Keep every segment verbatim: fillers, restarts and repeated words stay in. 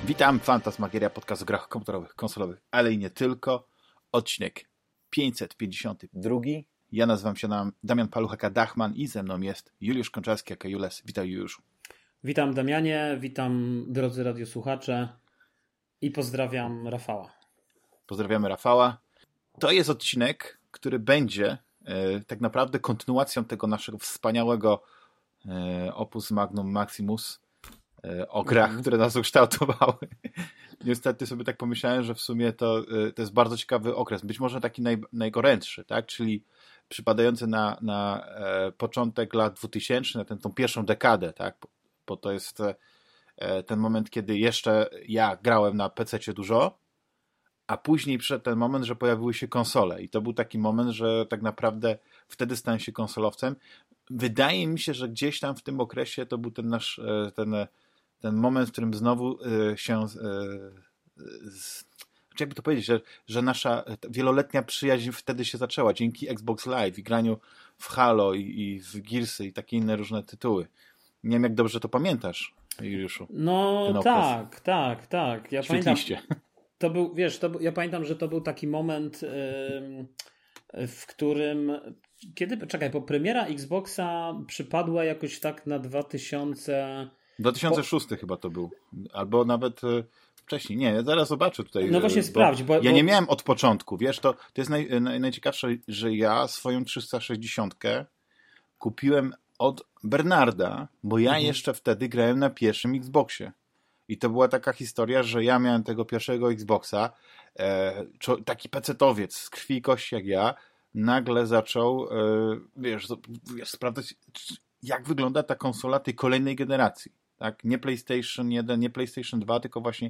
Witam, Fantasmagieria, podcast o grach komputerowych, konsolowych, ale i nie tylko. Odcinek pięćset pięćdziesiąty drugi. Ja nazywam się Damian Paluch, aka Dachman, i ze mną jest Juliusz Konczarski, aka Jules. Witaj, Juliuszu. Witam, Damianie, witam, drodzy radiosłuchacze, i pozdrawiam Rafała. Pozdrawiamy Rafała. To jest odcinek, który będzie e, tak naprawdę kontynuacją tego naszego wspaniałego e, opus magnum maximus e, o grach, mm. które nas ukształtowały. Niestety sobie tak pomyślałem, że w sumie to, to jest bardzo ciekawy okres. Być może taki naj, najgorętszy, tak? Czyli przypadający na, na e, początek lat dwutysięcznych, na tę tą pierwszą dekadę, tak? Bo, bo to jest e, ten moment, kiedy jeszcze ja grałem na pececie dużo, a później przyszedł ten moment, że pojawiły się konsole. I to był taki moment, że tak naprawdę wtedy stałem się konsolowcem. Wydaje mi się, że gdzieś tam w tym okresie to był ten nasz e, ten ten moment, w którym znowu y, się, y, z, jakby to powiedzieć, że, że nasza wieloletnia przyjaźń wtedy się zaczęła, dzięki Xbox Live i graniu w Halo i, i w Gearsy i takie inne różne tytuły. Nie wiem, jak dobrze to pamiętasz, Juliuszu. No tak, tak, tak. Ja Świetliście. pamiętam, to był, wiesz, to, ja pamiętam, że to był taki moment, yy, w którym, kiedy, czekaj, bo premiera Xboxa przypadła jakoś tak na dwa tysiące... dwa tysiące szósty po... chyba to był. Albo nawet y, wcześniej. Nie, ja zaraz zobaczę tutaj. No właśnie bo sprawdź. Bo, ja bo... nie miałem od początku, wiesz, to, to jest naj, naj, najciekawsze, że ja swoją trzysta sześćdziesiątkę kupiłem od Bernarda, bo ja mhm. jeszcze wtedy grałem na pierwszym Xboxie. I to była taka historia, że ja miałem tego pierwszego Xboxa, e, taki pecetowiec z krwi i kości jak ja, nagle zaczął e, wiesz, wiesz, sprawdzać, jak wygląda ta konsola tej kolejnej generacji. Tak? Nie PlayStation jeden, nie PlayStation dwa, tylko właśnie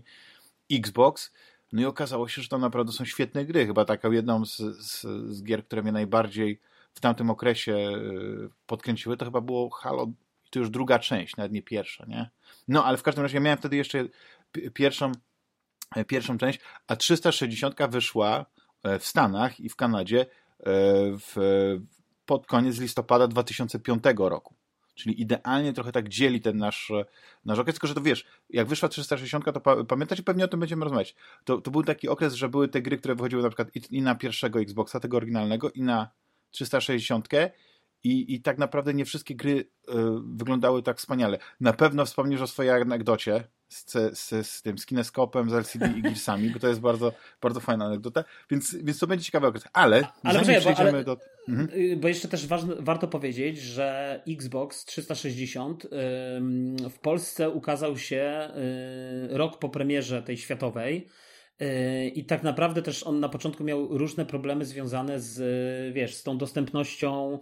Xbox. No i okazało się, że to naprawdę są świetne gry. Chyba taką jedną z, z, z gier, które mnie najbardziej w tamtym okresie podkręciły, to chyba było Halo, to już druga część, nawet nie pierwsza, nie? No, ale w każdym razie ja miałem wtedy jeszcze pierwszą, pierwszą część, a trzysta sześćdziesiąt wyszła w Stanach i w Kanadzie w, pod koniec listopada dwa tysiące piątego roku. Czyli idealnie trochę tak dzieli ten nasz, nasz okres, tylko że to wiesz, jak wyszła trzysta sześćdziesiąt, to pa, pamiętasz i pewnie o tym będziemy rozmawiać. To, to był taki okres, że były te gry, które wychodziły na przykład i, i na pierwszego Xboxa, tego oryginalnego, i na trzysta sześćdziesiąt, i, i tak naprawdę nie wszystkie gry y, wyglądały tak wspaniale. Na pewno wspomnisz o swojej anegdocie z, z, z tym, z kineskopem, z L C D i Gearsami, bo to jest bardzo, bardzo fajna anegdota, więc, więc to będzie ciekawy okres. Ale, ale zanim przejdziemy ale, do... Mhm. Bo jeszcze też ważne, warto powiedzieć, że Xbox trzysta sześćdziesiąt ym, w Polsce ukazał się y, rok po premierze tej światowej. I tak naprawdę też on na początku miał różne problemy związane z, wiesz, z tą dostępnością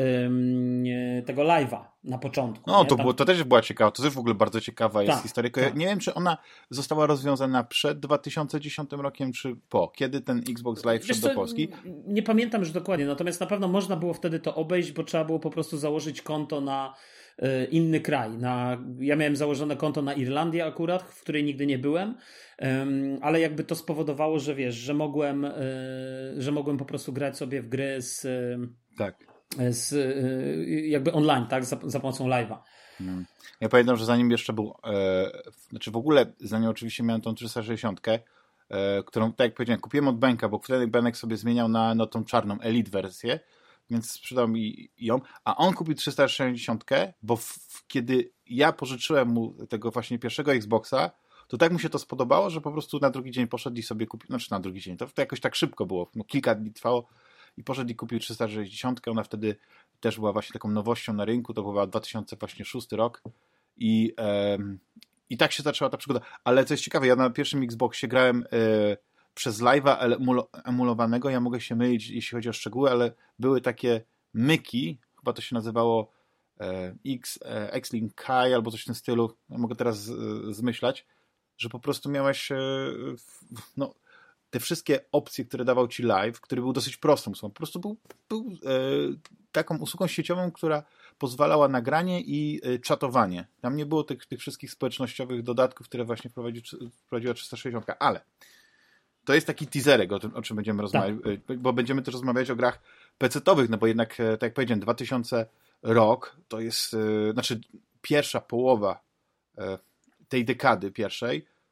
ym, tego live'a na początku. No, nie? to, Tam... było, to też była ciekawa, to też w ogóle bardzo ciekawa jest tak, historia. tak. Nie wiem, czy ona została rozwiązana przed dwa tysiące dziesiątym rokiem, czy po. Kiedy ten Xbox Live wszedł do Polski? Nie pamiętam już dokładnie, natomiast na pewno można było wtedy to obejść, bo trzeba było po prostu założyć konto na inny kraj. Na, ja miałem założone konto na Irlandię akurat, w której nigdy nie byłem, um, ale jakby to spowodowało, że wiesz, że mogłem, y, że mogłem po prostu grać sobie w gry z, tak. z y, jakby online, tak, za, za pomocą live'a. Hmm. Ja pamiętam, że zanim jeszcze był, e, znaczy w ogóle zanim oczywiście miałem tą trzysta sześćdziesiąt, e, którą, tak jak powiedziałem, kupiłem od Benka, bo wtedy Benek sobie zmieniał na, na tą czarną Elite wersję, więc sprzedał mi ją, a on kupił trzysta sześćdziesiąt, bo w, kiedy ja pożyczyłem mu tego właśnie pierwszego Xboxa, to tak mu się to spodobało, że po prostu na drugi dzień poszedł i sobie kupił, znaczy na drugi dzień, to, to jakoś tak szybko było, no, kilka dni trwało i poszedł i kupił trzysta sześćdziesiąt, ona wtedy też była właśnie taką nowością na rynku, to był dwa tysiące szósty rok i, um, i tak się zaczęła ta przygoda, ale co jest ciekawe, ja na pierwszym Xboxie grałem e, przez live'a emulowanego, ja mogę się mylić, jeśli chodzi o szczegóły, ale były takie myki, chyba to się nazywało e, X, e, X-Link Kai albo coś w tym stylu, ja mogę teraz z, zmyślać, że po prostu miałeś e, no, te wszystkie opcje, które dawał ci live, który był dosyć prostą usługą, po prostu był, był e, taką usługą sieciową, która pozwalała na granie i e, czatowanie. Tam nie było tych, tych wszystkich społecznościowych dodatków, które właśnie wprowadził, wprowadziła trzysta sześćdziesiąt, ale to jest taki teaserek, o, tym, o czym będziemy rozmawiać, tak. Bo będziemy też rozmawiać o grach pecetowych, no bo jednak, tak jak powiedziałem, dwa tysiące rok to jest, yy, znaczy pierwsza połowa yy, tej dekady pierwszej,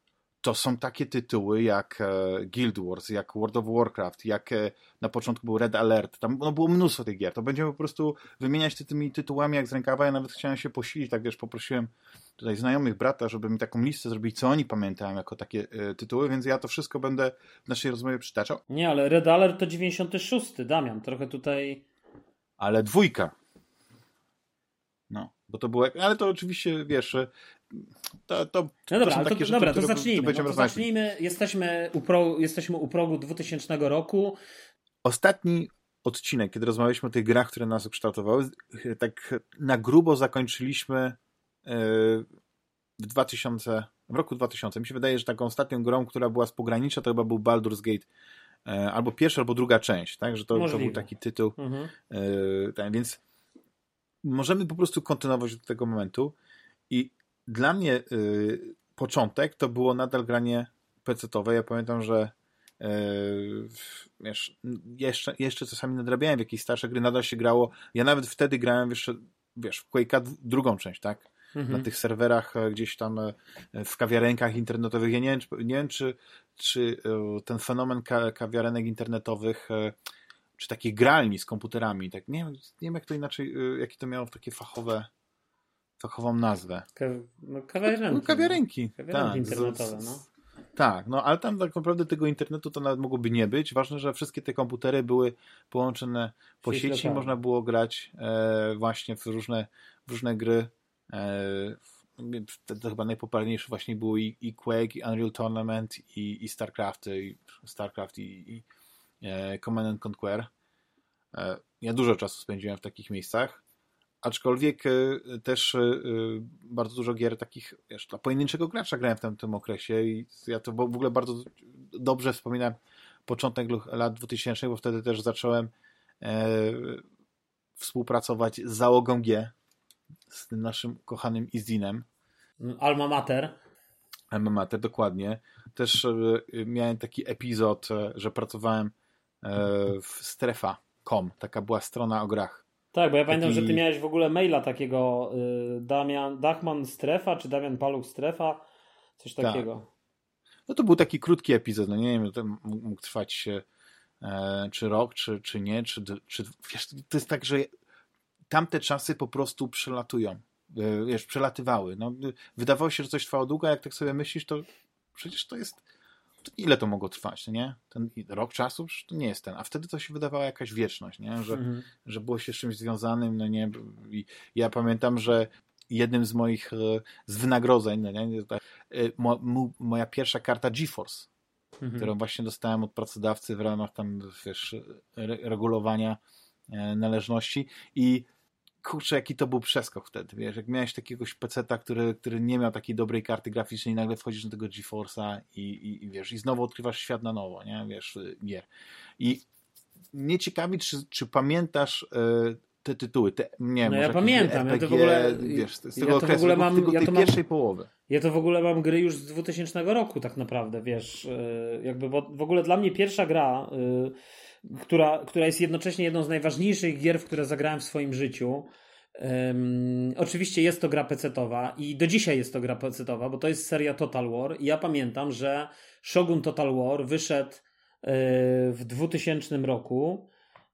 to są takie tytuły jak e, Guild Wars, jak World of Warcraft, jak e, na początku był Red Alert. Tam no, było mnóstwo tych gier. To będziemy po prostu wymieniać ty, tymi tytułami jak z rękawa. Ja nawet chciałem się posilić, tak wiesz, poprosiłem tutaj znajomych brata, żeby mi taką listę zrobić, co oni pamiętają jako takie e, tytuły, więc ja to wszystko będę w naszej rozmowie przytaczał. Nie, ale Red Alert to dziewięćdziesiąty szósty, Damian, trochę tutaj... Ale dwójka. No, bo to było... Ale to oczywiście, wiesz... To, to, no dobra, to, to, takie dobra, rzeczy, to zacznijmy. No to rozmawiać. zacznijmy. Jesteśmy u, pro, jesteśmy u progu dwutysięcznego roku. Ostatni odcinek, kiedy rozmawialiśmy o tych grach, które nas ukształtowały, tak na grubo zakończyliśmy w dwutysięcznym, w roku dwutysięcznym. Mi się wydaje, że taką ostatnią grą, która była z pogranicza, to chyba był Baldur's Gate albo pierwsza, albo druga część, tak? Że to, to był taki tytuł. Mhm. Tak, więc możemy po prostu kontynuować od tego momentu i dla mnie y, początek to było nadal granie pecetowe. Ja pamiętam, że y, wiesz, jeszcze, jeszcze czasami nadrabiałem w jakieś starsze gry, nadal się grało. Ja nawet wtedy grałem wiesz, wiesz, w Quake'a drugą część, tak? Mhm. Na tych serwerach gdzieś tam w kawiarenkach internetowych. Ja nie wiem, czy, nie wiem, czy, czy ten fenomen ka- kawiarenek internetowych, czy takich gralni z komputerami, tak? Nie wiem, nie wiem jak to inaczej, jakie to miało takie fachowe fachową nazwę. Ka- no, kawiarenki. No, kawiarenki. Kawiarenki tak, internetowe, no. Tak, no ale tam tak naprawdę tego internetu to nawet mogłoby nie być. Ważne, że wszystkie te komputery były połączone po sieci, sieci można było grać e, właśnie w różne, w różne gry. E, wtedy chyba najpopularniejsze właśnie były i, i Quake, i Unreal Tournament, i, i StarCraft, i StarCraft, i, i e, Command and Conquer. E, ja dużo czasu spędziłem w takich miejscach. Aczkolwiek y, też y, bardzo dużo gier takich, wiesz, dla pojedynczego gracza grałem w tym, tym okresie i ja to w ogóle bardzo dobrze wspominam początek lat dwutysięcznych, bo wtedy też zacząłem e, współpracować z załogą G, z tym naszym kochanym Izdinem. Alma Mater. Alma Mater, dokładnie. Też e, miałem taki epizod, e, że pracowałem e, w strefa kropka com. Taka była strona o grach. Tak, bo ja pamiętam, Taki... że ty miałeś w ogóle maila takiego y, Damian, Dachman Strefa, czy Damian Paluch Strefa, coś takiego. Tak. No to był taki krótki epizod, no nie wiem, to mógł trwać e, czy rok, czy, czy nie, czy, czy wiesz, to jest tak, że tamte czasy po prostu przelatują, e, wiesz, przelatywały. No, wydawało się, że coś trwało długo, a jak tak sobie myślisz, to przecież to jest to ile to mogło trwać, nie? Ten rok czasu? To nie jest ten. A wtedy to się wydawała jakaś wieczność, nie? Że, mhm. że było się z czymś związanym, no nie? I ja pamiętam, że jednym z moich z wynagrodzeń, no nie? Mo, mo, moja pierwsza karta GeForce, mhm. którą właśnie dostałem od pracodawcy w ramach tam, wiesz, regulowania należności i kurczę, jaki to był przeskok wtedy, wiesz, jak miałeś takiegoś peceta, który, który nie miał takiej dobrej karty graficznej i nagle wchodzisz do tego GeForce'a i, i, i wiesz, i znowu odkrywasz świat na nowo, nie, wiesz, gier. I mnie ciekawi, czy, czy pamiętasz y, te tytuły, te, nie no może ja pamiętam, R P G, ja to w ogóle, wiesz, z tego ja to okresu, w ogóle mam, tego, ja tej to pierwszej mam, połowy. Ja to w ogóle mam gry już z dwutysięcznego roku tak naprawdę, wiesz, y, jakby, bo w ogóle dla mnie pierwsza gra, y, która, która jest jednocześnie jedną z najważniejszych gier, w które zagrałem w swoim życiu. Um, oczywiście jest to gra pecetowa i do dzisiaj jest to gra pecetowa, bo to jest seria Total War i ja pamiętam, że Shogun Total War wyszedł y, w dwutysięcznym roku.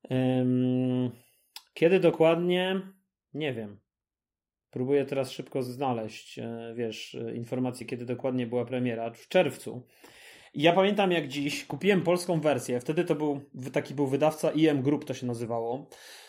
Um, kiedy dokładnie? Nie wiem. Próbuję teraz szybko znaleźć, y, wiesz, y, informację, kiedy dokładnie była premiera. W czerwcu. I ja pamiętam jak dziś, kupiłem polską wersję, wtedy to był taki był wydawca I M Group, to się nazywało.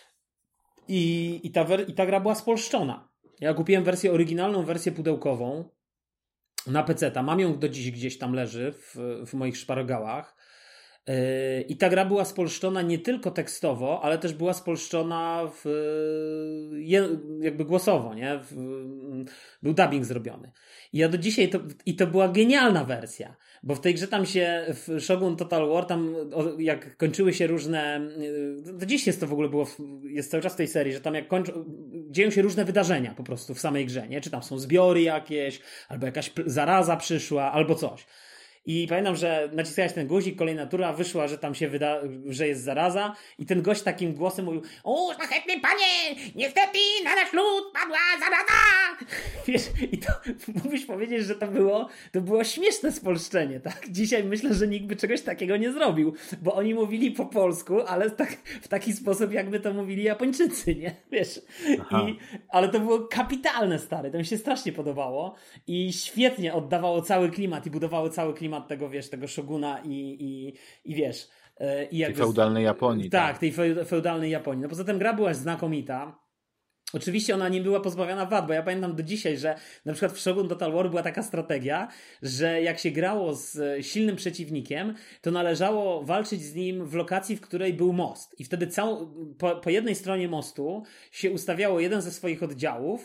I, i, ta wer- I ta gra była spolszczona. Ja kupiłem wersję oryginalną, wersję pudełkową na peceta. Mam ją do dziś gdzieś tam leży w, w moich szparagałach. Yy, I ta gra była spolszczona nie tylko tekstowo, ale też była spolszczona w, je, jakby głosowo, nie? W, był dubbing zrobiony. I ja do dzisiaj to, i to była genialna wersja. Bo w tej grze tam się, w Shogun Total War, tam jak kończyły się różne, do dziś jest to w ogóle było, jest cały czas w tej serii, że tam jak kończą, dzieją się różne wydarzenia po prostu w samej grze, nie? Czy tam są zbiory jakieś, albo jakaś zaraza przyszła, albo coś. I pamiętam, że naciskałeś ten guzik, kolejna tura, wyszła, że tam się wyda, że jest zaraza i ten gość takim głosem mówił: o, szlachetny panie, niestety na nasz lud padła zaraza! Wiesz, i to mógłbyś powiedzieć, że to było, to było śmieszne spolszczenie, tak? Dzisiaj myślę, że nikt by czegoś takiego nie zrobił, bo oni mówili po polsku, ale tak, w taki sposób, jakby to mówili Japończycy, nie? Wiesz, i, ale to było kapitalne, stary, to mi się strasznie podobało i świetnie oddawało cały klimat i budowało cały klimat tego, wiesz, tego szoguna i, i, i wiesz... I jakby, tej feudalnej Japonii. Tak, tak, tej feudalnej Japonii. No poza tym gra była znakomita. Oczywiście ona nie była pozbawiona wad, bo ja pamiętam do dzisiaj, że na przykład w Shogun Total War była taka strategia, że jak się grało z silnym przeciwnikiem, to należało walczyć z nim w lokacji, w której był most. I wtedy całą, po, po jednej stronie mostu się ustawiało jeden ze swoich oddziałów,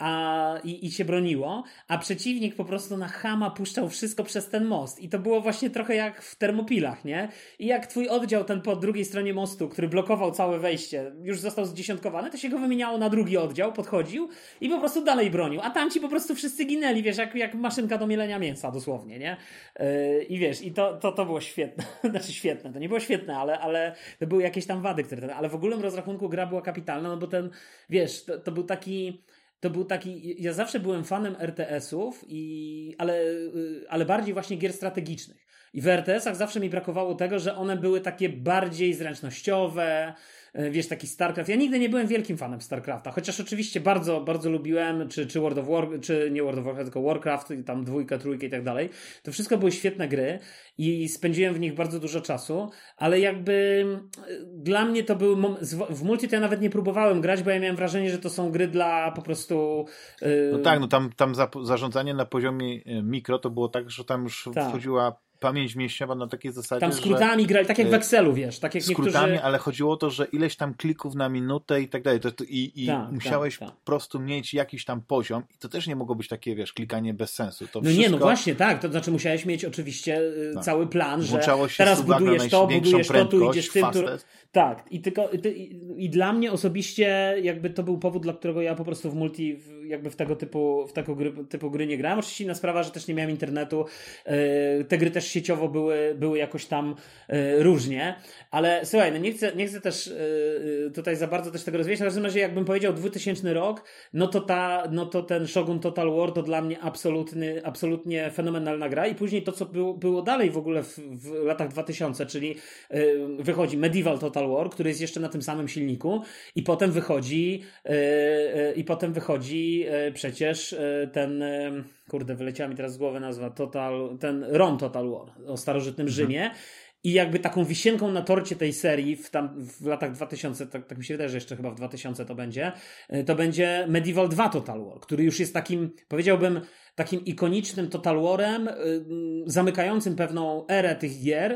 a, i, i się broniło, a przeciwnik po prostu na chama puszczał wszystko przez ten most. I to było właśnie trochę jak w Termopilach, nie? I jak twój oddział ten po drugiej stronie mostu, który blokował całe wejście, już został zdziesiątkowany, to się go wymieniało na drugi oddział, podchodził i po prostu dalej bronił. A tamci po prostu wszyscy ginęli, wiesz, jak, jak maszynka do mielenia mięsa, dosłownie, nie? Yy, I wiesz, i to, to, to było świetne. Znaczy świetne, to nie było świetne, ale, ale to były jakieś tam wady, które... Ale w ogólnym rozrachunku gra była kapitalna, no bo ten, wiesz, to, to był taki... To był taki, ja zawsze byłem fanem er te esów, i, ale, ale bardziej właśnie gier strategicznych. I w er te esach zawsze mi brakowało tego, że one były takie bardziej zręcznościowe, wiesz, taki StarCraft. Ja nigdy nie byłem wielkim fanem StarCrafta, chociaż oczywiście bardzo, bardzo lubiłem, czy, czy World of War, czy nie World of Warcraft, tylko Warcraft, tam dwójka, trójka i tak dalej. To wszystko były świetne gry i spędziłem w nich bardzo dużo czasu, ale jakby dla mnie to był, w multi to ja nawet nie próbowałem grać, bo ja miałem wrażenie, że to są gry dla po prostu... Yy... No tak, no tam, tam za, zarządzanie na poziomie mikro to było tak, że tam już tak. wchodziła pamięć mięśniowa na takiej zasadzie, tam skrótami że, grali, tak jak w Excelu, wiesz, tak jak skrótami, niektórzy... ale chodziło o to, że ileś tam klików na minutę i tak dalej, to, to, i, i tak, musiałeś tak, tak. po prostu mieć jakiś tam poziom i to też nie mogło być takie, wiesz, klikanie bez sensu. To no wszystko... nie, no właśnie, tak, to znaczy musiałeś mieć oczywiście tak. cały plan, że się teraz budujesz to, budujesz to, tu idziesz tym, tu... Tak, i tylko i, i dla mnie osobiście jakby to był powód, dla którego ja po prostu w multi w, jakby w tego typu w tego gry, typu gry nie grałem. Oczywiście inna sprawa, że też nie miałem internetu. Yy, te gry też sieciowo były, były jakoś tam yy, różnie, ale słuchaj, no nie chcę, nie chcę też yy, tutaj za bardzo też tego rozwijać. W każdym razie jakbym powiedział dwutysięczny rok, no to ta, no to ten Shogun Total War to dla mnie absolutny, absolutnie fenomenalna gra i później to, co było, było dalej w ogóle w, w latach dwutysięcznych, czyli yy, wychodzi Medieval Total War, który jest jeszcze na tym samym silniku i potem wychodzi yy, yy, i potem wychodzi yy, przecież yy, ten yy, kurde, wyleciała mi teraz z głowy nazwa Total, ten Rome Total War o starożytnym mhm. Rzymie i jakby taką wisienką na torcie tej serii w, tam, w latach dwutysięcznych, tak, tak mi się wydaje, że jeszcze chyba w dwutysięcznym to będzie, yy, to będzie Medieval dwa Total War, który już jest takim, powiedziałbym, takim ikonicznym Total Warem, yy, zamykającym pewną erę tych gier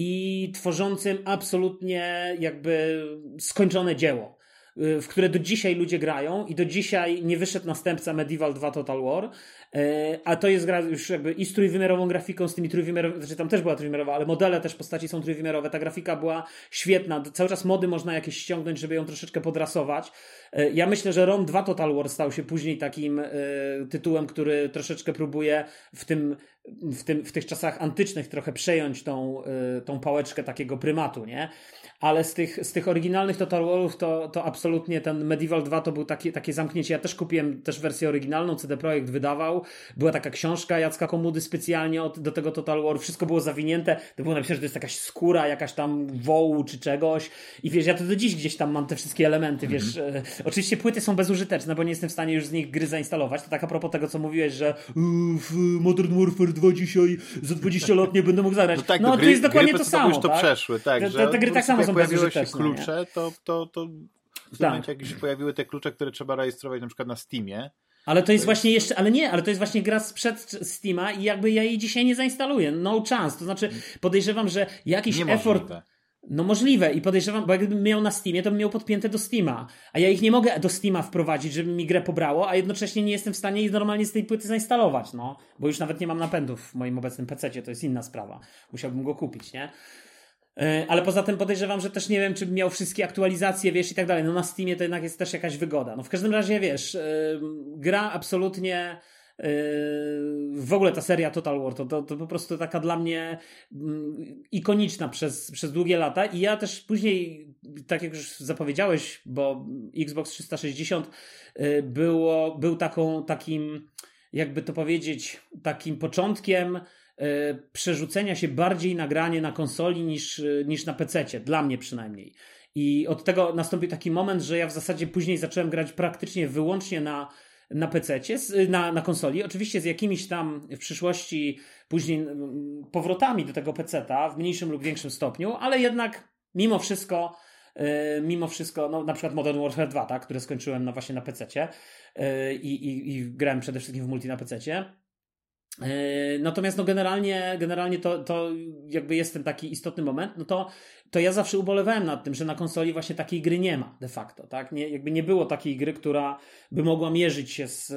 i tworzącym absolutnie jakby skończone dzieło, yy, w które do dzisiaj ludzie grają i do dzisiaj nie wyszedł następca Medieval dwa Total War, yy, a to jest gra już jakby i z trójwymiarową grafiką, z tymi trójwymiarowymi, znaczy tam też była trójwymiarowa, ale modele też postaci są trójwymiarowe, ta grafika była świetna, cały czas mody można jakieś ściągnąć, żeby ją troszeczkę podrasować. Ja myślę, że Rome dwa Total War stał się później takim y, tytułem, który troszeczkę próbuje w tym, w tym, w tych czasach antycznych trochę przejąć tą, y, tą pałeczkę takiego prymatu, nie? Ale z tych, z tych oryginalnych Total Warów to, to absolutnie ten Medieval dwa to był taki, takie zamknięcie. Ja też kupiłem też wersję oryginalną, C D Projekt wydawał. Była taka książka Jacka Komudy specjalnie od, do tego Total War. Wszystko było zawinięte. To było napisane, że to jest jakaś skóra, jakaś tam wołu czy czegoś. I wiesz, ja to do dziś gdzieś tam mam te wszystkie elementy, mm-hmm. wiesz. E, oczywiście płyty są bezużyteczne, bo nie jestem w stanie już z nich gry zainstalować. To tak a propos tego, co mówiłeś, że w Modern Warfare dwa dzisiaj za dwadzieścia lat nie będę mógł zagrać. No, tak, no gry, to jest dokładnie gry to samo. Już to tak? przeszły, tak. Te, że te gry tak samo są pojawiły się bezużyteczne. klucze, to, to, to w tak. momencie, jak się pojawiły te klucze, które trzeba rejestrować na przykład na Steamie. Ale to jest to właśnie jest... jeszcze, ale nie, ale to jest właśnie gra sprzed Steama i jakby ja jej dzisiaj nie zainstaluję. No chance. To znaczy podejrzewam, że jakiś effort... No możliwe i podejrzewam, bo jakbym miał na Steamie, to bym miał podpięte do Steama, a ja ich nie mogę do Steama wprowadzić, żeby mi grę pobrało, a jednocześnie nie jestem w stanie ich normalnie z tej płyty zainstalować, no, bo już nawet nie mam napędów w moim obecnym pececie, to jest inna sprawa, musiałbym go kupić, nie? Ale poza tym podejrzewam, że też nie wiem, czy bym miał wszystkie aktualizacje, wiesz, i tak dalej, no na Steamie to jednak jest też jakaś wygoda, no w każdym razie, wiesz, yy, gra absolutnie w ogóle ta seria Total War to, to, to po prostu taka dla mnie ikoniczna przez, przez długie lata i ja też później, tak jak już zapowiedziałeś, bo Xbox trzysta sześćdziesiąt było, był taką, takim, jakby to powiedzieć, takim początkiem przerzucenia się bardziej na granie na konsoli niż, niż na pececie, dla mnie przynajmniej. I od tego nastąpił taki moment, że ja w zasadzie później zacząłem grać praktycznie wyłącznie na, na pececie, na, na konsoli. Oczywiście z jakimiś tam w przyszłości później powrotami do tego peceta w mniejszym lub większym stopniu, ale jednak mimo wszystko mimo wszystko, no na przykład Modern Warfare dwa, tak, które skończyłem na, właśnie na pececie i, i, i grałem przede wszystkim w multi na pececie. Natomiast no generalnie, generalnie to, to jakby jest ten taki istotny moment, no to, to ja zawsze ubolewałem nad tym, że na konsoli właśnie takiej gry nie ma de facto, tak? Nie, jakby nie było takiej gry, która by mogła mierzyć się z,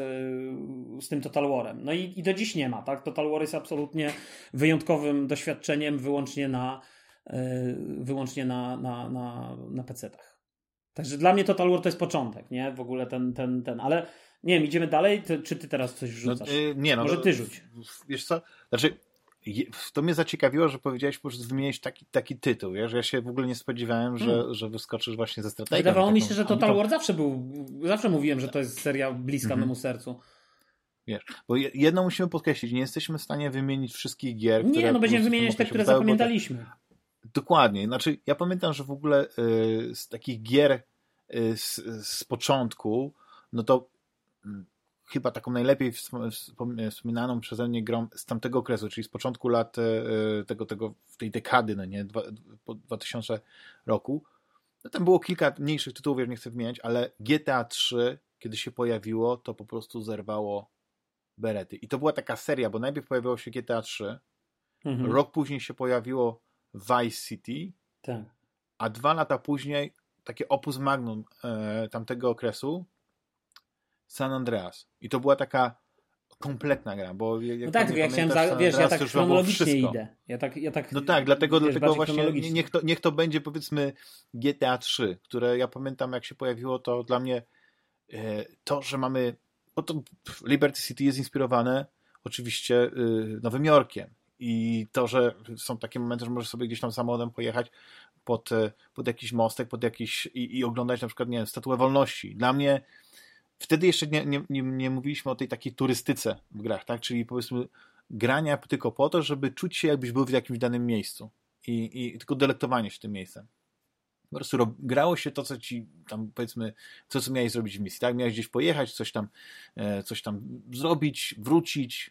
z tym Total War'em. No i, i do dziś nie ma, tak? Total War jest absolutnie wyjątkowym doświadczeniem wyłącznie na wyłącznie na, na, na, na pecetach. Także dla mnie Total War to jest początek, nie? W ogóle ten, ten, ten, ale nie wiem, idziemy dalej, ty, czy ty teraz coś wrzucasz? No, yy, nie, no, może ty rzuć. Wiesz co, znaczy to mnie zaciekawiło, że powiedziałeś, po prostu wymienić taki, taki tytuł, wiesz? Ja się w ogóle nie spodziewałem, że, hmm. że wyskoczysz właśnie ze strategią. Wydawało taką, mi się, że Total War zawsze był, zawsze mówiłem, że to jest seria bliska hmm. memu sercu. Wiesz, bo jedno musimy podkreślić, nie jesteśmy w stanie wymienić wszystkich gier, nie, które... no będziemy wymieniać te, które zapamiętaliśmy. Tak, dokładnie, znaczy ja pamiętam, że w ogóle y, z takich gier y, z, z początku, no to y, chyba taką najlepiej wspominaną przeze mnie grą z tamtego okresu, czyli z początku lat y, tego, tego, tej dekady, no nie, dwa, po dwa tysiące roku, no tam było kilka mniejszych tytułów, ja nie chcę wymieniać, ale G T A trzy, kiedy się pojawiło, to po prostu zerwało berety. I to była taka seria, bo najpierw pojawiło się G T A trzy, mhm. rok później się pojawiło Vice City, tak. a dwa lata później takie opus magnum e, tamtego okresu San Andreas. I to była taka kompletna gra, bo jak no tak, ja chciałem, za, wiesz, ja tak chronologicznie idę. Ja tak, ja tak, no tak, dlatego, wiesz, dlatego właśnie niech to, niech to będzie powiedzmy G T A trzy, które ja pamiętam jak się pojawiło, to dla mnie e, to, że mamy, bo to Liberty City jest inspirowane oczywiście e, Nowym Jorkiem. I to, że są takie momenty, że możesz sobie gdzieś tam samochodem pojechać pod, pod jakiś mostek, pod jakiś i, i oglądać na przykład, nie wiem, Statuę Wolności. Dla mnie wtedy jeszcze nie, nie, nie, nie mówiliśmy o tej takiej turystyce w grach, tak? Czyli powiedzmy grania tylko po to, żeby czuć się jakbyś był w jakimś danym miejscu i, i tylko delektowanie się tym miejscem. Po prostu rob, grało się to, co ci tam powiedzmy, co, co miałeś zrobić w misji, tak? Miałeś gdzieś pojechać, coś tam, e, coś tam zrobić, wrócić,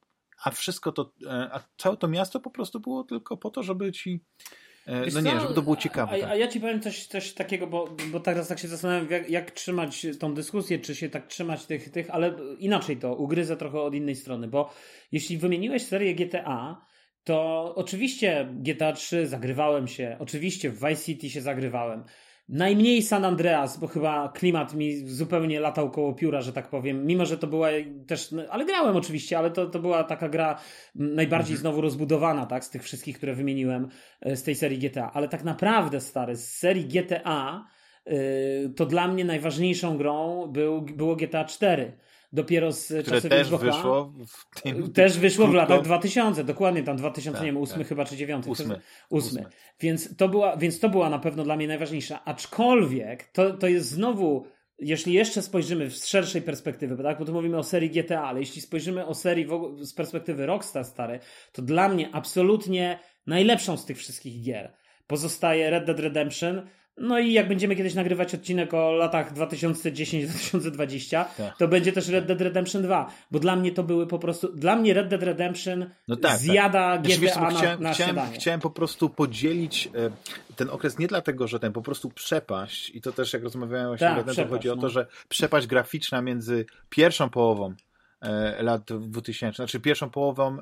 a wszystko to, a całe to miasto po prostu było tylko po to, żeby ci, Wiesz no co? nie, żeby to było ciekawe. A, tak. a ja ci powiem coś, coś takiego, bo, bo teraz tak się zastanawiam, jak, jak trzymać tą dyskusję, czy się tak trzymać tych, tych, ale inaczej to, ugryzę trochę od innej strony, bo jeśli wymieniłeś serię G T A, to oczywiście G T A trzy zagrywałem się, oczywiście w Vice City się zagrywałem, najmniej San Andreas, bo chyba klimat mi zupełnie latał koło pióra, że tak powiem, mimo że to była też, ale grałem oczywiście, ale to, to była taka gra najbardziej mhm. znowu rozbudowana, tak, z tych wszystkich, które wymieniłem z tej serii G T A, ale tak naprawdę, stary, z serii G T A yy, to dla mnie najważniejszą grą był, było G T A cztery. Dopiero z Które czasów też Xboxa, wyszło w tym, też wyszło krótko... w latach dwa tysiące, dokładnie tam dwa tysiące, tak, nie wiem, ósmy tak. chyba, czy dziewiąty. Ósmy. Ósmy. Ósmy. Więc to była, więc to była na pewno dla mnie najważniejsza. Aczkolwiek to, to jest znowu, jeśli jeszcze spojrzymy z szerszej perspektywy, tak, bo tu mówimy o serii G T A, ale jeśli spojrzymy o serii w, z perspektywy Rockstar stary, to dla mnie absolutnie najlepszą z tych wszystkich gier pozostaje Red Dead Redemption. No i jak będziemy kiedyś nagrywać odcinek o latach dwa tysiące dziesiąty do dwa tysiące dwudziestego, tak. to będzie też Red Dead Redemption dwa, bo dla mnie to były po prostu, dla mnie Red Dead Redemption no tak, zjada tak. G T A znaczy, chciałem, na, na chciałem, śniadanie. Chciałem po prostu podzielić e, ten okres nie dlatego, że ten po prostu przepaść, i to też jak rozmawiałem właśnie tak, Red Dead, chodzi o to, no. że przepaść graficzna między pierwszą połową e, lat dwutysięcznych, znaczy pierwszą połową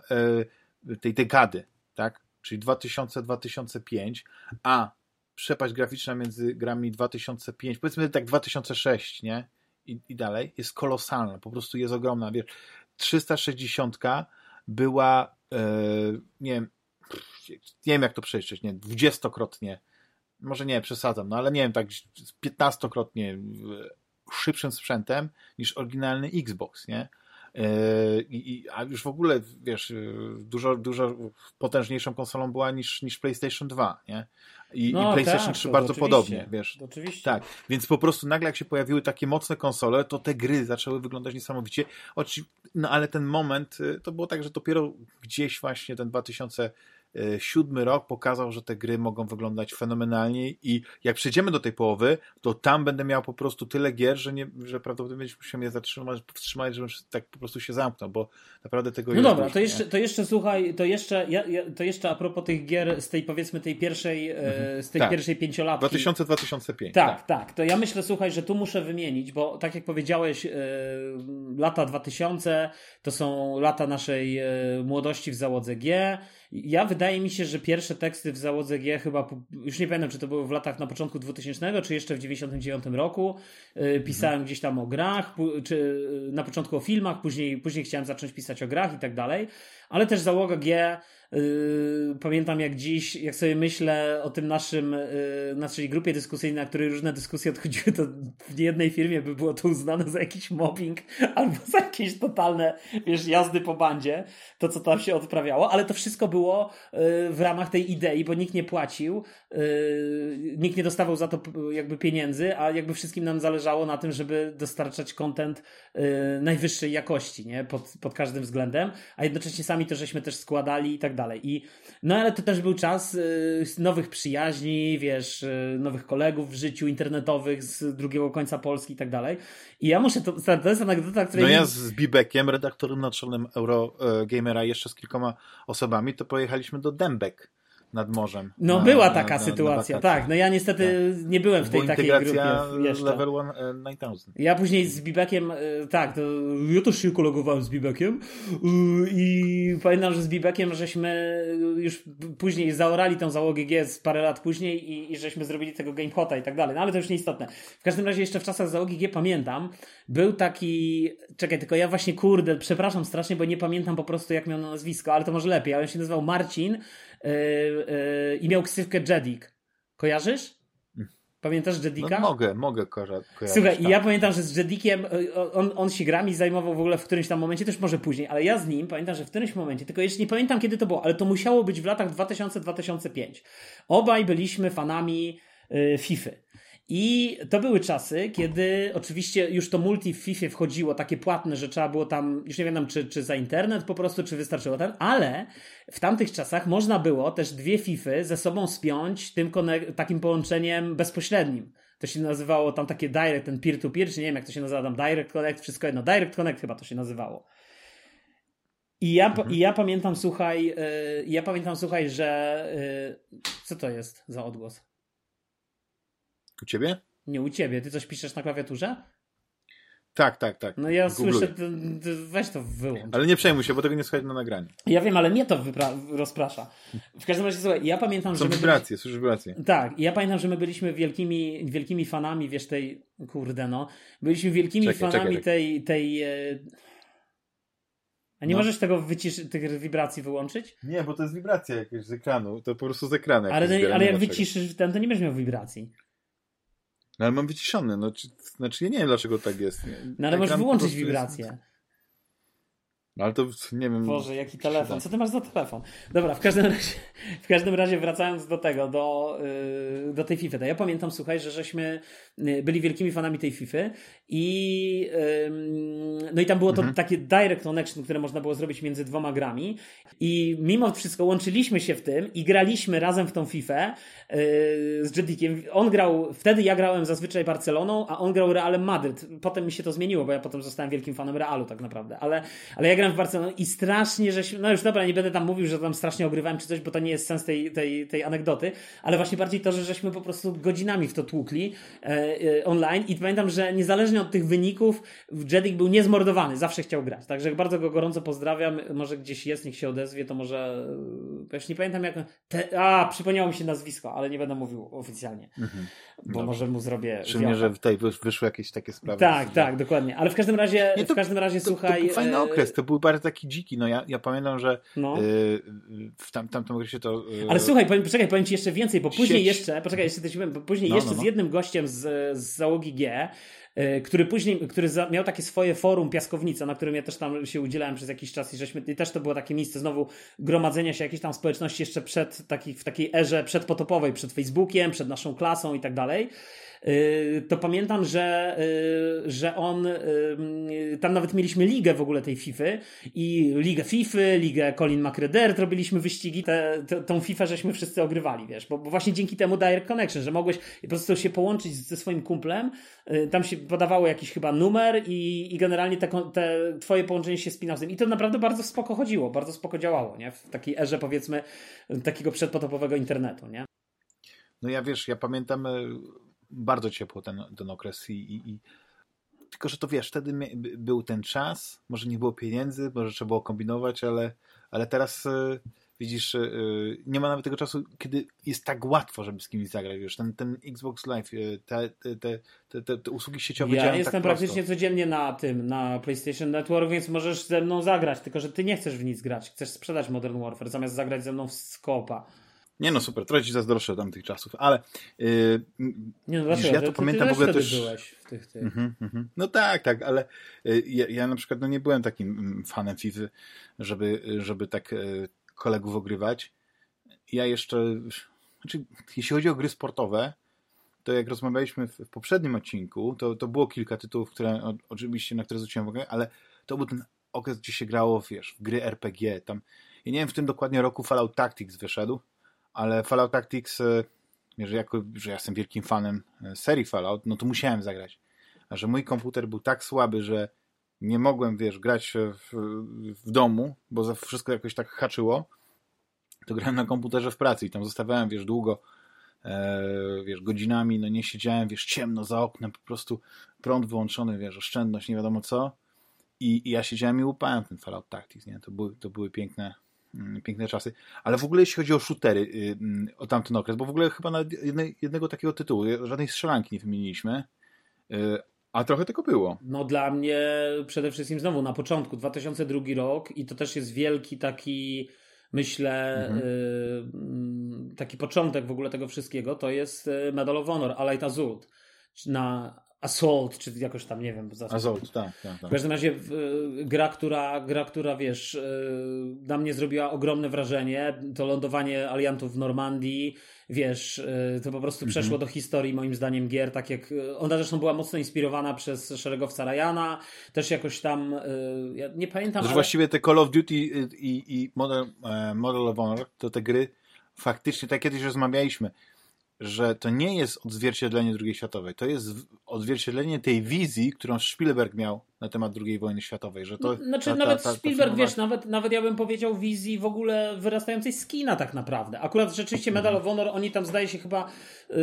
e, tej dekady, tak, czyli dwa tysiące do dwa tysiące piątego, a przepaść graficzna między grami dwa tysiące piąty, powiedzmy tak dwa tysiące szósty, nie? I, i dalej, jest kolosalna, po prostu jest ogromna. Wiesz, trzysta sześćdziesiąt była, e, nie wiem, nie wiem jak to przeliczyć, nie, dwudziestokrotnie, może nie, przesadzam, no ale nie wiem, tak piętnastokrotnie szybszym sprzętem niż oryginalny Xbox, nie? I, a już w ogóle, wiesz, dużo, dużo potężniejszą konsolą była niż, niż PlayStation dwa, nie? I, no, i PlayStation tak, trzy to, bardzo to podobnie, wiesz. To oczywiście. Tak, więc po prostu nagle jak się pojawiły takie mocne konsole, to te gry zaczęły wyglądać niesamowicie. No ale ten moment, to było tak, że dopiero gdzieś właśnie ten dwa tysiące siódmy rok pokazał, że te gry mogą wyglądać fenomenalnie i jak przejdziemy do tej połowy, to tam będę miał po prostu tyle gier, że, nie, że prawdopodobnie musimy je zatrzymać, powstrzymać, żebym tak po prostu się zamknął, bo naprawdę tego no jest dobra, dużo, to jeszcze, to jeszcze słuchaj, to jeszcze, ja, ja, to jeszcze a propos tych gier z tej powiedzmy tej pierwszej, mhm. z tej tak. pierwszej pięciolatki. dwa tysiące do dwa tysiące piątego. Tak, tak, tak, to ja myślę, słuchaj, że tu muszę wymienić, bo tak jak powiedziałeś, yy, lata dwa tysiące to są lata naszej yy, młodości w załodze G. Ja wydaje mi się, że pierwsze teksty w załodze G chyba, już nie pamiętam, czy to były w latach na początku dwutysięcznego, czy jeszcze w dziewięćdziesiątym dziewiątym roku. Yy, pisałem mhm. gdzieś tam o grach, czy na początku o filmach, później, później chciałem zacząć pisać o grach i tak dalej. Ale też załoga G, yy, pamiętam jak dziś, jak sobie myślę o tym naszym, yy, naszej grupie dyskusyjnej, na której różne dyskusje odchodziły, to w niejednej firmie by było to uznane za jakiś mobbing albo za jakieś totalne, wiesz, jazdy po bandzie, to co tam się odprawiało, ale to wszystko było yy, w ramach tej idei, bo nikt nie płacił, yy, nikt nie dostawał za to jakby pieniędzy, a jakby wszystkim nam zależało na tym, żeby dostarczać content yy, najwyższej jakości, nie? Pod, pod każdym względem, a jednocześnie sami to żeśmy też składali i tak dalej. I, no ale to też był czas y, nowych przyjaźni, wiesz, y, nowych kolegów w życiu internetowych z drugiego końca Polski i tak dalej. I ja muszę, to, to jest anegdota, której... No ja z Bibekiem, redaktorem naczelnym Eurogamera, jeszcze z kilkoma osobami, to pojechaliśmy do Dębek nad morzem. No na, była taka na, na, sytuacja, na tak. No ja niestety tak. nie byłem w tej takiej grupie jeszcze. Level dziewięć tysiące. Ja później z Bibekiem, tak, to ja też się kolegowałem z Bibekiem i pamiętam, że z Bibekiem żeśmy już później zaorali tą załogę G z parę lat później i, i żeśmy zrobili tego GameHota i tak dalej, no ale to już nieistotne. W każdym razie jeszcze w czasach załogi G pamiętam, był taki, czekaj, tylko ja właśnie kurde, przepraszam strasznie, bo nie pamiętam po prostu jak miał na nazwisko, ale to może lepiej, ale on się nazywał Marcin Yy, yy, i miał ksywkę Jedik. Kojarzysz? Pamiętasz Jedika? No, mogę, mogę kojarzyć. Słuchaj, tak. Ja pamiętam, że z Jedikiem on, on się grami zajmował w ogóle w którymś tam momencie, też może później, ale ja z nim pamiętam, że w którymś momencie, tylko jeszcze nie pamiętam kiedy to było, ale to musiało być w latach dwa tysiące do dwa tysiące piątego. Obaj byliśmy fanami yy, FIFA. I to były czasy, kiedy oczywiście już to multi w FIFA wchodziło, takie płatne, że trzeba było tam, już nie wiem czy, czy za internet po prostu, czy wystarczyło ten, ale w tamtych czasach można było też dwie FIFA ze sobą spiąć tym konek- takim połączeniem bezpośrednim. To się nazywało tam takie direct, ten peer-to-peer, czy nie wiem jak to się nazywa tam, direct connect, wszystko jedno, direct connect chyba to się nazywało. I ja, mhm. i ja pamiętam, słuchaj, yy, ja pamiętam, słuchaj, że yy, co to jest za odgłos? U ciebie? Nie u ciebie. Ty coś piszesz na klawiaturze? Tak, tak, tak. No ja Googluję. Słyszę, weź to wyłącz. Ale nie przejmuj się, bo tego nie słychać na nagraniu. Ja wiem, ale mnie to wypra- rozprasza. W każdym razie, słuchaj, ja pamiętam, Są że... Są wibracje, byli... słyszysz wibracje. Tak, ja pamiętam, że my byliśmy wielkimi, wielkimi fanami, wiesz, tej... Kurde, no. Byliśmy wielkimi czekaj, fanami czekaj, tej... tej e... A nie no. możesz tego wyciszy... tych wibracji wyłączyć? Nie, bo to jest wibracja jakaś z ekranu. To po prostu z ekranu. Ale, zbiera, ale jak wyciszysz ten, to nie będziesz miał wibracji. No ale mam wyciszony, no, czy, znaczy ja nie wiem dlaczego tak jest. No ale możesz wyłączyć wibrację. Jest... No ale to nie wiem. Boże, jaki telefon. Co ty masz za telefon? Dobra, w każdym razie, w każdym razie wracając do tego, do, yy, do tej FIFA. To ja pamiętam, słuchaj, że żeśmy byli wielkimi fanami tej FIFA i yy, no i tam było to mhm. takie direct connection, które można było zrobić między dwoma grami i mimo wszystko łączyliśmy się w tym i graliśmy razem w tą FIFA yy, z Jedikiem. On grał, wtedy ja grałem zazwyczaj Barceloną, a on grał Realem Madryt. Potem mi się to zmieniło, bo ja potem zostałem wielkim fanem Realu tak naprawdę, ale, ale ja grałem w Barcelonie i strasznie, żeśmy, no już dobra, nie będę tam mówił, że tam strasznie ogrywałem czy coś, bo to nie jest sens tej, tej, tej anegdoty, ale właśnie bardziej to, że żeśmy po prostu godzinami w to tłukli e, e, online i pamiętam, że niezależnie od tych wyników Jedik był niezmordowany, zawsze chciał grać, także bardzo go gorąco pozdrawiam, może gdzieś jest, niech się odezwie, to może, ja już nie pamiętam jak, te, a przypomniało mi się nazwisko, ale nie będę mówił oficjalnie, mhm. bo Dobra. może mu zrobię Szczególnie, że tutaj wyszły jakieś takie sprawy. Tak, tak, dokładnie, ale w każdym razie, nie, to, w każdym razie to, słuchaj... To był fajny okres, to był bardzo taki dziki, no ja, ja pamiętam, że no. yy, w tam, tamtym okresie to... Yy, ale słuchaj, powiem, poczekaj, powiem ci jeszcze więcej, bo później sieć... jeszcze, poczekaj, jeszcze coś powiem, bo później no, jeszcze no, no. z jednym gościem z, z załogi G który później, który za, miał takie swoje forum Piaskownica, na którym ja też tam się udzielałem przez jakiś czas i żeśmy, i też to było takie miejsce znowu gromadzenia się jakiejś tam społeczności jeszcze przed takich, w takiej erze przedpotopowej, przed Facebookiem, przed naszą klasą i tak dalej. To pamiętam, że, że on, tam nawet mieliśmy ligę w ogóle tej Fify i ligę Fify, ligę Colin McRae, robiliśmy wyścigi, te, te, tą Fifę żeśmy wszyscy ogrywali, wiesz, bo, bo właśnie dzięki temu Direct Connection, że mogłeś po prostu się połączyć ze swoim kumplem, tam się podawało jakiś chyba numer i, i generalnie te, te twoje połączenie się spinało z tym i to naprawdę bardzo spoko chodziło, bardzo spoko działało, nie, w takiej erze powiedzmy takiego przedpotopowego internetu, nie. No ja wiesz, ja pamiętam bardzo ciepło ten, ten okres i, i, i tylko, że to wiesz, wtedy mi, był ten czas, może nie było pieniędzy, może trzeba było kombinować, ale, ale teraz y, widzisz, y, nie ma nawet tego czasu, kiedy jest tak łatwo, żeby z kimś zagrać, wiesz, ten, ten Xbox Live, y, te, te, te, te, te usługi sieciowe ja działają jestem tak praktycznie prosto. codziennie na tym, na PlayStation Network, więc możesz ze mną zagrać, tylko, że ty nie chcesz w nic grać, chcesz sprzedać Modern Warfare, zamiast zagrać ze mną w Scopa. Nie no, super, trochę ci zazdroszczę tamtych czasów, ale yy, nie no, widzisz, ja to ty, pamiętam ty w ogóle też też... byłeś w tych, tych. Mm-hmm, mm-hmm. No tak, tak, ale yy, ja, ja na przykład no nie byłem takim fanem FIFA, żeby, żeby tak yy, kolegów ogrywać. Ja jeszcze, znaczy, jeśli chodzi o gry sportowe, to jak rozmawialiśmy w, w poprzednim odcinku, to, to było kilka tytułów, które o, oczywiście, na które zwróciłem uwagę, ale to był ten okres, gdzie się grało, wiesz, w gry er pe gie. Tam, ja nie wiem, w tym dokładnie roku Fallout Tactics wyszedł, ale Fallout Tactics, że, jako, że ja jestem wielkim fanem serii Fallout, no to musiałem zagrać. A że mój komputer był tak słaby, że nie mogłem, wiesz, grać w, w domu, bo za wszystko jakoś tak haczyło, to grałem na komputerze w pracy i tam zostawiałem, wiesz, długo, e, wiesz, godzinami, no nie siedziałem, wiesz, ciemno za oknem, po prostu prąd wyłączony, wiesz, oszczędność, nie wiadomo co. I, i ja siedziałem i łupałem ten Fallout Tactics, nie? To były, to były piękne piękne czasy, ale w ogóle jeśli chodzi o shootery yy, o tamten okres, bo w ogóle chyba nawet jednej, jednego takiego tytułu, żadnej strzelanki nie wymieniliśmy, yy, a trochę tego było. No dla mnie przede wszystkim znowu na początku, dwa tysiące drugi rok i to też jest wielki taki, myślę, mhm. yy, taki początek w ogóle tego wszystkiego, to jest Medal of Honor, Allied Assault, na Assault, czy jakoś tam, nie wiem. Assault, tak, tak, tak. W każdym razie y, gra, która, gra, która wiesz, y, na mnie zrobiła ogromne wrażenie. To lądowanie aliantów w Normandii, wiesz, y, to po prostu przeszło mm-hmm. do historii moim zdaniem gier, tak jak ona zresztą była mocno inspirowana przez szeregowca Ryana, też jakoś tam, y, ja nie pamiętam. Ale... Właściwie te Call of Duty i, i Model, Model of Honor, to te gry faktycznie, tak kiedyś rozmawialiśmy, że to nie jest odzwierciedlenie drugiej światowej, to jest odzwierciedlenie tej wizji, którą Spielberg miał na temat drugiej wojny światowej. Że to, znaczy ta, nawet ta, ta, ta Spielberg, filmowa... wiesz, nawet, nawet ja bym powiedział wizji w ogóle wyrastającej z kina tak naprawdę. Akurat rzeczywiście Medal of Honor, oni tam zdaje się chyba yy,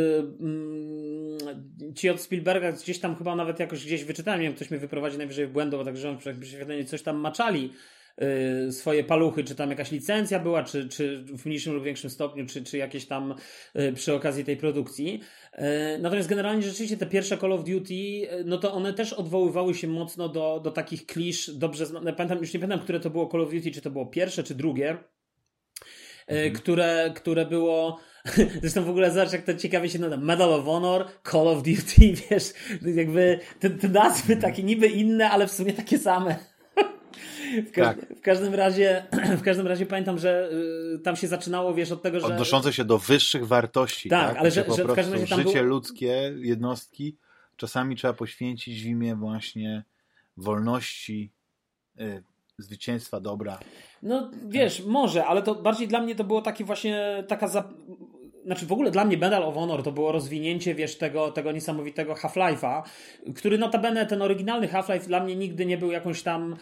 yy, ci od Spielberga gdzieś tam chyba nawet jakoś gdzieś wyczytałem, nie wiem, ktoś mnie wyprowadzi najwyżej w błędu, bo także prześwietlenie coś tam maczali swoje paluchy, czy tam jakaś licencja była, czy, czy w mniejszym lub większym stopniu, czy, czy jakieś tam przy okazji tej produkcji. Natomiast generalnie rzeczywiście te pierwsze Call of Duty, no to one też odwoływały się mocno do, do takich klisz dobrze znanych. Pamiętam, już nie pamiętam, które to było Call of Duty, czy to było pierwsze, czy drugie, mhm. które, które było... Zresztą w ogóle zobacz, jak to ciekawie się nada. Medal of Honor, Call of Duty, wiesz, jakby te, te nazwy takie niby inne, ale w sumie takie same. W, ka- tak. w każdym razie w każdym razie pamiętam, że y, tam się zaczynało, wiesz, od tego, że... Odnoszące się do wyższych wartości. Tak, tak? ale że, że w każdym razie tam życie było... ludzkie, jednostki czasami trzeba poświęcić w imię właśnie wolności, y, zwycięstwa dobra. No wiesz, tak. może, ale to bardziej dla mnie to było takie właśnie taka... Za... Znaczy w ogóle dla mnie Medal of Honor to było rozwinięcie, wiesz, tego, tego niesamowitego Half-Life'a, który notabene, ten oryginalny Half-Life dla mnie nigdy nie był jakąś tam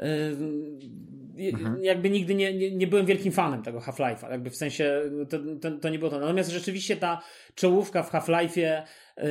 yy, mhm. jakby nigdy nie, nie, nie byłem wielkim fanem tego Half-Life'a, jakby w sensie to, to, to nie było to. Natomiast rzeczywiście ta czołówka w Half-Life'ie yy,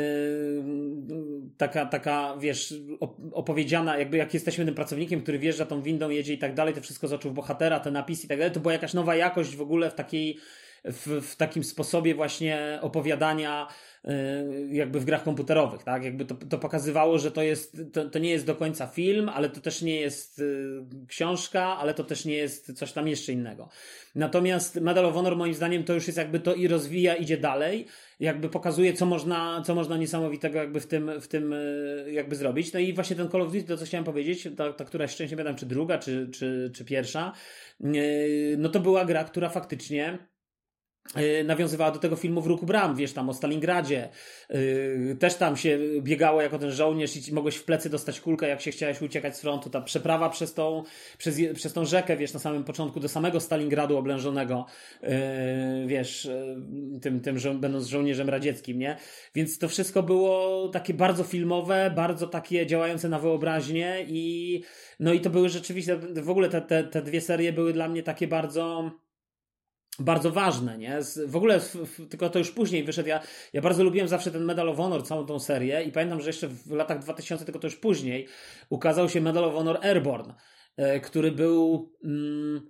taka, taka, wiesz, opowiedziana, jakby jak jesteśmy tym pracownikiem, który wjeżdża tą windą, jedzie i tak dalej, to wszystko z oczu bohatera, te napisy i tak dalej, to była jakaś nowa jakość w ogóle w takiej w, w takim sposobie właśnie opowiadania jakby w grach komputerowych, tak? Jakby to, to pokazywało, że to jest, to, to nie jest do końca film, ale to też nie jest y, książka, ale to też nie jest coś tam jeszcze innego. Natomiast Medal of Honor moim zdaniem to już jest jakby to i rozwija, idzie dalej, jakby pokazuje, co można, co można niesamowitego jakby w tym, w tym y, jakby zrobić. No i właśnie ten Call of Duty, to co chciałem powiedzieć, ta, ta która szczęście pamiętam, czy druga, czy, czy, czy pierwsza, y, no to była gra, która faktycznie nawiązywała do tego filmu Wróg u bram, wiesz, tam o Stalingradzie. Yy, też tam się biegało jako ten żołnierz i mogłeś w plecy dostać kulkę, jak się chciałeś uciekać z frontu. Ta przeprawa przez tą, przez, przez tą rzekę, wiesz, na samym początku do samego Stalingradu oblężonego, yy, wiesz, yy, tym, tym żo- będąc żołnierzem radzieckim, nie? Więc to wszystko było takie bardzo filmowe, bardzo takie działające na wyobraźnię i no i to były rzeczywiście, w ogóle te, te, te dwie serie były dla mnie takie bardzo... bardzo ważne, nie? W ogóle, w, w, tylko to już później wyszedł, ja, ja bardzo lubiłem zawsze ten Medal of Honor, całą tą serię i pamiętam, że jeszcze w latach dwutysięcznych, tylko to już później, ukazał się Medal of Honor Airborne, e, który był... Mm,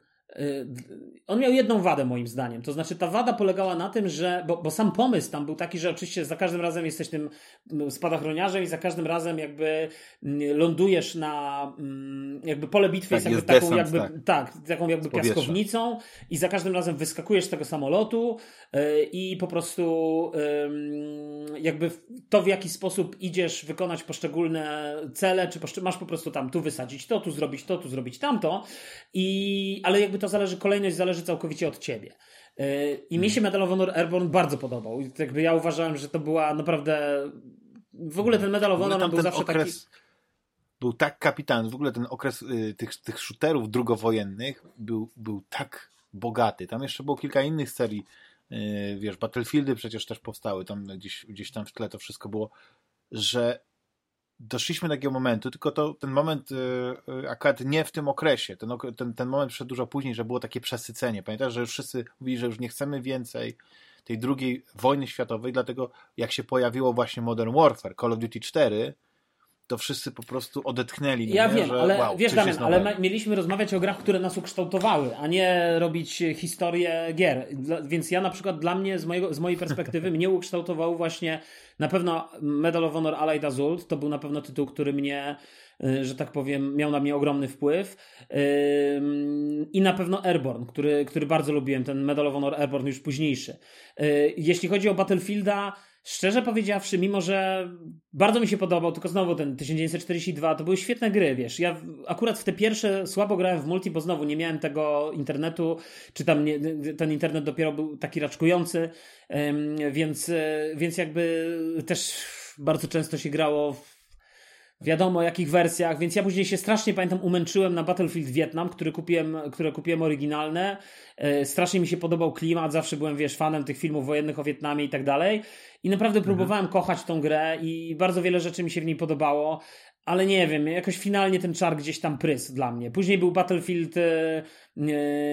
on miał jedną wadę moim zdaniem, to znaczy ta wada polegała na tym, że, bo, bo sam pomysł tam był taki, że oczywiście za każdym razem jesteś tym spadochroniarzem i za każdym razem jakby lądujesz na jakby pole bitwy tak, jest jakby jest taką desant, jakby, tak. tak, taką jakby piaskownicą i za każdym razem wyskakujesz z tego samolotu i po prostu jakby to w jaki sposób idziesz wykonać poszczególne cele, czy masz po prostu tam tu wysadzić to, tu zrobić to, tu zrobić tamto i ale jakby to zależy, kolejność zależy całkowicie od ciebie. I mi się Medal of Honor Airborne bardzo podobał. I jakby ja uważałem, że to była naprawdę... W ogóle ten Medal of Honor był zawsze okres... taki... Był tak kapitalny. W ogóle ten okres y, tych, tych shooterów drugowojennych był, był tak bogaty. Tam jeszcze było kilka innych serii. Y, wiesz, Battlefieldy przecież też powstały. Tam gdzieś, gdzieś tam w tle to wszystko było, że doszliśmy do takiego momentu, tylko to ten moment yy, akurat nie w tym okresie, ten, ten, ten moment przyszedł dużo później, że było takie przesycenie. Pamiętasz, że już wszyscy mówili, że już nie chcemy więcej tej drugiej wojny światowej, dlatego jak się pojawiło właśnie Modern Warfare, Call of Duty cztery, to wszyscy po prostu odetchnęli. Ja nie? wiem, że, ale wow, wiesz Damian, ale ma, mieliśmy rozmawiać o grach, które nas ukształtowały, a nie robić historię gier. Dla, więc ja na przykład dla mnie, z, mojego, z mojej perspektywy, mnie ukształtował właśnie na pewno Medal of Honor Allied Assault. To był na pewno tytuł, który mnie, że tak powiem, miał na mnie ogromny wpływ. I na pewno Airborne, który, który bardzo lubiłem, ten Medal of Honor Airborne już późniejszy. Jeśli chodzi o Battlefielda, szczerze powiedziawszy, mimo że bardzo mi się podobał, tylko znowu ten tysiąc dziewięćset czterdzieści dwa, to były świetne gry, wiesz, ja akurat w te pierwsze słabo grałem w multi, bo znowu nie miałem tego internetu, czy tam nie, ten internet dopiero był taki raczkujący, więc, więc jakby też bardzo często się grało w wiadomo jakich wersjach, więc ja później się strasznie, pamiętam, umęczyłem na Battlefield Vietnam, który kupiłem, które kupiłem oryginalne. E, strasznie mi się podobał klimat, zawsze byłem, wiesz, fanem tych filmów wojennych o Wietnamie i tak dalej. I naprawdę mhm. próbowałem kochać tą grę i bardzo wiele rzeczy mi się w niej podobało, ale nie wiem, jakoś finalnie ten czar gdzieś tam prysł dla mnie. Później był Battlefield, e, e,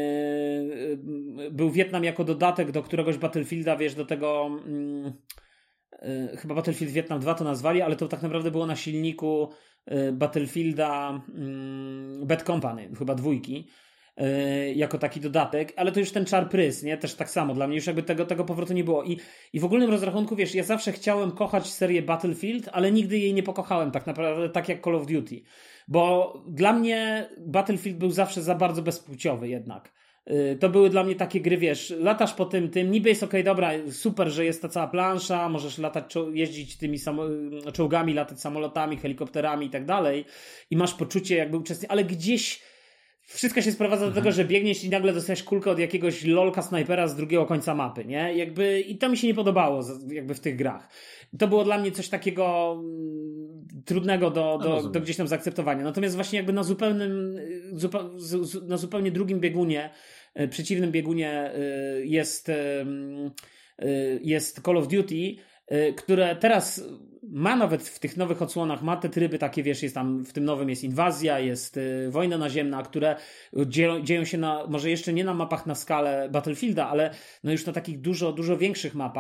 był Wietnam jako dodatek do któregoś Battlefielda, wiesz, do tego... Mm, chyba Battlefield Vietnam dwa to nazwali, ale to tak naprawdę było na silniku Battlefielda Bad Company, chyba dwójki, jako taki dodatek, ale to już ten czar prys, nie? Też tak samo, dla mnie już jakby tego, tego powrotu nie było. I, i w ogólnym rozrachunku, wiesz, ja zawsze chciałem kochać serię Battlefield, ale nigdy jej nie pokochałem tak naprawdę, tak jak Call of Duty. Bo dla mnie Battlefield był zawsze za bardzo bezpłciowy jednak. To były dla mnie takie gry, wiesz, latasz po tym, tym, niby jest okej, okay, dobra, super, że jest ta cała plansza, możesz latać, jeździć tymi samo- czołgami, latać samolotami, helikopterami i tak dalej i masz poczucie jakby uczestniczenia, ale gdzieś wszystko się sprowadza do tego, że biegniesz i nagle dostajesz kulkę od jakiegoś lolka snajpera z drugiego końca mapy, nie? Jakby, i to mi się nie podobało jakby w tych grach. To było dla mnie coś takiego mm, trudnego do, do, do gdzieś tam zaakceptowania. Natomiast właśnie jakby na zupełnym, zupa, z, na zupełnie drugim biegunie, przeciwnym biegunie jest, jest Call of Duty, które teraz ma nawet w tych nowych odsłonach, ma te tryby takie, wiesz, jest tam, w tym nowym jest inwazja, jest y, wojna naziemna, które dzieją, dzieją się na, może jeszcze nie na mapach na skalę Battlefielda, ale no już na takich dużo, dużo większych mapach,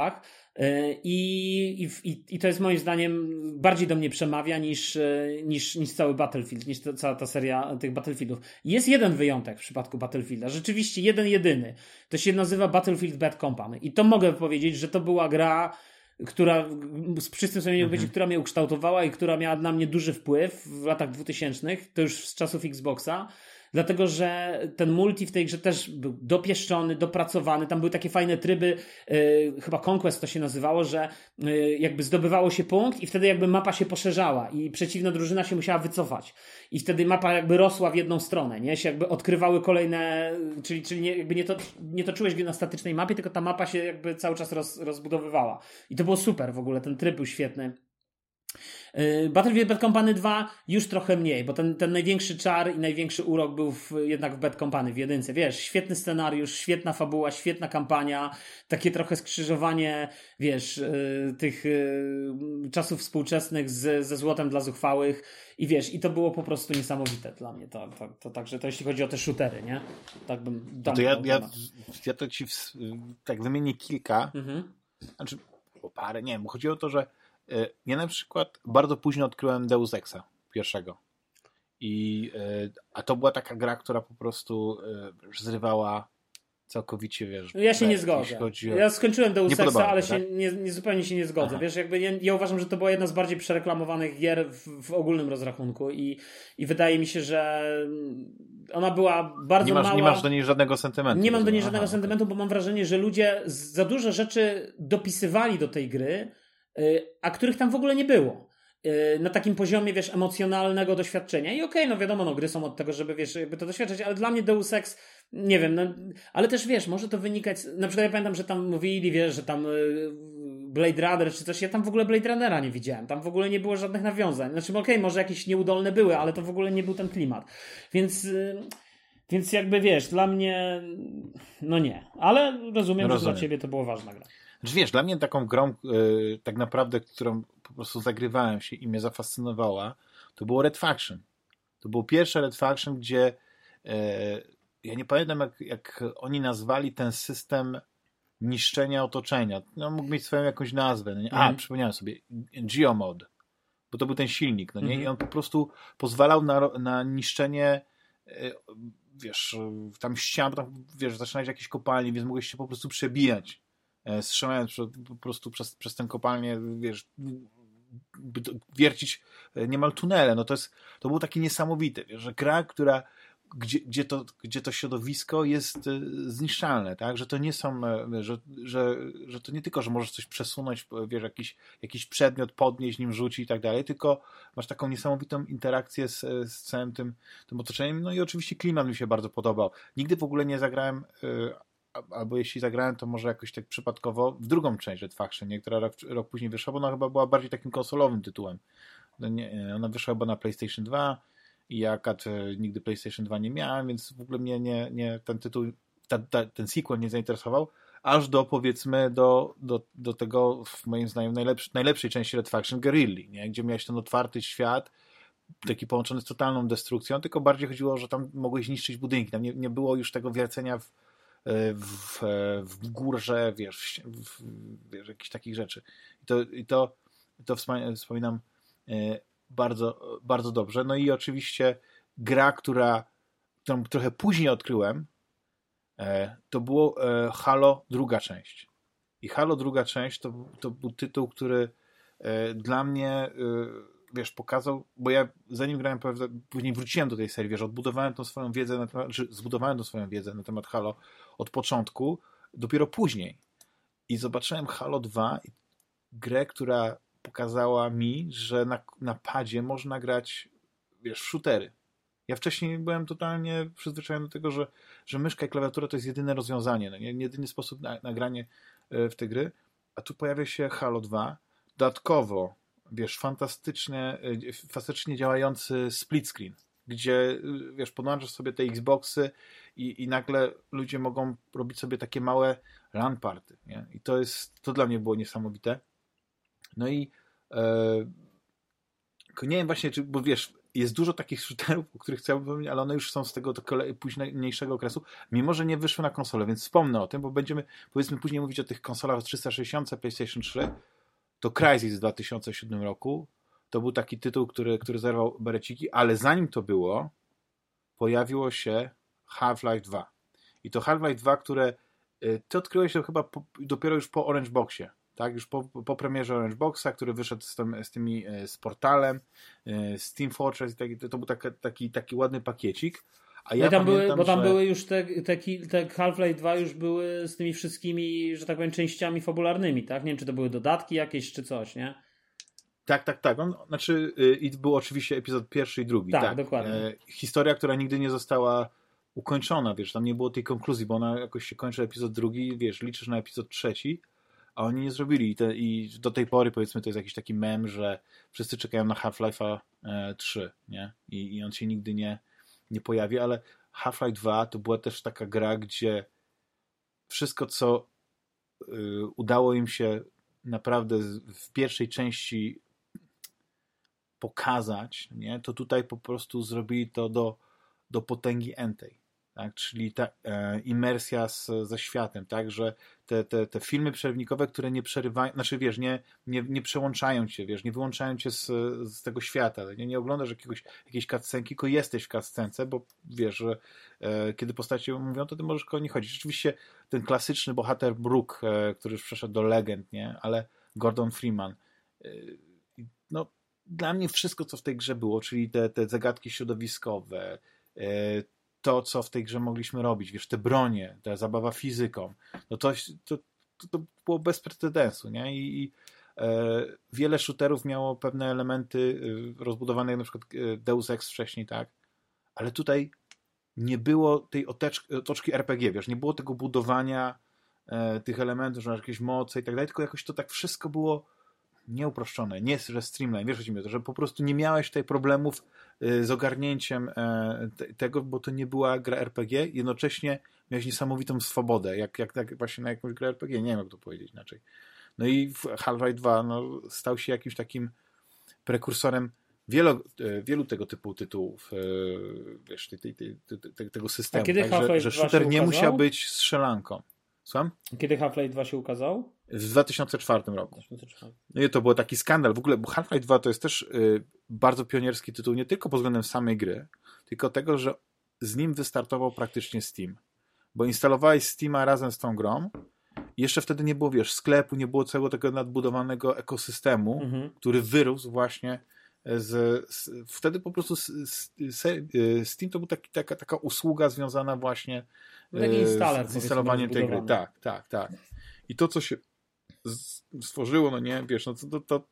I, i, I to jest moim zdaniem bardziej do mnie przemawia niż, niż, niż cały Battlefield, niż to, cała ta seria tych Battlefieldów. Jest jeden wyjątek w przypadku Battlefielda, rzeczywiście jeden jedyny. To się nazywa Battlefield Bad Company i to mogę powiedzieć, że to była gra, która z czystym sumieniem mhm. która mnie ukształtowała i która miała na mnie duży wpływ w latach dwutysięcznych, to już z czasów Xboxa. Dlatego, że ten multi w tej grze też był dopieszczony, dopracowany. Tam były takie fajne tryby, yy, chyba Conquest to się nazywało, że yy, jakby zdobywało się punkt i wtedy jakby mapa się poszerzała i przeciwna drużyna się musiała wycofać. I wtedy mapa jakby rosła w jedną stronę, nie? Się jakby odkrywały kolejne, czyli, czyli nie, jakby nie, to, nie toczyłeś gry na statycznej mapie, tylko ta mapa się jakby cały czas roz, rozbudowywała. I to było super w ogóle, ten tryb był świetny. Battlefield Bad Company dwa już trochę mniej, bo ten, ten największy czar i największy urok był w, jednak w Bad Company, w jedynce. Wiesz, świetny scenariusz, świetna fabuła, świetna kampania, takie trochę skrzyżowanie, wiesz, tych czasów współczesnych z, ze złotem dla zuchwałych i wiesz, i to było po prostu niesamowite dla mnie. To, to, to także to jeśli chodzi o te shootery, nie? Tak bym no to ja, ja, ja to ci w, tak wymienię kilka, mhm. znaczy o parę, nie wiem, chodzi o to, że ja na przykład bardzo późno odkryłem Deus Exa pierwszego. I, a to była taka gra, która po prostu zrywała całkowicie, wiesz... Ja się nie zgodzę. O... Ja skończyłem Deus Exa, ale się tak? nie, nie, zupełnie się nie zgodzę. Aha. Wiesz, jakby ja, ja uważam, że to była jedna z bardziej przereklamowanych gier w, w ogólnym rozrachunku i, i wydaje mi się, że ona była bardzo nie masz, mała... Nie masz do niej żadnego sentymentu. Nie mam do niej żadnego Aha, sentymentu, okay. bo mam wrażenie, że ludzie za dużo rzeczy dopisywali do tej gry, a których tam w ogóle nie było. Na takim poziomie, wiesz, emocjonalnego doświadczenia. I okej, okay, no wiadomo, no gry są od tego, żeby, wiesz, jakby to doświadczać, ale dla mnie Deus Ex, nie wiem, no, ale też, wiesz, może to wynikać, na przykład ja pamiętam, że tam mówili, wiesz, że tam Blade Runner czy coś, ja tam w ogóle Blade Runnera nie widziałem, tam w ogóle nie było żadnych nawiązań. Znaczy, okej, okay, może jakieś nieudolne były, ale to w ogóle nie był ten klimat. Więc... Więc jakby, wiesz, dla mnie, no nie. Ale rozumiem, rozumiem. że dla ciebie to była ważna gra. Znaczy, wiesz, dla mnie taką grą yy, tak naprawdę, którą po prostu zagrywałem się i mnie zafascynowała, to było Red Faction. To było pierwsze Red Faction, gdzie yy, ja nie pamiętam, jak, jak oni nazwali ten system niszczenia otoczenia. No, mógł mieć swoją jakąś nazwę. No nie? A, mm. przypomniałem sobie. Geomod. Bo to był ten silnik, no nie? Mm-hmm. I on po prostu pozwalał na, na niszczenie yy, wiesz, tam ścian, tam, wiesz, zaczynać jakieś kopalnie, więc mogłeś się po prostu przebijać. Strzelając po prostu przez, przez tę kopalnię, wiesz, wiercić niemal tunele. No to jest, to było takie niesamowite, wiesz, że gra, która, gdzie, gdzie, to, gdzie to środowisko jest zniszczalne, tak, że to nie są, że, że, że to nie tylko, że możesz coś przesunąć, wiesz, jakiś, jakiś przedmiot podnieść, nim rzucić i tak dalej, tylko masz taką niesamowitą interakcję z, z całym tym, tym otoczeniem. No i oczywiście klimat mi się bardzo podobał. Nigdy w ogóle nie zagrałem albo jeśli zagrałem, to może jakoś tak przypadkowo w drugą część Red Faction, nie? Która rok, rok później wyszła, bo ona chyba była bardziej takim konsolowym tytułem. No nie, ona wyszła chyba na PlayStation dwa i ja kat, nigdy PlayStation dwa nie miałem, więc w ogóle mnie nie, nie ten tytuł, ta, ta, ten sequel nie zainteresował, aż do, powiedzmy, do, do, do tego, w moim zdaniem, najlepszy, najlepszej części Red Faction, Guerrilli, nie? Gdzie miałeś ten otwarty świat, taki połączony z totalną destrukcją, tylko bardziej chodziło, że tam mogłeś niszczyć budynki, tam nie, nie było już tego wiercenia w W, w górze, wiesz, w, wiesz, jakichś takich rzeczy. I to, i to, to wspominam bardzo, bardzo dobrze. No i oczywiście gra, która, którą trochę później odkryłem, to było Halo druga część. I Halo druga część to, to był tytuł, który dla mnie, wiesz, pokazał, bo ja zanim grałem, później wróciłem do tej serii, wiesz, odbudowałem tą swoją wiedzę, na temat, czy zbudowałem tą swoją wiedzę na temat Halo od początku, dopiero później. I zobaczyłem Halo dwa, grę, która pokazała mi, że na, na padzie można grać, wiesz, w shootery. Ja wcześniej byłem totalnie przyzwyczajony do tego, że, że myszka i klawiatura to jest jedyne rozwiązanie, no nie, jedyny sposób na, na granie w te gry, a tu pojawia się Halo dwa, dodatkowo wiesz, fantastycznie, fantastycznie działający split screen, gdzie, wiesz, podłączasz sobie te Xboxy i, i nagle ludzie mogą robić sobie takie małe LAN party, nie? I to jest, to dla mnie było niesamowite. No i e, nie wiem właśnie, czy, bo wiesz, jest dużo takich shooterów, o których chciałbym powiedzieć, ale one już są z tego kolei, późniejszego okresu, mimo że nie wyszły na konsolę, więc wspomnę o tym, bo będziemy, powiedzmy, później mówić o tych konsolach trzysta sześćdziesiąt, PlayStation trzy. To Crysis w dwa tysiące siódmym roku. To był taki tytuł, który, który zerwał bereciki, ale zanim to było, pojawiło się Half-Life dwa. I to Half-Life dwa, które ty odkryłeś to chyba po, dopiero już po Orange Boxie. Tak, już po, po premierze Orange Boxa, który wyszedł z, tym, z tymi, z portalem, z Team Fortress, i taki, to był taki, taki, taki ładny pakiecik. A ja no tam pamiętam, były, bo tam że... były już te, te, te Half-Life dwa już były z tymi wszystkimi, że tak powiem, częściami fabularnymi, tak? Nie wiem, czy to były dodatki jakieś, czy coś, nie? Tak, tak, tak. On, znaczy, i był oczywiście epizod pierwszy i drugi. Tak, tak. dokładnie. E, historia, która nigdy nie została ukończona, wiesz, tam nie było tej konkluzji, bo ona jakoś się kończy epizod drugi, wiesz, liczysz na epizod trzeci, a oni nie zrobili. I, te, i do tej pory, powiedzmy, to jest jakiś taki mem, że wszyscy czekają na Half-Life'a e, trzy, nie? I, I on się nigdy nie, nie pojawi, ale Half-Life dwa to była też taka gra, gdzie wszystko, co y, udało im się naprawdę w pierwszej części pokazać, nie? To tutaj po prostu zrobili to do, do potęgi entej. Tak? Czyli ta e, imersja z, ze światem, tak? Że te, te, te filmy przerywnikowe, które nie przerywają, znaczy wiesz, nie, nie, nie przełączają cię, wiesz, nie wyłączają cię z, z tego świata. Nie, nie oglądasz jakiegoś, jakiejś cutscenki, tylko jesteś w cutscence, bo wiesz, że e, kiedy postacie mówią, to ty możesz koło nich chodzić. Rzeczywiście ten klasyczny bohater Brook, e, który już przeszedł do legend, nie? Ale Gordon Freeman, e, no dla mnie wszystko, co w tej grze było, czyli te, te zagadki środowiskowe, e, to, co w tej grze mogliśmy robić, wiesz, te bronie, ta zabawa fizyką, no to, to, to, to było bez precedensu, nie? I, i e, wiele shooterów miało pewne elementy e, rozbudowane, jak na przykład e, Deus Ex wcześniej, tak? Ale tutaj nie było tej oteczki, otoczki er pe gie, wiesz, nie było tego budowania e, tych elementów, że masz jakieś moce i tak dalej, tylko jakoś to tak wszystko było nieuproszczone, nie że streamline, wiesz o czym mówię, że po prostu nie miałeś tutaj problemów y, z ogarnięciem y, te, tego, bo to nie była gra er pe gie, jednocześnie miałeś niesamowitą swobodę, jak, jak, jak właśnie na jakąś grę er pe gie, nie wiem jak to powiedzieć inaczej. No i Half-Life dwa no, stał się jakimś takim prekursorem wielu, wielu tego typu tytułów, y, wiesz, te, te, te, te, tego systemu, tak, że, że shooter nie musiał być strzelanką. Słucham? Kiedy Half-Life dwa się ukazał? W dwa tysiące czwartym roku. dwa tysiące czwarty. No i to był taki skandal. W ogóle Half-Life dwa to jest też y, bardzo pionierski tytuł, nie tylko pod względem samej gry, tylko tego, że z nim wystartował praktycznie Steam. Bo instalowałeś Steama razem z tą grą i jeszcze wtedy nie było, wiesz, sklepu, nie było całego tego nadbudowanego ekosystemu, mhm. który wyrósł właśnie z, z... Wtedy po prostu z, z, z, Steam to był taki, taka, taka usługa związana właśnie installer, z instalowaniem tej gry. Tak, tak, tak. I to, co się stworzyło, no nie, wiesz, no to, to,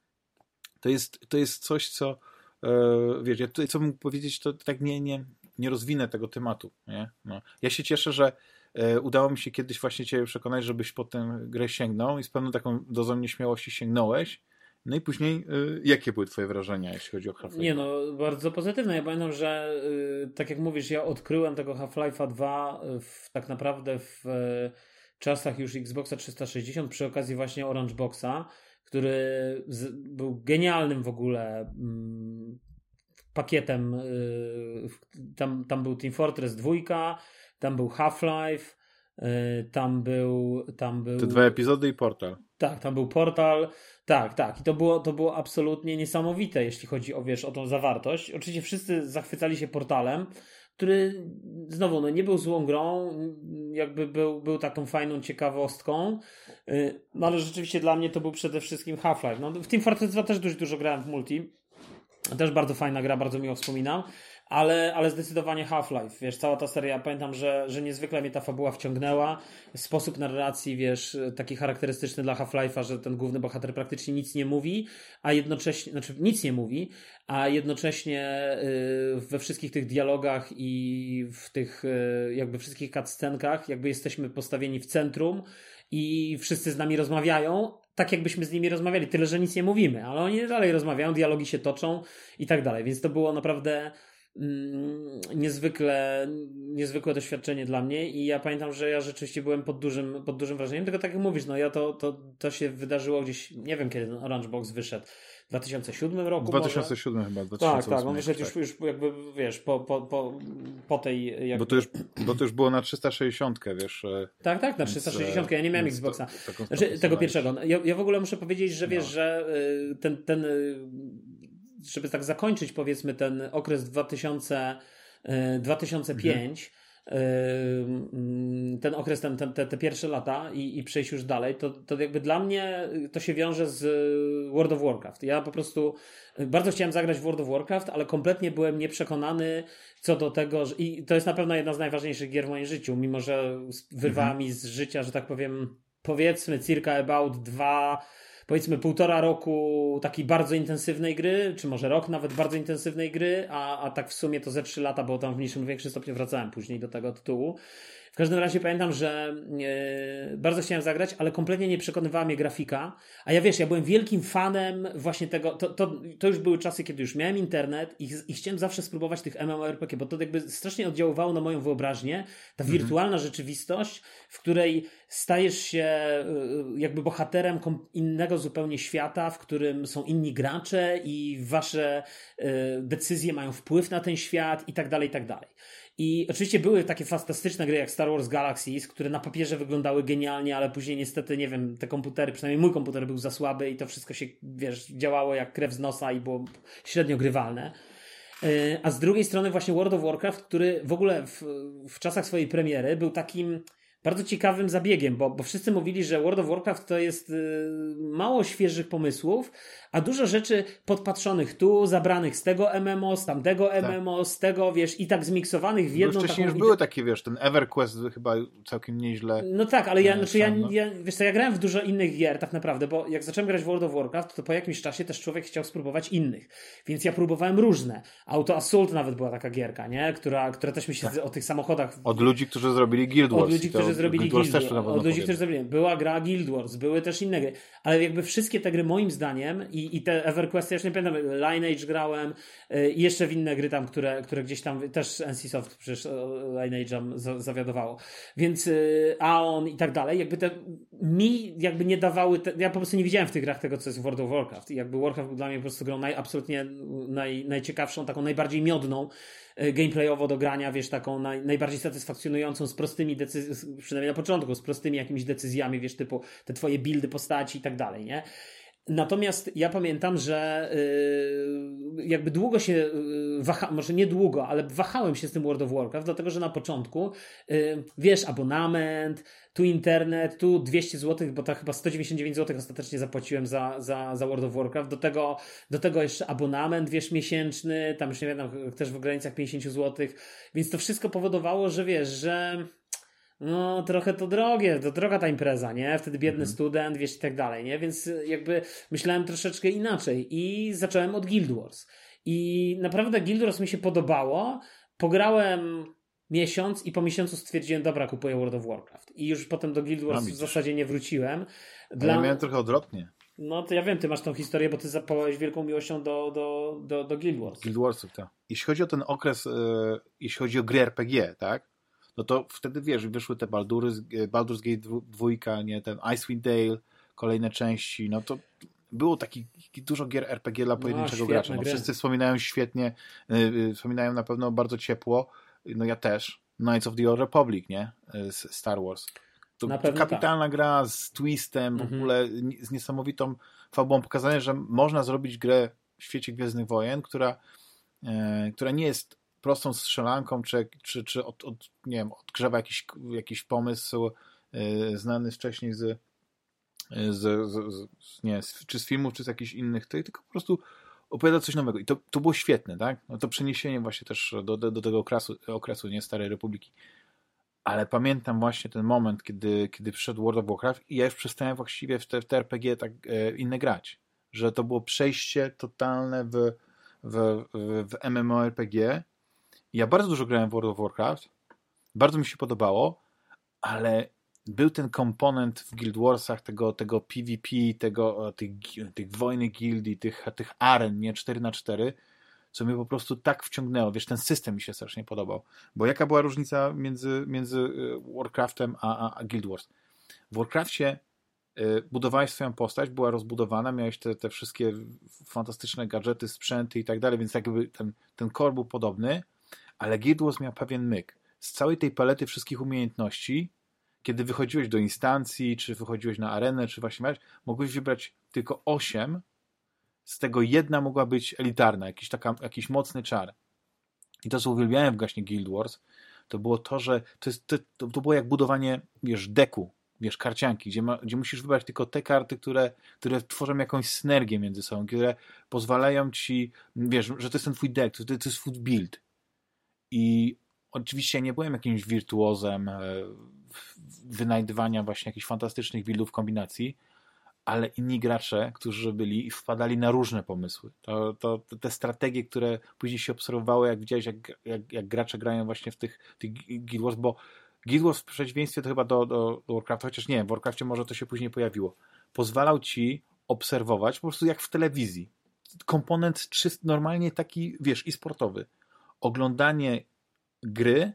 to, jest, to jest coś, co e, wiesz, ja tutaj co mógł powiedzieć, to tak nie, nie, nie rozwinę tego tematu, nie? No. Ja się cieszę, że e, udało mi się kiedyś właśnie cię przekonać, żebyś po tę grę sięgnął i z pewną taką dozą nieśmiałości sięgnąłeś. No i później, y, jakie były twoje wrażenia, jeśli chodzi o Half-Life? Nie no, bardzo pozytywne. Ja pamiętam, że y, tak jak mówisz, ja odkryłem tego Half-Life'a dwa w, tak naprawdę w y, czasach już Xboxa trzysta sześćdziesiąt przy okazji właśnie Orange Boxa, który z, był genialnym w ogóle mm, pakietem. Y, tam, tam był Team Fortress dwa, tam był Half-Life, y, tam był... Tam był... Te dwa epizody i Portal. Tak, tam był Portal, tak, tak. I to było, to było absolutnie niesamowite, jeśli chodzi o, wiesz, o tą zawartość. Oczywiście wszyscy zachwycali się Portalem, który znowu no, nie był złą grą, jakby był, był taką fajną ciekawostką, no ale rzeczywiście dla mnie to był przede wszystkim Half-Life. No, w Team Fortress dwa też dość dużo grałem w multi, też bardzo fajna gra, bardzo miło wspominam. Ale, ale zdecydowanie Half-Life, wiesz, cała ta seria, pamiętam, że, że niezwykle mnie ta fabuła wciągnęła, sposób narracji, wiesz, taki charakterystyczny dla Half-Life'a, że ten główny bohater praktycznie nic nie mówi, a jednocześnie, znaczy nic nie mówi, a jednocześnie yy, we wszystkich tych dialogach i w tych yy, jakby wszystkich cutscenkach jakby jesteśmy postawieni w centrum i wszyscy z nami rozmawiają, tak jakbyśmy z nimi rozmawiali, tyle, że nic nie mówimy, ale oni dalej rozmawiają, dialogi się toczą i tak dalej, więc to było naprawdę niezwykle, niezwykłe doświadczenie dla mnie i ja pamiętam, że ja rzeczywiście byłem pod dużym, pod dużym wrażeniem, tylko tak jak mówisz, no ja to, to, to się wydarzyło gdzieś, nie wiem kiedy ten Orange Box wyszedł, w dwa tysiące siódmym roku W dwa tysiące siódmym może? chyba, dwa tysiące ósmym. Tak, tak, on wyszedł tak. Już, już jakby, wiesz, po, po, po, po tej jakby... Bo to, już, bo to już było na trzysta sześćdziesiąt, wiesz. Tak, tak, na trzysta sześćdziesiąt, ja nie miałem Xboxa. To, znaczy, tego pierwszego. Ja, ja w ogóle muszę powiedzieć, że wiesz, no. że ten, ten, żeby tak zakończyć powiedzmy ten okres dwa tysiące, dwa tysiące piąty, mhm. ten okres, ten, ten, te, te pierwsze lata i, i przejść już dalej, to, to jakby dla mnie to się wiąże z World of Warcraft. Ja po prostu bardzo chciałem zagrać w World of Warcraft, ale kompletnie byłem nieprzekonany co do tego, że, i to jest na pewno jedna z najważniejszych gier w moim życiu, mimo że wyrwała mhm. mi z życia, że tak powiem, powiedzmy circa about dwa powiedzmy półtora roku takiej bardzo intensywnej gry, czy może rok nawet bardzo intensywnej gry, a, a tak w sumie to ze trzy lata, bo tam w mniejszym lub większym stopniu wracałem później do tego tytułu. W każdym razie pamiętam, że e, bardzo chciałem zagrać, ale kompletnie nie przekonywała mnie grafika. A ja wiesz, ja byłem wielkim fanem właśnie tego, to, to, to już były czasy, kiedy już miałem internet i, i chciałem zawsze spróbować tych MMORPG, bo to jakby strasznie oddziaływało na moją wyobraźnię. Ta mhm. wirtualna rzeczywistość, w której stajesz się jakby bohaterem innego zupełnie świata, w którym są inni gracze i wasze e, decyzje mają wpływ na ten świat i tak dalej, i tak dalej. I oczywiście były takie fantastyczne gry jak Star Wars Galaxies, które na papierze wyglądały genialnie, ale później niestety, nie wiem, te komputery, przynajmniej mój komputer był za słaby i to wszystko się, wiesz, działało jak krew z nosa i było średnio grywalne. A z drugiej strony właśnie World of Warcraft, który w ogóle w, w czasach swojej premiery był takim bardzo ciekawym zabiegiem, bo, bo wszyscy mówili, że World of Warcraft to jest y, mało świeżych pomysłów, a dużo rzeczy podpatrzonych tu, zabranych z tego M M O, z tamtego tak. M M O, z tego, wiesz, i tak zmiksowanych w jedną no wcześniej taką... już były takie, wiesz, ten EverQuest chyba całkiem nieźle... No tak, ale ja, znaczy ja, ja, wiesz co, ja grałem w dużo innych gier tak naprawdę, bo jak zacząłem grać w World of Warcraft, to po jakimś czasie też człowiek chciał spróbować innych, więc ja próbowałem różne. Auto Assault nawet była taka gierka, nie? Która, która też mi się tak. o tych samochodach... Od ludzi, którzy zrobili Guild Wars. Od ludzi, którzy zrobili Guild Wars. Od ludzi, którzy zrobili. Była gra Guild Wars, były też inne gry, ale jakby wszystkie te gry moim zdaniem i, i te EverQuesty, ja już nie pamiętam, Lineage grałem yy, i jeszcze w inne gry tam, które, które gdzieś tam, też N C Soft przecież Lineage'em za, zawiadowało. Więc yy, Aon i tak dalej, jakby te mi jakby nie dawały, te, ja po prostu nie widziałem w tych grach tego, co jest w World of Warcraft i jakby Warcraft był dla mnie po prostu grą naj, absolutnie naj, najciekawszą, taką najbardziej miodną gameplayowo do grania, wiesz, taką naj, najbardziej satysfakcjonującą, z prostymi decyzjami, przynajmniej na początku, z prostymi jakimiś decyzjami, wiesz, typu te twoje buildy postaci i tak dalej, nie? Natomiast ja pamiętam, że yy, jakby długo się yy, waha, może nie długo, ale wahałem się z tym World of Warcraft, dlatego, że na początku yy, wiesz, abonament, tu internet, tu dwieście złotych, bo to chyba sto dziewięćdziesiąt dziewięć złotych ostatecznie zapłaciłem za, za, za World of Warcraft, do tego, do tego jeszcze abonament, wiesz, miesięczny, tam już nie wiem, też w granicach pięćdziesiąt złotych, więc to wszystko powodowało, że wiesz, że no trochę to drogie, to droga ta impreza, nie? Wtedy biedny mhm. student, wiesz, i tak dalej, nie? Więc jakby myślałem troszeczkę inaczej i zacząłem od Guild Wars. I naprawdę Guild Wars mi się podobało. Pograłem miesiąc i po miesiącu stwierdziłem, dobra, kupuję World of Warcraft. I już potem do Guild Wars w zasadzie nie wróciłem. Dla... Ja miałem trochę odwrotnie. No to ja wiem, ty masz tą historię, bo ty zapałeś wielką miłością do, do, do, do Guild Wars. Guild Warsów, tak. Jeśli chodzi o ten okres, yy, jeśli chodzi o gry R P G, tak? No to wtedy, wiesz, wyszły te Baldur's, Baldur's Gate dwa, nie, ten Icewind Dale, kolejne części, no to było takich dużo gier R P G dla pojedynczego no, gracza. No, wszyscy wspominają świetnie, yy, wspominają na pewno bardzo ciepło, no ja też, Knights of the Old Republic, nie, z Star Wars. To kapitalna tak. gra z twistem, w mhm. ogóle z niesamowitą fabułą, pokazane, że można zrobić grę w świecie Gwiezdnych Wojen, która, yy, która nie jest prostą strzelanką, czy, czy, czy od, od, nie wiem, odgrzewa jakiś, jakiś pomysł yy, znany wcześniej z, z, z, z, nie, z, czy z filmów, czy z jakichś innych, tylko po prostu opowiada coś nowego. I to, to było świetne, tak? No to przeniesienie właśnie też do, do, do tego okresu, okresu, nie, Starej Republiki. Ale pamiętam właśnie ten moment, kiedy, kiedy przyszedł World of Warcraft i ja już przestałem właściwie w te, w te R P G tak e, inne grać. Że to było przejście totalne w, w, w, w MMORPG. Ja bardzo dużo grałem w World of Warcraft, bardzo mi się podobało, ale był ten komponent w Guild Warsach tego, tego P V P, tego, tych, tych wojny gildii, tych, tych aren, nie, cztery na cztery, co mnie po prostu tak wciągnęło. Wiesz, ten system mi się strasznie podobał. Bo jaka była różnica między, między Warcraftem a, a, a Guild Wars? W Warcrafcie y, budowałeś swoją postać, była rozbudowana, miałeś te, te wszystkie fantastyczne gadżety, sprzęty i tak dalej, więc jakby ten, ten core był podobny, ale Guild Wars miał pewien myk. Z całej tej palety wszystkich umiejętności, kiedy wychodziłeś do instancji, czy wychodziłeś na arenę, czy właśnie miałeś, mogłeś wybrać tylko osiem, z tego jedna mogła być elitarna, jakiś, taka, jakiś mocny czar. I to, co uwielbiałem w właśnie Guild Wars, to było to, że to, jest, to, to było jak budowanie, wiesz, deku, wiesz, karcianki, gdzie, ma, gdzie musisz wybrać tylko te karty, które, które tworzą jakąś synergię między sobą, które pozwalają ci, wiesz, że to jest ten twój deck, to, to jest twój build. I oczywiście nie byłem jakimś wirtuozem wynajdywania właśnie jakichś fantastycznych buildów, kombinacji, ale inni gracze, którzy byli i wpadali na różne pomysły. To, to, te strategie, które później się obserwowały, jak widziałeś, jak, jak, jak gracze grają właśnie w tych, tych Guild Wars, bo Guild Wars w przeciwieństwie to chyba do, do, do Warcrafta, chociaż nie, w Warcrafcie może to się później pojawiło, pozwalał ci obserwować po prostu jak w telewizji. Komponent czyst, normalnie taki, wiesz, i sportowy. Oglądanie gry,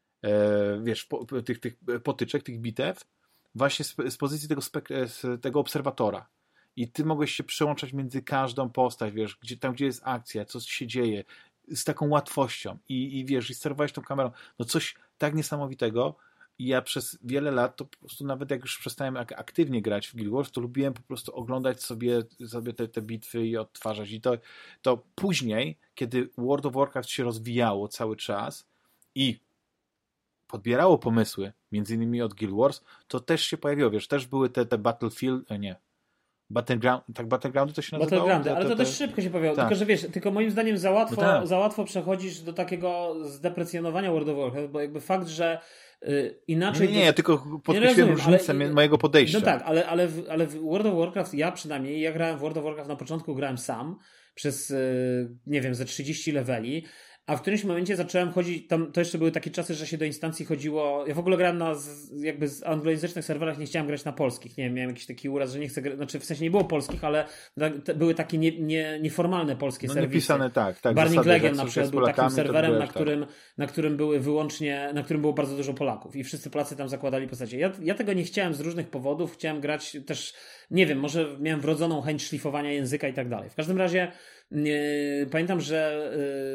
e, wiesz, po, tych, tych potyczek, tych bitew, właśnie z, z pozycji tego, spek- z tego obserwatora. I ty mogłeś się przełączać między każdą postać, wiesz, gdzie, tam gdzie jest akcja, co się dzieje, z taką łatwością. I, i wiesz, i sterowałeś tą kamerą. No coś tak niesamowitego. I ja przez wiele lat, to po prostu nawet jak już przestałem aktywnie grać w Guild Wars, to lubiłem po prostu oglądać sobie, sobie te, te bitwy i odtwarzać. I to, to później, kiedy World of Warcraft się rozwijało cały czas i podbierało pomysły, między innymi od Guild Wars, to też się pojawiło, wiesz, też były te, te Battlefield, nie, Battleground, tak Battlegroundy to się nazywało? Battlegroundy, ale te, to te... też szybko się pojawiało, tak. tylko że wiesz, tylko moim zdaniem za łatwo, no tak. za łatwo przechodzisz do takiego zdeprecjonowania World of Warcraft, bo jakby fakt, że y, inaczej... Nie, nie, ja tylko podkreśliłem różnicę ale, mojego podejścia. No tak, ale, ale, w, ale w World of Warcraft, ja przynajmniej, ja grałem w World of Warcraft na początku, grałem sam, przez, y, nie wiem, ze trzydzieści leveli, a w którymś momencie zacząłem chodzić, tam to jeszcze były takie czasy, że się do instancji chodziło, ja w ogóle grałem na z, jakby z anglojęzycznych serwerach, nie chciałem grać na polskich, nie wiem, miałem jakiś taki uraz, że nie chcę grać, znaczy w sensie nie było polskich, ale te, były takie nie, nie, nieformalne polskie no, serwisy. Niepisane, tak. tak Burning Legion na przykład był Polakami, takim serwerem, na którym, tak. na którym były wyłącznie, na którym było bardzo dużo Polaków i wszyscy Polacy tam zakładali postacie. Ja, ja tego nie chciałem z różnych powodów, chciałem grać też, nie wiem, może miałem wrodzoną chęć szlifowania języka i tak dalej. W każdym razie nie, pamiętam, że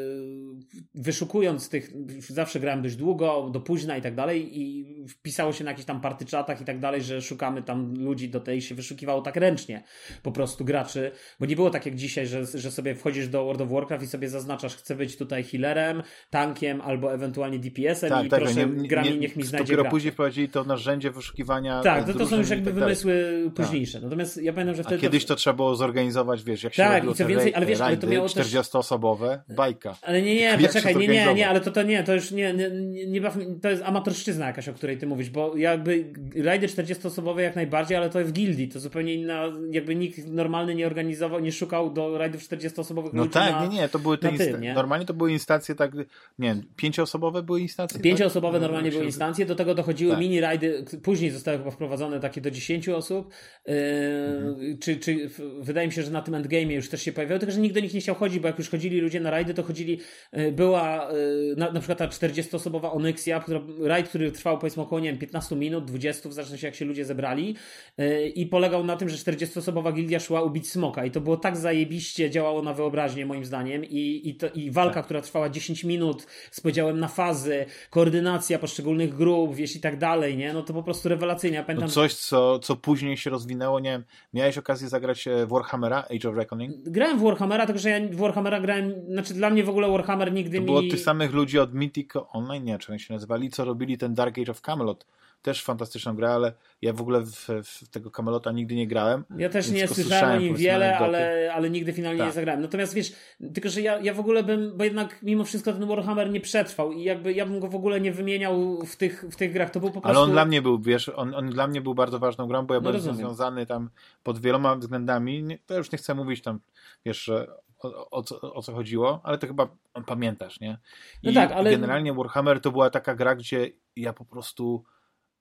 yy, wyszukując tych, zawsze grałem dość długo, do późna i tak dalej i wpisało się na jakichś tam party chatach i tak dalej, że szukamy tam ludzi do tej, się wyszukiwało tak ręcznie po prostu graczy, bo nie było tak jak dzisiaj, że, że sobie wchodzisz do World of Warcraft i sobie zaznaczasz, chcę być tutaj healerem, tankiem albo ewentualnie D P S-em tak, i tak, proszę nie, gra mi, niech mi znajdzie dopiero gracza. później wprowadzili to narzędzie wyszukiwania. Tak, to, to są już jakby tak wymysły późniejsze. Tak. Natomiast ja pamiętam, że wtedy... A kiedyś to trzeba było zorganizować, wiesz, jak się tak, robiło i co te więcej, ale wiesz, ale to miało też... czterdziestoosobowe, bajka. Ale nie, nie, poczekaj, nie, nie, nie, ale to, to nie, to już nie, nie, nie, nie baw, to jest amatorszczyzna jakaś, o której ty mówisz, bo jakby rajdy czterdziestoosobowe jak najbardziej, ale to w gildii, to zupełnie inna, jakby nikt normalny nie organizował, nie szukał do rajdów czterdziestoosobowych no ludzi tak, na, nie, nie, to były te tym, insta- normalnie to były instancje tak, nie wiem, pięcioosobowe były instancje? Pięcioosobowe tak? normalnie były instancje, do tego dochodziły tak. mini rajdy, później zostały chyba wprowadzone takie do dziesięciu osób, yy, mhm. czy, czy wydaje mi się, że na tym endgame'ie już też się pojawiało, tylko że nikt do nich nie chciał chodzić, bo jak już chodzili ludzie na rajdy, to chodzili, yy, była yy, na, na przykład ta czterdziestoosobowa Onyxia, która, rajd, który trwał powiedzmy około, nie wiem, piętnaście minut, dwadzieścia, w zależności jak się ludzie zebrali yy, i polegał na tym, że czterdziestoosobowa gildia szła ubić smoka i to było tak zajebiście, działało na wyobraźnię moim zdaniem i, i, to, i walka, tak. która trwała dziesięć minut z podziałem na fazy, koordynacja poszczególnych grup, wiesz, i tak dalej, nie? No to po prostu rewelacyjnie. Ja pamiętam, no coś, co, co później się rozwinęło, nie wiem, miałeś okazję zagrać w Warhammera, Age of Reckoning? Grałem w Warhammera, tylko że ja w Warhammera grałem, znaczy dla mnie w ogóle Warhammer nigdy to mi... było tych samych ludzi od Mythic Online, nie, czy oni się nazywali, co robili ten Dark Age of Camelot. Też fantastyczną grę, ale ja w ogóle w, w tego Camelota nigdy nie grałem. Ja też nie słyszałem o nim wiele, ale, ale nigdy finalnie tak. nie zagrałem. Natomiast wiesz, tylko że ja, ja w ogóle bym, bo jednak mimo wszystko ten Warhammer nie przetrwał i jakby ja bym go w ogóle nie wymieniał w tych, w tych grach. To był po prostu... Ale on dla mnie był, wiesz, on, on dla mnie był bardzo ważną grą, bo ja no byłem związany tam pod wieloma względami. Nie, to już nie chcę mówić tam, wiesz, o, o, co, o co chodziło, ale to chyba pamiętasz, nie? I no tak, ale... generalnie Warhammer to była taka gra, gdzie ja po prostu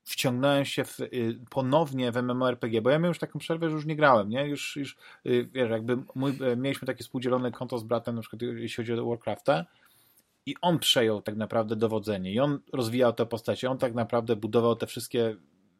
wciągnąłem się w, y, ponownie w MMORPG, bo ja miałem już taką przerwę, że już nie grałem, nie? Już, już y, wiesz, jakby mój, y, mieliśmy takie współdzielone konto z bratem, na przykład jeśli chodzi o Warcrafta, i on przejął tak naprawdę dowodzenie i on rozwijał te postacie, on tak naprawdę budował te wszystkie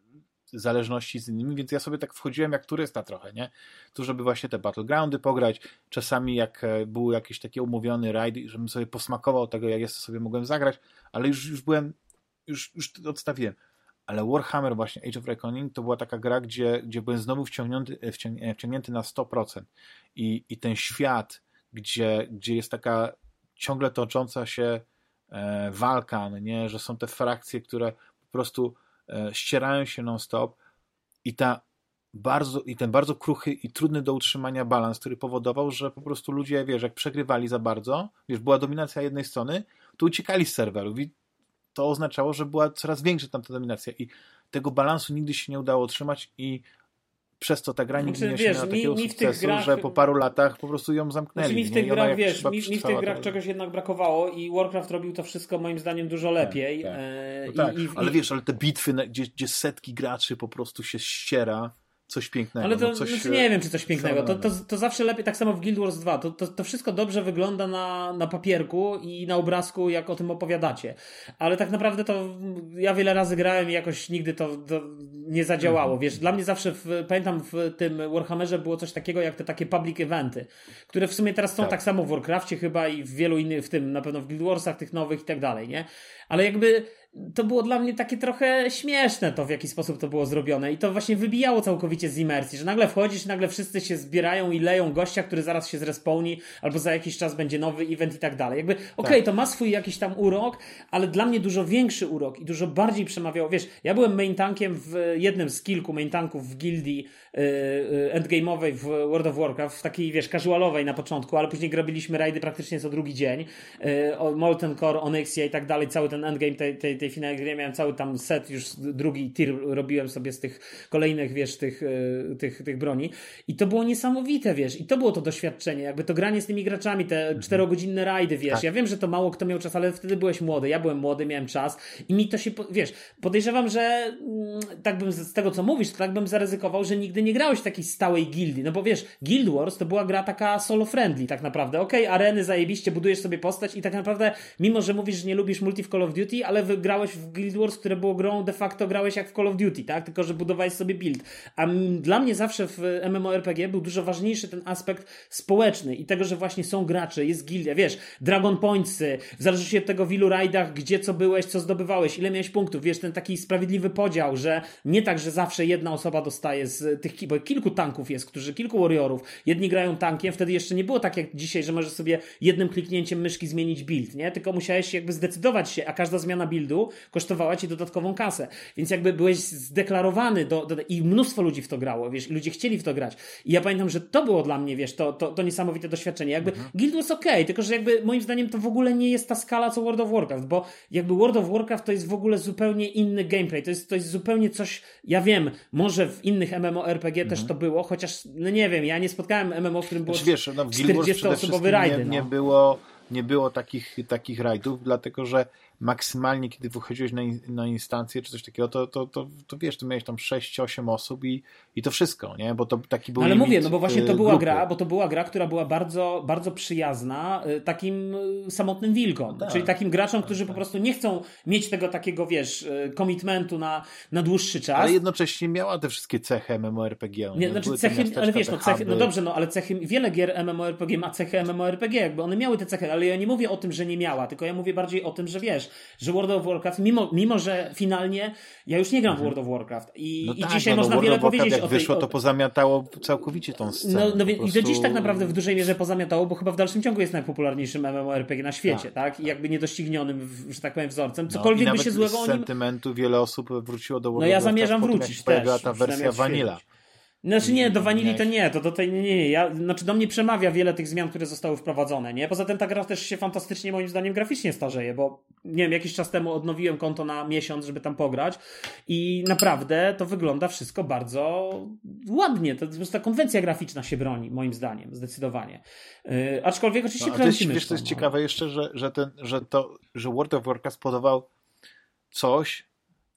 zależności z innymi, więc ja sobie tak wchodziłem jak turysta trochę, nie? Tu, żeby właśnie te battlegroundy pograć, czasami jak był jakiś taki umówiony raid, żebym sobie posmakował tego, jak jest, sobie mogłem zagrać, ale już, już byłem, już, już odstawiłem. Ale Warhammer właśnie, Age of Reckoning, to była taka gra, gdzie, gdzie byłem znowu wciągnięty, wciągnięty na sto procent. I, i ten świat, gdzie, gdzie jest taka ciągle tocząca się e, walka, no nie? Że są te frakcje, które po prostu e, ścierają się non-stop i ta bardzo, i ten bardzo kruchy i trudny do utrzymania balans, który powodował, że po prostu ludzie, wiesz, jak przegrywali za bardzo, wiesz, była dominacja jednej strony, to uciekali z serwerów i to oznaczało, że była coraz większa tam ta dominacja i tego balansu nigdy się nie udało utrzymać i przez to ta gra nigdy znaczy, nie wiesz, osiągnęła mi, takiego mi sukcesu, grach... że po paru latach po prostu ją zamknęli. Znaczy mi w tych nie? grach, wiesz, mi, mi w tych grach to... czegoś jednak brakowało i Warcraft robił to wszystko moim zdaniem dużo lepiej. Tak, tak. E, No tak. i, i, ale i... wiesz, ale te bitwy, gdzie, gdzie setki graczy po prostu się ściera, coś pięknego. Ale to no coś, znaczy nie wiem, czy coś pięknego. To, to, to zawsze lepiej, tak samo w Guild Wars dwa. To, to, to wszystko dobrze wygląda na, na papierku i na obrazku, jak o tym opowiadacie. Ale tak naprawdę to ja wiele razy grałem i jakoś nigdy to, to nie zadziałało. Wiesz, dla mnie zawsze, w, pamiętam w tym Warhammerze było coś takiego jak te takie public eventy, które w sumie teraz są tak, tak samo w Warcrafcie chyba i w wielu innych, w tym na pewno w Guild Warsach tych nowych i tak dalej, nie? Ale jakby to było dla mnie takie trochę śmieszne to, w jaki sposób to było zrobione i to właśnie wybijało całkowicie z imersji, że nagle wchodzisz, nagle wszyscy się zbierają i leją gościa, który zaraz się zrespawni, albo za jakiś czas będzie nowy event i tak dalej. Jakby, okej, okay, tak. To ma swój jakiś tam urok, ale dla mnie dużo większy urok i dużo bardziej przemawiało. Wiesz, ja byłem main tankiem w jednym z kilku main tanków w gildii yy, endgame'owej w World of Warcraft, w takiej, wiesz, casualowej na początku, ale później robiliśmy rajdy praktycznie co drugi dzień. Yy, Molten Core, Onyxia i tak dalej, cały ten endgame tej, tej, tej finału, gdzie miałem cały tam set, już drugi tier robiłem sobie z tych kolejnych, wiesz, tych, yy, tych, tych broni i to było niesamowite, wiesz, i to było to doświadczenie, jakby to granie z tymi graczami, te czterogodzinne rajdy, wiesz, tak. Ja wiem, że to mało kto miał czas, ale wtedy byłeś młody, ja byłem młody, miałem czas i mi to się, wiesz, podejrzewam, że mm, tak bym z tego, co mówisz, to tak bym zaryzykował, że nigdy nie grałeś w takiej stałej gildii, no bo wiesz, Guild Wars to była gra taka solo-friendly tak naprawdę, okej, okay, areny zajebiście, budujesz sobie postać i tak naprawdę, mimo że mówisz, że nie lubisz multi w Call of Duty, ale wygrałeś w Guild Wars, które było grą, de facto grałeś jak w Call of Duty, tak, tylko że budowałeś sobie build, a m- dla mnie zawsze w MMORPG był dużo ważniejszy ten aspekt społeczny i tego, że właśnie są gracze, jest gildia, wiesz, Dragon Pointsy, w zależności od tego w ilu rajdach, gdzie co byłeś, co zdobywałeś, ile miałeś punktów, wiesz, ten taki sprawiedliwy podział, że nie tak, że zawsze jedna osoba dostaje z tych, bo kilku tanków jest, którzy, kilku warriorów, jedni grają tankiem, wtedy jeszcze nie było tak jak dzisiaj, że możesz sobie jednym kliknięciem myszki zmienić build, nie, tylko musiałeś jakby zdecydować się, a każda zmiana buildu kosztowała ci dodatkową kasę, więc jakby byłeś zdeklarowany do, do, i mnóstwo ludzi w to grało, wiesz, i ludzie chcieli w to grać i ja pamiętam, że to było dla mnie, wiesz, to, to, to niesamowite doświadczenie, jakby mhm. Guild Wars okej, okay, tylko że jakby moim zdaniem to w ogóle nie jest ta skala co World of Warcraft, bo jakby World of Warcraft to jest w ogóle zupełnie inny gameplay, to jest, to jest zupełnie coś, ja wiem, może w innych MMORPG mhm. też to było, chociaż, no nie wiem, ja nie spotkałem M M O, w którym było znaczy, wiesz, no, czterdziestoosobowy rajdy. Nie, nie, no. było, nie było takich, takich rajdów, dlatego że maksymalnie, kiedy wychodziłeś na, in, na instancję czy coś takiego, to, to, to, to wiesz, tu miałeś tam sześć osiem osób i, i to wszystko, nie? Bo to taki był no, ale limit, mówię, no bo właśnie to była grupy. gra, bo to była gra, która była bardzo, bardzo przyjazna takim samotnym wilkom, tak, czyli takim graczom, którzy tak, po prostu nie chcą mieć tego takiego, wiesz, commitmentu na, na dłuższy czas. Ale jednocześnie miała te wszystkie cechy MMORPG. Nie, nie znaczy cechy, ale wiesz, no, cechy, no dobrze, no ale cechy, wiele gier MMORPG ma cechy MMORPG, jakby one miały te cechy, ale ja nie mówię o tym, że nie miała, tylko ja mówię bardziej o tym, że wiesz, że World of Warcraft, mimo, mimo że finalnie ja już nie gram w World of Warcraft i, no i tak, dzisiaj no, można World wiele of Warcraft, powiedzieć jak o tej... wyszło, to pozamiatało całkowicie tą scenę. No, no prostu... i do dziś tak naprawdę w dużej mierze pozamiatało, bo chyba w dalszym ciągu jest najpopularniejszym MMORPG na świecie, tak? tak? I jakby niedoścignionym, że tak powiem, wzorcem. Cokolwiek no, by się złego o nim... z sentymentu wiele osób wróciło do World No ja of Warcraft, zamierzam wrócić też. Pojawiła ta wersja Vanilla. Znaczy nie, do Vanilli to nie, to do tej nie, nie, ja, znaczy do mnie przemawia wiele tych zmian, które zostały wprowadzone, nie? Poza tym ta gra też się fantastycznie moim zdaniem graficznie starzeje, bo nie wiem, jakiś czas temu odnowiłem konto na miesiąc, żeby tam pograć i naprawdę to wygląda wszystko bardzo ładnie, to po prostu ta konwencja graficzna się broni, moim zdaniem, zdecydowanie. Yy, aczkolwiek oczywiście no, kręcimy. Wiesz, to jest no. ciekawe jeszcze, że, że, ten, że, to, że World of Warcraft podawał coś,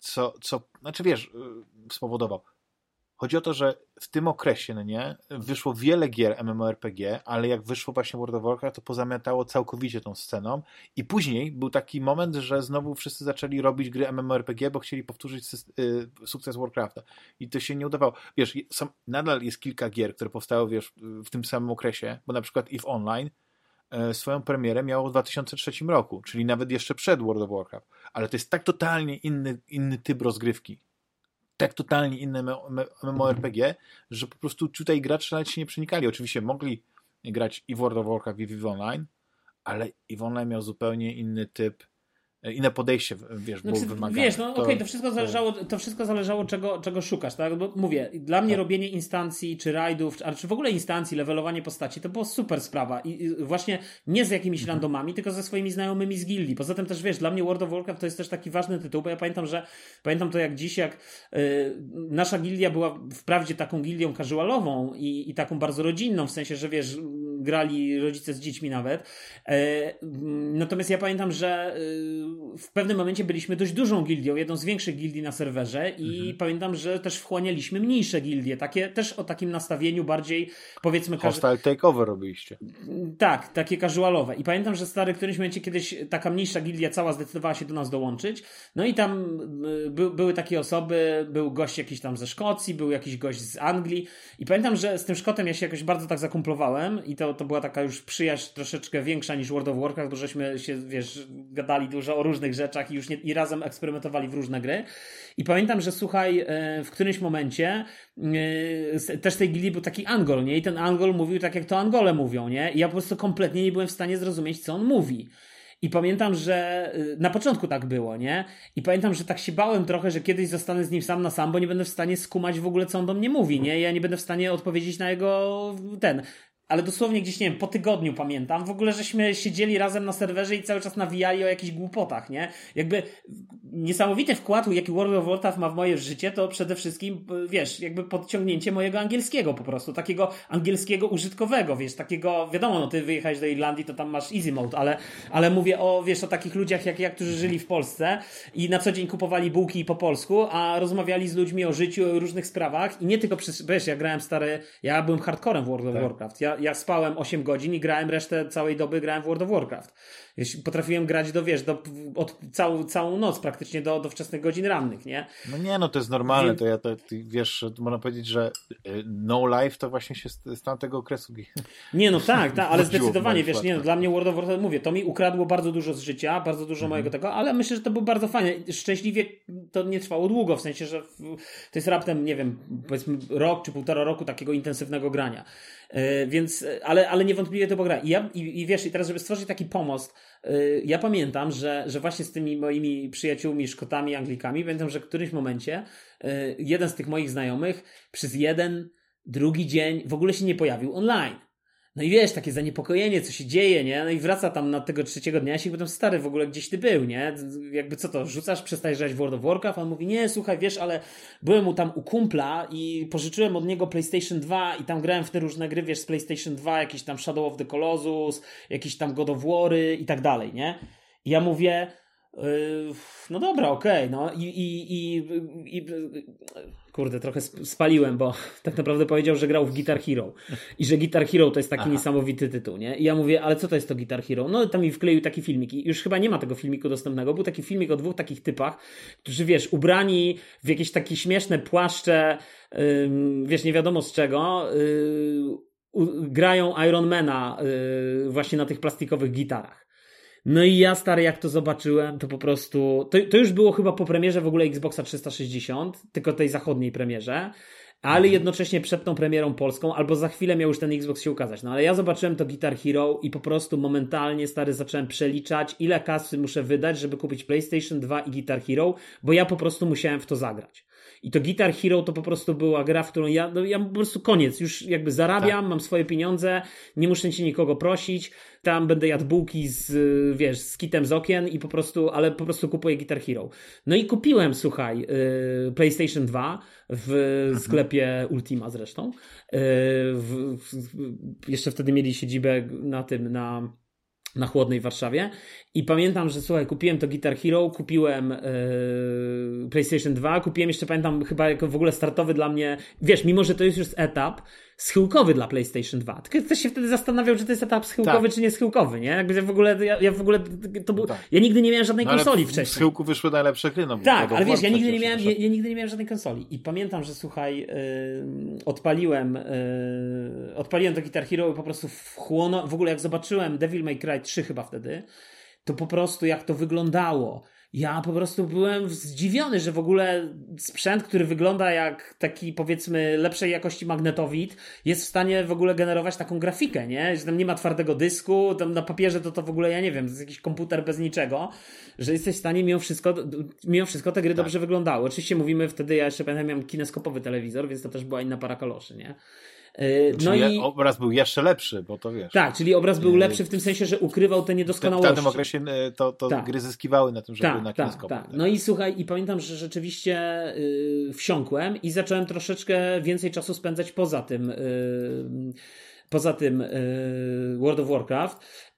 co, co, znaczy wiesz, spowodował. Chodzi o to, że w tym okresie, no nie, wyszło wiele gier MMORPG, ale jak wyszło właśnie World of Warcraft, to pozamiatało całkowicie tą sceną i później był taki moment, że znowu wszyscy zaczęli robić gry MMORPG, bo chcieli powtórzyć sukces Warcrafta i to się nie udawało. Wiesz, są, nadal jest kilka gier, które powstały, wiesz, w tym samym okresie, bo na przykład EVE Online e, swoją premierę miało w dwa tysiące trzecim roku, czyli nawet jeszcze przed World of Warcraft, ale to jest tak totalnie inny, inny typ rozgrywki, tak totalnie inne MMORPG, że po prostu tutaj gracze nawet się nie przenikali. Oczywiście mogli grać i w World of Warcraft, i w EVE Online, ale EVE Online miał zupełnie inny typ, inne podejście, wiesz, było znaczy, wymagane. Wiesz, no okej, okay, to wszystko zależało, to wszystko zależało czego, czego szukasz, tak? Bo mówię, dla mnie tak. robienie instancji, czy rajdów, czy, czy w ogóle instancji, levelowanie postaci, to była super sprawa. I, i właśnie nie z jakimiś mhm. randomami, tylko ze swoimi znajomymi z gildii. Poza tym też, wiesz, dla mnie World of Warcraft to jest też taki ważny tytuł, bo ja pamiętam, że pamiętam to jak dziś, jak y, nasza gildia była wprawdzie taką gildią casualową i, i taką bardzo rodzinną, w sensie, że wiesz, grali rodzice z dziećmi nawet. Y, natomiast ja pamiętam, że y, w pewnym momencie byliśmy dość dużą gildią, jedną z większych gildii na serwerze i mhm. pamiętam, że też wchłanialiśmy mniejsze gildie, takie też o takim nastawieniu bardziej, powiedzmy... Hostile takeover robiliście. Tak, takie casualowe. I pamiętam, że stary, w którymś momencie kiedyś taka mniejsza gildia cała zdecydowała się do nas dołączyć, no i tam by, były takie osoby, był gość jakiś tam ze Szkocji, był jakiś gość z Anglii i pamiętam, że z tym Szkotem ja się jakoś bardzo tak zakumplowałem i to, to była taka już przyjaźń troszeczkę większa niż World of Warcraft, bo żeśmy się, wiesz, gadali dużo o różnych rzeczach i już nie, i razem eksperymentowali w różne gry. I pamiętam, że słuchaj, w którymś momencie też tej gildii był taki Angol, nie? I ten Angol mówił tak, jak to Angole mówią, nie? I ja po prostu kompletnie nie byłem w stanie zrozumieć, co on mówi. I pamiętam, że na początku tak było, nie? I pamiętam, że tak się bałem trochę, że kiedyś zostanę z nim sam na sam, bo nie będę w stanie skumać w ogóle, co on do mnie mówi, nie? Ja nie będę w stanie odpowiedzieć na jego ten... Ale dosłownie gdzieś, nie wiem, po tygodniu pamiętam, w ogóle żeśmy siedzieli razem na serwerze i cały czas nawijali o jakichś głupotach, nie? Jakby niesamowity wkład, jaki World of Warcraft ma w moje życie, to przede wszystkim, wiesz, jakby podciągnięcie mojego angielskiego po prostu, takiego angielskiego użytkowego, wiesz, takiego, wiadomo, no ty wyjechałeś do Irlandii, to tam masz easy mode, ale, ale mówię o, wiesz, o takich ludziach jak ja, którzy żyli w Polsce i na co dzień kupowali bułki po polsku, a rozmawiali z ludźmi o życiu, o różnych sprawach i nie tylko przez, wiesz, ja grałem stary, ja byłem hardcorem w World of tak. Warcraft, ja Ja spałem osiem godzin i grałem resztę całej doby, grałem w World of Warcraft. Potrafiłem grać do, wiesz, do, od całą, całą noc praktycznie do, do wczesnych godzin rannych, nie? No nie, no to jest normalne, Więc... to ja to, ty, wiesz, można powiedzieć, że No Life to właśnie się z, z tamtego okresu nie, no tak, tak ale zdecydowanie, wiesz, nie, no, dla mnie World of Warcraft, mówię, to mi ukradło bardzo dużo z życia, bardzo dużo mhm. mojego tego, ale myślę, że to było bardzo fajne. Szczęśliwie to nie trwało długo, w sensie, że to jest raptem, nie wiem, powiedzmy rok czy półtora roku takiego intensywnego grania. Yy, więc, ale, ale niewątpliwie to była gra. I, ja, i, i wiesz, i teraz, żeby stworzyć taki pomost, yy, ja pamiętam, że, że właśnie z tymi moimi przyjaciółmi, Szkotami, Anglikami, pamiętam, że w którymś momencie yy, jeden z tych moich znajomych przez jeden, drugi dzień w ogóle się nie pojawił online. No i wiesz, takie zaniepokojenie, co się dzieje, nie? No i wraca tam na tego trzeciego dnia i się potem stary, w ogóle gdzieś ty był, nie? Jakby co to, rzucasz, przestajesz grać w World of Warcraft? A on mówi, nie, słuchaj, wiesz, ale byłem mu tam u kumpla i pożyczyłem od niego PlayStation dwa i tam grałem w te różne gry, wiesz, z PlayStation dwa, jakiś tam Shadow of the Colossus, jakiś tam God of War'y i tak dalej, nie? I ja mówię, yy, no dobra, okej, okay, no i, i, i, i kurde, trochę spaliłem, bo tak naprawdę powiedział, że grał w Guitar Hero i że Guitar Hero to jest taki Aha. niesamowity tytuł, nie? I ja mówię, ale co to jest to Guitar Hero? No tam mi wkleił taki filmik i już chyba nie ma tego filmiku dostępnego. Był taki filmik o dwóch takich typach, którzy, wiesz, ubrani w jakieś takie śmieszne płaszcze, yy, wiesz, nie wiadomo z czego, yy, grają Ironmana yy, właśnie na tych plastikowych gitarach. No i ja, stary, jak to zobaczyłem, to po prostu... To, to już było chyba po premierze w ogóle Xboxa trzysta sześćdziesiąt, tylko tej zachodniej premierze, ale jednocześnie przed tą premierą polską, albo za chwilę miał już ten Xbox się ukazać. No ale ja zobaczyłem to Guitar Hero i po prostu momentalnie, stary, zacząłem przeliczać, ile kasy muszę wydać, żeby kupić PlayStation dwa i Guitar Hero, bo ja po prostu musiałem w to zagrać. I to Guitar Hero to po prostu była gra, w którą ja, no ja po prostu koniec, już jakby zarabiam, tak. mam swoje pieniądze, nie muszę ci nikogo prosić, tam będę jadł bułki z, wiesz, z kitem z okien i po prostu, ale po prostu kupuję Guitar Hero. No i kupiłem, słuchaj, yy, PlayStation dwa w mhm. sklepie Ultima zresztą. Yy, w, w, jeszcze wtedy mieli siedzibę na tym, na na Chłodnej w Warszawie i pamiętam, że słuchaj, kupiłem to Guitar Hero, kupiłem yy, PlayStation dwa, kupiłem jeszcze, pamiętam, chyba jako w ogóle startowy dla mnie, wiesz, mimo że to jest już etap schyłkowy dla PlayStation dwa. Tylko ktoś się wtedy zastanawiał, czy to jest etap schyłkowy, tak. czy nie schyłkowy, nie? Jakby ja w ogóle, ja, ja w ogóle, to był, tak. ja nigdy nie miałem żadnej no, konsoli wcześniej. W schyłku wyszły najlepsze gry. No, tak, ale wiesz, ja nigdy, nie miałem, ja, ja nigdy nie miałem żadnej konsoli. I pamiętam, że słuchaj, yy, odpaliłem yy, odpaliłem to Guitar Hero i po prostu wchłono, w ogóle jak zobaczyłem Devil May Cry trzy chyba wtedy, to po prostu jak to wyglądało. Ja po prostu byłem zdziwiony, że w ogóle sprzęt, który wygląda jak taki, powiedzmy, lepszej jakości magnetowid, jest w stanie w ogóle generować taką grafikę, nie? Że tam nie ma twardego dysku, tam na papierze to to w ogóle, ja nie wiem, to jest jakiś komputer bez niczego, że jesteś w stanie mimo wszystko, mimo wszystko te gry tak. dobrze wyglądały. Oczywiście mówimy wtedy, ja jeszcze pamiętam, miałem kineskopowy telewizor, więc to też była inna para kaloszy, nie? No czyli i obraz był jeszcze lepszy, bo to wiesz. Tak, czyli obraz był lepszy w tym sensie, że ukrywał te niedoskonałości. W tym okresie to, to tak. gry zyskiwały na tym, że tak, były na kineskopie. Tak, tak. No i słuchaj, i pamiętam, że rzeczywiście yy, wsiąkłem i zacząłem troszeczkę więcej czasu spędzać poza tym yy, poza tym yy, World of Warcraft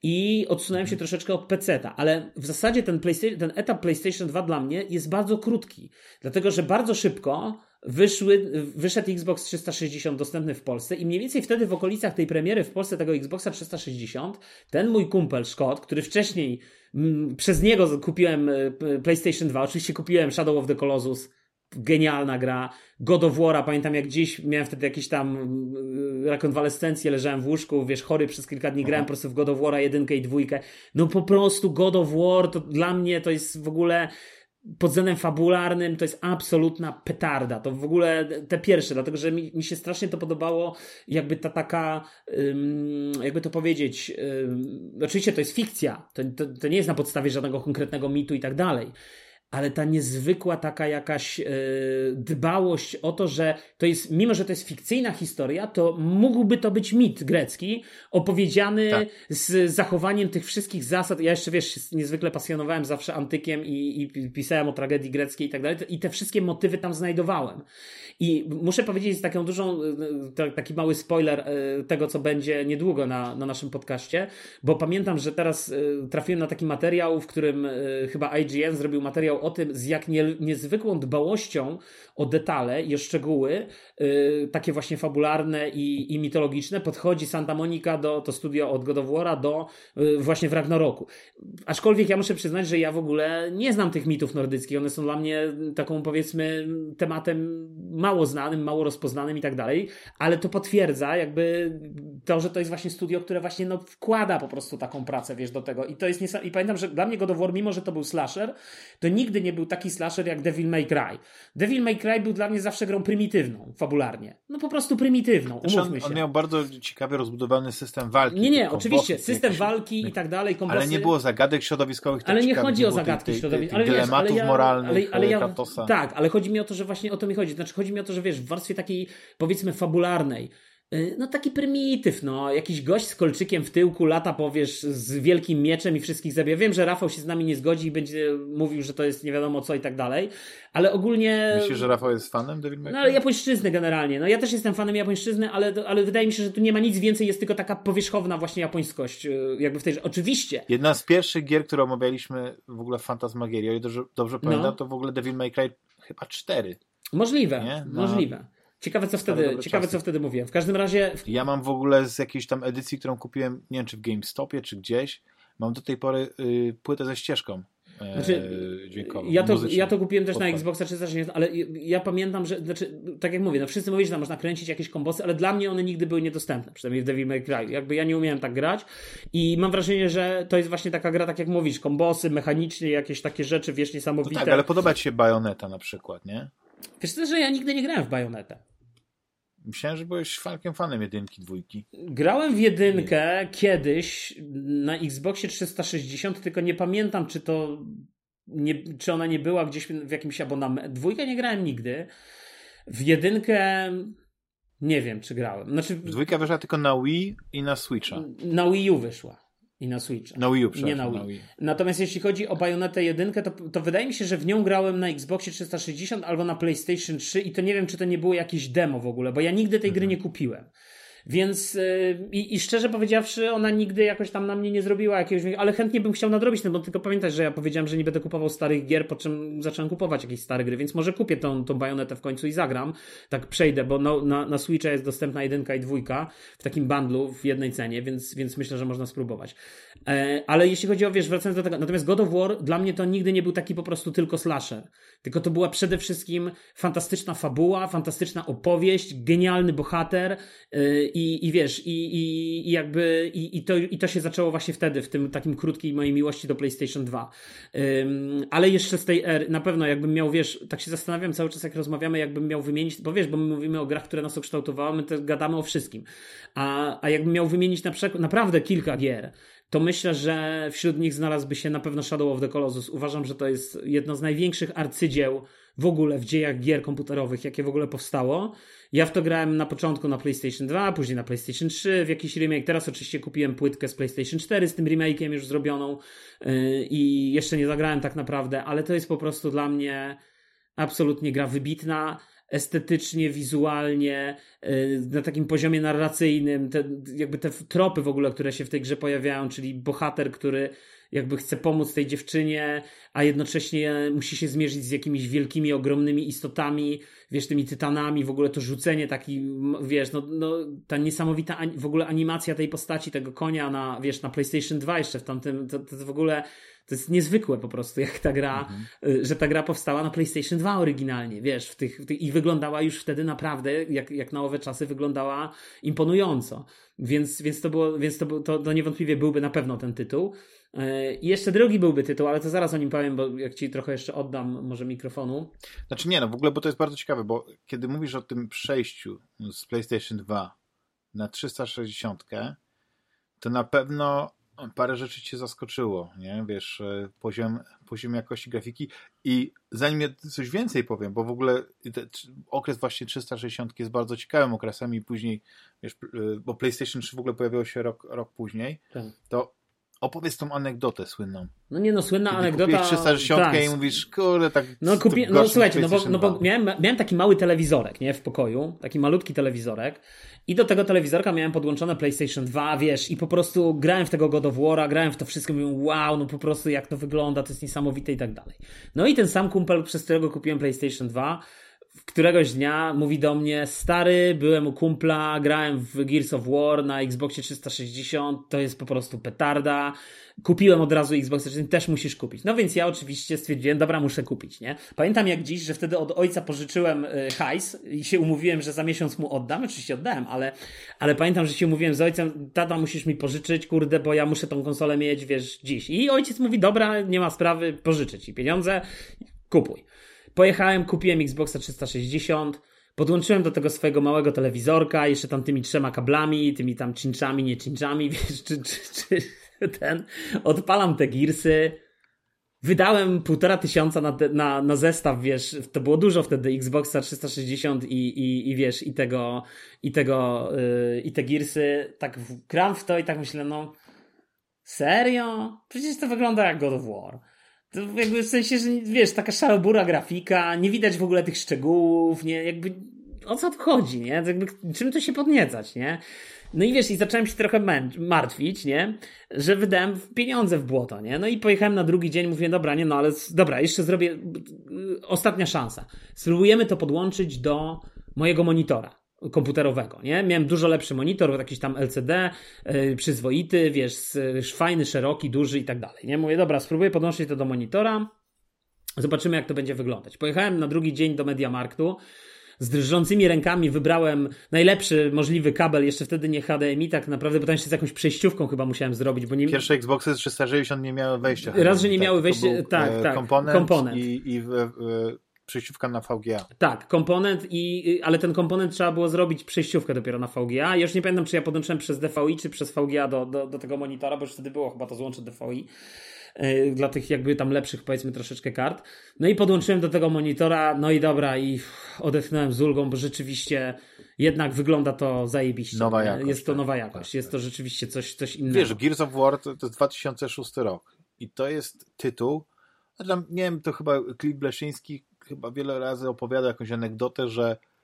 i odsunąłem się troszeczkę od peceta, ale w zasadzie ten, PlayStation, ten etap PlayStation dwa dla mnie jest bardzo krótki, dlatego, że bardzo szybko Wyszły, wyszedł Xbox trzysta sześćdziesiąt dostępny w Polsce i mniej więcej wtedy w okolicach tej premiery w Polsce tego Xboxa trzysta sześćdziesiąt ten mój kumpel Scott, który wcześniej m, przez niego kupiłem PlayStation dwa, oczywiście kupiłem Shadow of the Colossus, genialna gra, God of War'a, pamiętam jak dziś miałem wtedy jakieś tam rekonwalescencję, leżałem w łóżku, wiesz, chory przez kilka dni, grałem po prostu w God of War'a jedynkę i dwójkę, no po prostu God of War to dla mnie to jest w ogóle pod względem fabularnym to jest absolutna petarda. To w ogóle te pierwsze, dlatego że mi, mi się strasznie to podobało, jakby ta taka, um, jakby to powiedzieć, um, oczywiście to jest fikcja, to, to, to nie jest na podstawie żadnego konkretnego mitu i tak dalej, ale ta niezwykła taka jakaś yy, dbałość o to, że to jest, mimo że to jest fikcyjna historia, to mógłby to być mit grecki, opowiedziany tak. z zachowaniem tych wszystkich zasad. Ja jeszcze, wiesz, niezwykle pasjonowałem zawsze antykiem i, i pisałem o tragedii greckiej i tak dalej, i te wszystkie motywy tam znajdowałem. I muszę powiedzieć z taką dużą, taki mały spoiler tego, co będzie niedługo na, na naszym podcaście, bo pamiętam, że teraz trafiłem na taki materiał, w którym chyba I G N zrobił materiał o tym, z jak nie, niezwykłą dbałością o detale i o szczegóły, yy, takie właśnie fabularne i, i mitologiczne, podchodzi Santa Monica, do, to studio od God of War'a, do yy, właśnie w Ragnaroku. Aczkolwiek ja muszę przyznać, że ja w ogóle nie znam tych mitów nordyckich. One są dla mnie taką, powiedzmy, tematem mało znanym, mało rozpoznanym i tak dalej, ale to potwierdza jakby to, że to jest właśnie studio, które właśnie no, wkłada po prostu taką pracę, wiesz, do tego. I to jest niesam... I pamiętam, że dla mnie God of War, mimo że to był slasher, to nigdy nie był taki slasher jak Devil May Cry. Devil May Cry był dla mnie zawsze grą prymitywną, fabularnie. No po prostu prymitywną, umówmy się. On miał bardzo ciekawie rozbudowany system walki. Nie, nie, oczywiście, system jakieś... walki i tak dalej, kombosy. Ale nie było zagadek środowiskowych. Ale nie chodzi o zagadki środowiskowe. Dylematów wiesz, ale ja, moralnych ale, ale ja, Kratosa. Tak, ale chodzi mi o to, że właśnie o to mi chodzi. Znaczy chodzi mi o to, że wiesz, w warstwie takiej, powiedzmy, fabularnej, no taki prymityw, no, jakiś gość z kolczykiem w tyłku lata, powiesz, z wielkim mieczem i wszystkich zabija. Wiem, że Rafał się z nami nie zgodzi i będzie mówił, że to jest nie wiadomo co i tak dalej, ale ogólnie... Myślisz, że Rafał jest fanem Devil May Cry? No ale japońszczyzny generalnie, no ja też jestem fanem japońszczyzny, ale, ale wydaje mi się, że tu nie ma nic więcej, jest tylko taka powierzchowna właśnie japońskość, jakby w tej... Oczywiście. Jedna z pierwszych gier, które omawialiśmy w ogóle w Fantasmagierii, o ile dobrze, dobrze pamiętam, no. to w ogóle Devil May Cry chyba cztery. Możliwe, no. możliwe. Ciekawe, co wtedy, ciekawe, co wtedy mówiłem. W każdym razie... Ja mam w ogóle z jakiejś tam edycji, którą kupiłem, nie wiem, czy w GameStopie, czy gdzieś, mam do tej pory y, płytę ze ścieżką e, znaczy, dźwiękową. Ja to, ja to kupiłem też na Xboxa trzysta sześćdziesiąt, ale ja pamiętam, że, znaczy, tak jak mówię, no wszyscy mówią, że tam można kręcić jakieś kombosy, ale dla mnie one nigdy były niedostępne, przynajmniej w Devil May Cry. Jakby ja nie umiałem tak grać i mam wrażenie, że to jest właśnie taka gra, tak jak mówisz, kombosy, mechanicznie, jakieś takie rzeczy, wiesz, niesamowite. No tak, ale podoba ci się Bayonetta na przykład, nie? Wiesz co, że ja nigdy nie grałem w Bayonetę. Myślałem, że byłeś fanem, fanem jedynki, dwójki. Grałem w jedynkę nie. kiedyś na Xboxie trzysta sześćdziesiąt, tylko nie pamiętam, czy to nie, czy ona nie była gdzieś w jakimś abonamencie. Dwójkę nie grałem nigdy. W jedynkę nie wiem, czy grałem. Znaczy, dwójka wyszła tylko na Wii i na Switcha. Na Wii U wyszła. I na Switcha. Na Wii U, nie na Wii. na Wii. Natomiast jeśli chodzi o Bayonetę jeden, to, to wydaje mi się, że w nią grałem na Xboxie trzysta sześćdziesiąt albo na PlayStation trzy i to nie wiem, czy to nie było jakieś demo w ogóle, bo ja nigdy tej mhm. gry nie kupiłem. Więc yy, i szczerze powiedziawszy, ona nigdy jakoś tam na mnie nie zrobiła jakiegoś, ale chętnie bym chciał nadrobić, no bo tylko pamiętaj, że ja powiedziałem, że nie będę kupował starych gier, po czym zacząłem kupować jakieś stare gry, więc może kupię tą, tą Bajonetę w końcu i zagram, tak przejdę, bo no, na, na Switcha jest dostępna jedynka i dwójka w takim bundlu w jednej cenie, więc, więc myślę, że można spróbować. E, ale jeśli chodzi o, wiesz, wracając do tego, natomiast God of War dla mnie to nigdy nie był taki po prostu tylko slasher, tylko to była przede wszystkim fantastyczna fabuła, fantastyczna opowieść, genialny bohater yy, i, i wiesz, i, i, i jakby i, i, to, i to się zaczęło właśnie wtedy, w tym takim krótkiej mojej miłości do PlayStation dwa. Yy, ale jeszcze z tej ery, na pewno jakbym miał, wiesz, tak się zastanawiam cały czas jak rozmawiamy, jakbym miał wymienić, bo wiesz, bo my mówimy o grach, które nas ukształtowały, my też gadamy o wszystkim. A, a jakbym miał wymienić na przykład naprawdę kilka gier, to myślę, że wśród nich znalazłby się na pewno Shadow of the Colossus. Uważam, że to jest jedno z największych arcydzieł w ogóle w dziejach gier komputerowych, jakie w ogóle powstało. Ja w to grałem na początku na PlayStation dwa, później na PlayStation trzy, w jakiś remake. Teraz oczywiście kupiłem płytkę z PlayStation cztery z tym remake'iem już zrobioną yy, i jeszcze nie zagrałem tak naprawdę, ale to jest po prostu dla mnie absolutnie gra wybitna. Estetycznie, wizualnie, na takim poziomie narracyjnym, te, jakby te tropy w ogóle, które się w tej grze pojawiają, czyli bohater, który jakby chce pomóc tej dziewczynie, a jednocześnie musi się zmierzyć z jakimiś wielkimi, ogromnymi istotami, wiesz, tymi tytanami, w ogóle to rzucenie taki, wiesz, no, no ta niesamowita w ogóle animacja tej postaci, tego konia na, wiesz, na PlayStation dwa jeszcze w tamtym, to, to w ogóle to jest niezwykłe po prostu, jak ta gra, mhm. że ta gra powstała na PlayStation dwa oryginalnie, wiesz, w tych, w tych, i wyglądała już wtedy naprawdę, jak, jak na owe czasy, wyglądała imponująco. Więc, więc to było, więc to, to, to niewątpliwie byłby na pewno ten tytuł. I jeszcze drugi byłby tytuł, ale to zaraz o nim powiem, bo jak ci trochę jeszcze oddam może mikrofonu. Znaczy nie, no w ogóle, bo to jest bardzo ciekawe, bo kiedy mówisz o tym przejściu z PlayStation dwa na trzysta sześćdziesiąt, to na pewno parę rzeczy cię zaskoczyło, nie? Wiesz, poziom, poziom jakości grafiki i zanim ja coś więcej powiem, bo w ogóle te, okres właśnie trzysta sześćdziesiąt jest bardzo ciekawym okresem i później, wiesz, bo PlayStation trzy w ogóle pojawiło się rok, rok później, tak. To opowiedz tą anegdotę słynną. No nie no, słynna Kiedy anegdota. Kupiłeś trzysta sześćdziesiąt tak. I mówisz, kurde, tak... No, kupi... no słuchajcie, no bo, no bo miałem, miałem taki mały telewizorek, nie, w pokoju, taki malutki telewizorek i do tego telewizorka miałem podłączone PlayStation dwa, wiesz, i po prostu grałem w tego God of War'a, grałem w to wszystko, mówię, wow, no po prostu jak to wygląda, to jest niesamowite i tak dalej. No i ten sam kumpel, przez którego kupiłem PlayStation dwa, któregoś dnia mówi do mnie, stary, byłem u kumpla, grałem w Gears of War na Xboxie trzysta sześćdziesiąt, to jest po prostu petarda, kupiłem od razu Xbox trzysta sześćdziesiąt, też musisz kupić. No więc ja oczywiście stwierdziłem, dobra, muszę kupić, nie? Pamiętam jak dziś, że wtedy od ojca pożyczyłem y, hajs i się umówiłem, że za miesiąc mu oddam, oczywiście oddałem, ale, ale pamiętam, że się umówiłem z ojcem, tata, musisz mi pożyczyć, kurde, bo ja muszę tą konsolę mieć, wiesz, dziś. I ojciec mówi, dobra, nie ma sprawy, pożyczę ci pieniądze, kupuj. Pojechałem, kupiłem Xboxa trzysta sześćdziesiąt, podłączyłem do tego swojego małego telewizorka, jeszcze tam tymi trzema kablami, tymi tam cinczami, nie cinczami, wiesz, czy, czy, czy ten, odpalam te Gearsy, wydałem półtora tysiąca na, te, na, na zestaw, wiesz, to było dużo wtedy Xboxa trzysta sześćdziesiąt i, i, i wiesz, i tego, i tego, yy, i te Gearsy, tak gram w to i tak myślę, no, serio? Przecież to wygląda jak God of War. To jakby w sensie, że wiesz, taka szarobura grafika, nie widać w ogóle tych szczegółów, nie, jakby o co tu chodzi, nie, jakby, czym to się podniecać, nie. No i wiesz, i zacząłem się trochę męcz- martwić, nie, że wydałem pieniądze w błoto, nie, no i pojechałem na drugi dzień, mówię, dobra, nie no, ale dobra, jeszcze zrobię, ostatnia szansa, spróbujemy to podłączyć do mojego monitora komputerowego, nie? Miałem dużo lepszy monitor, jakiś tam L C D, yy, przyzwoity, wiesz, fajny, szeroki, duży i tak dalej, nie? Mówię, dobra, spróbuję podłączyć to do monitora, zobaczymy jak to będzie wyglądać. Pojechałem na drugi dzień do MediaMarktu, z drżącymi rękami wybrałem najlepszy możliwy kabel, jeszcze wtedy nie H D M I tak naprawdę, bo tam jeszcze z jakąś przejściówką chyba musiałem zrobić, bo nie... Pierwsze Xboxy trzysta sześćdziesiąt nie miały wejścia. Raz, że nie tak, miały wejścia, tak, e, tak, komponent, komponent. i, i w, e, przejściówka na V G A. Tak, komponent, i, ale ten komponent trzeba było zrobić przejściówkę dopiero na V G A. Ja już nie pamiętam, czy ja podłączyłem przez D V I, czy przez V G A do, do, do tego monitora, bo już wtedy było chyba to złącze D V I. Yy, dla tych jakby tam lepszych, powiedzmy, troszeczkę kart. No i podłączyłem do tego monitora, no i dobra, i odetchnąłem z ulgą, bo rzeczywiście jednak wygląda to zajebiście. Nowa jakość. Jest to tak, nowa jakość, tak, jest tak. to rzeczywiście coś, coś innego. Wiesz, Gears of War to, to jest dwa tysiące szósty rok i to jest tytuł, a tam, nie wiem, to chyba Klip Bleszyński chyba wiele razy opowiada jakąś anegdotę, że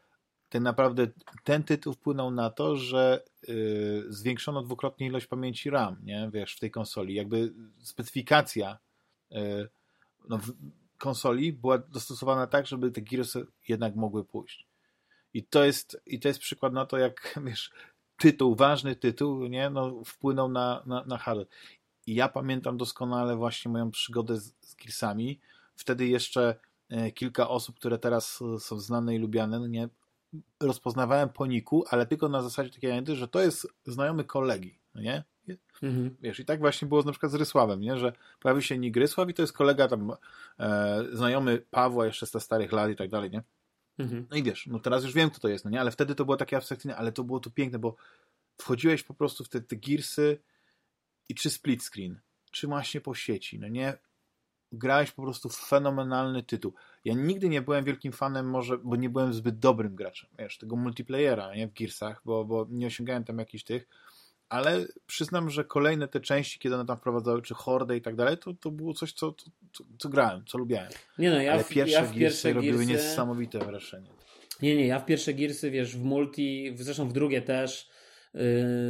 tak naprawdę ten tytuł wpłynął na to, że yy, zwiększono dwukrotnie ilość pamięci RAM, nie? Wiesz, w tej konsoli. Jakby specyfikacja yy, no, w konsoli była dostosowana tak, żeby te Gearsy jednak mogły pójść. I to jest, i to jest przykład na to, jak wiesz, tytuł, ważny tytuł, nie? No, wpłynął na, na, na hardware. I ja pamiętam doskonale właśnie moją przygodę z, z Gearsami. Wtedy jeszcze e, kilka osób, które teraz są znane i lubiane, no nie, rozpoznawałem po niku, ale tylko na zasadzie takiej, że to jest znajomy kolegi, no nie? Mhm. Wiesz, i tak właśnie było na przykład z Rysławem, nie? Że pojawił się nick Rysław i to jest kolega tam e, znajomy Pawła jeszcze z starych lat i tak dalej, nie? Mhm. No i wiesz, no teraz już wiem, kto to jest, no nie? Ale wtedy to było takie abstrakcyjne, ale to było tu piękne, bo wchodziłeś po prostu w te, te Gearsy i czy split screen, czy właśnie po sieci, no nie? Grałeś po prostu w fenomenalny tytuł. Ja nigdy nie byłem wielkim fanem, może, bo nie byłem zbyt dobrym graczem, wiesz, tego multiplayera, nie? W Gearsach, bo, bo nie osiągałem tam jakichś tych, ale przyznam, że kolejne te części, kiedy one tam wprowadzały, czy Hordę i tak dalej, to, to było coś, co, co, co grałem, co lubiałem. Nie no, ja ale w, pierwsze ja w Gearsy pierwsze robiły Gearsy... niesamowite wrażenie. Nie, nie, ja w pierwsze Gearsy, wiesz, w multi, zresztą w drugie też yy,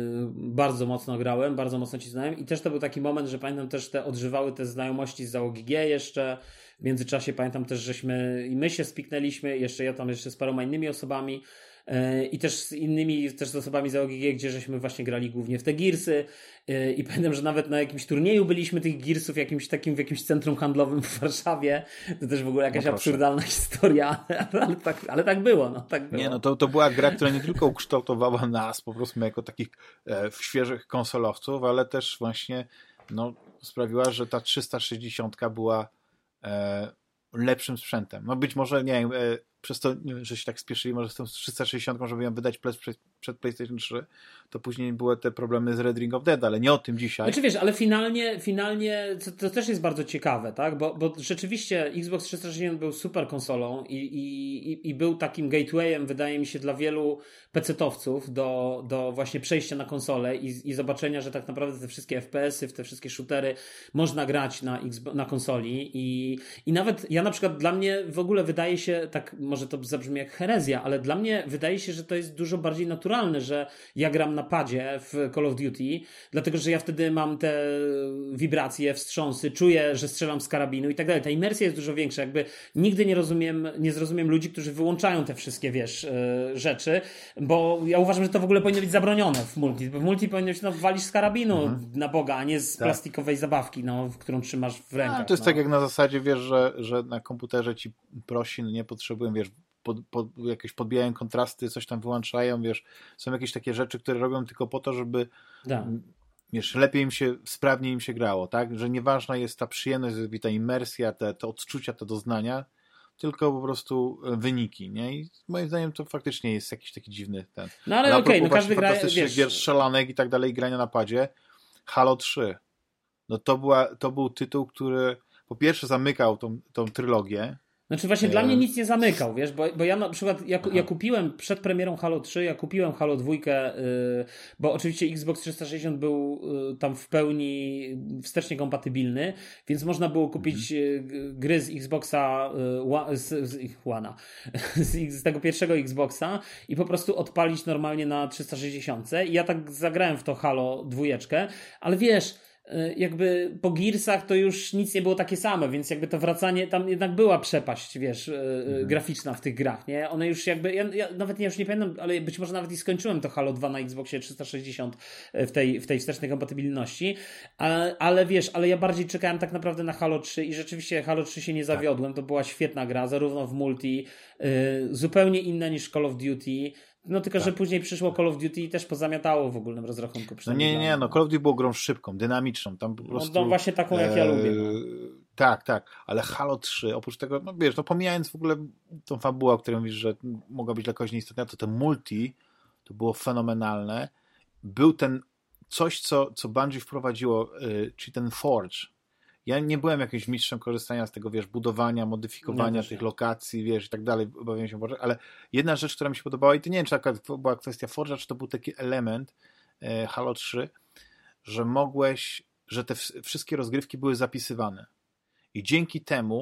bardzo mocno grałem, bardzo mocno cisnąłem i też to był taki moment, że pamiętam też te odżywały te znajomości z załogi G jeszcze. W międzyczasie pamiętam też, żeśmy i my się spiknęliśmy, jeszcze ja tam jeszcze z paroma innymi osobami. I też z innymi, też z osobami za O G G, gdzie żeśmy właśnie grali głównie w te Gearsy i pamiętam, że nawet na jakimś turnieju byliśmy tych Gearsów jakimś takim w jakimś centrum handlowym w Warszawie. To też w ogóle jakaś no absurdalna historia, ale tak, ale tak było. No, tak było. Nie, no to, to była gra, która nie tylko ukształtowała nas po prostu jako takich e, świeżych konsolowców, ale też właśnie no, sprawiła, że ta trzysta sześćdziesiąt była e, lepszym sprzętem. No być może, nie wiem, e, przez to, że się tak spieszyli, może z tą trzysta sześćdziesiąt, żeby ją wydać przed, przed PlayStation trzy, to później były te problemy z Red Ring of Dead, ale nie o tym dzisiaj. Znaczy wiesz, ale finalnie, finalnie to, to też jest bardzo ciekawe, tak? Bo, bo rzeczywiście Xbox trzysta sześćdziesiąt był super konsolą i, i, i był takim gatewayem, wydaje mi się, dla wielu pecetowców do, do właśnie przejścia na konsolę i, i zobaczenia, że tak naprawdę te wszystkie F P S y, w te wszystkie shootery można grać na, Xbox, na konsoli i, i nawet ja na przykład dla mnie w ogóle wydaje się tak, może to zabrzmi jak herezja, ale dla mnie wydaje się, że to jest dużo bardziej naturalne, że ja gram na padzie w Call of Duty, dlatego, że ja wtedy mam te wibracje, wstrząsy, czuję, że strzelam z karabinu i tak dalej. Ta imersja jest dużo większa. Jakby nigdy nie rozumiem, nie zrozumiem ludzi, którzy wyłączają te wszystkie, wiesz, yy, rzeczy, bo ja uważam, że to w ogóle powinno być zabronione w multi. W multi powinno być, no, walisz z karabinu mhm. na Boga, a nie z tak. plastikowej zabawki, no, którą trzymasz w rękach. A, to jest no. tak jak na zasadzie, wiesz, że, że na komputerze ci prosi, no nie potrzebują, wiesz, pod, pod, jakieś podbijają kontrasty, coś tam wyłączają, wiesz, są jakieś takie rzeczy, które robią tylko po to, żeby da. wiesz, lepiej im się, sprawniej im się grało, tak, że nieważna jest ta przyjemność, ta imersja, te, te odczucia, te doznania, tylko po prostu wyniki, nie, i moim zdaniem to faktycznie jest jakiś taki dziwny ten. No ale okej, okay, no każdy gra, fantastycznych gier strzelanek i tak dalej, grania na padzie, Halo trzy, no to była, to był tytuł, który po pierwsze zamykał tą, tą trylogię. Znaczy właśnie e... dla mnie nic nie zamykał, wiesz, bo, bo ja na przykład, ja, ja kupiłem przed premierą Halo trzy, ja kupiłem Halo dwa, yy, bo oczywiście Xbox trzysta sześćdziesiąt był yy, tam w pełni wstecznie kompatybilny, więc można było kupić yy, gry z Xboxa yy, z, z, One'a, z, z tego pierwszego Xboxa i po prostu odpalić normalnie na trzysta sześćdziesiąt i ja tak zagrałem w to Halo dwójeczkę, ale wiesz, jakby po Gearsach to już nic nie było takie same, więc jakby to wracanie, tam jednak była przepaść, wiesz, mhm. graficzna w tych grach, nie? One już jakby, ja, ja nawet ja już nie pamiętam, ale być może nawet i skończyłem to Halo dwa na Xboxie trzysta sześćdziesiąt w tej, w tej wstecznej kompatybilności, ale, ale wiesz, ale ja bardziej czekałem tak naprawdę na Halo trzy i rzeczywiście Halo trzy się nie zawiodłem, to była świetna gra, zarówno w multi, yy, zupełnie inna niż Call of Duty. No tylko, tak. że później przyszło Call of Duty i też pozamiatało w ogólnym rozrachunku. No nie, nie, no Call of Duty było grą szybką, dynamiczną. Tam po prostu, no, no właśnie taką, jak e, ja lubię. No. Tak, tak, ale Halo trzy, oprócz tego, no wiesz, no pomijając w ogóle tą fabułę, o której mówisz, że mogła być dla kogoś nieistotna, to ten multi, to było fenomenalne. Był ten coś, co, co Bungie wprowadziło, yy, czyli ten Forge. Ja nie byłem jakimś mistrzem korzystania z tego, wiesz, budowania, modyfikowania no tych lokacji, wiesz, i tak dalej, obawiam się, ale jedna rzecz, która mi się podobała, i to nie wiem, czy to była kwestia Forge'a, czy to był taki element e, Halo trzy, że mogłeś, że te w, wszystkie rozgrywki były zapisywane. I dzięki temu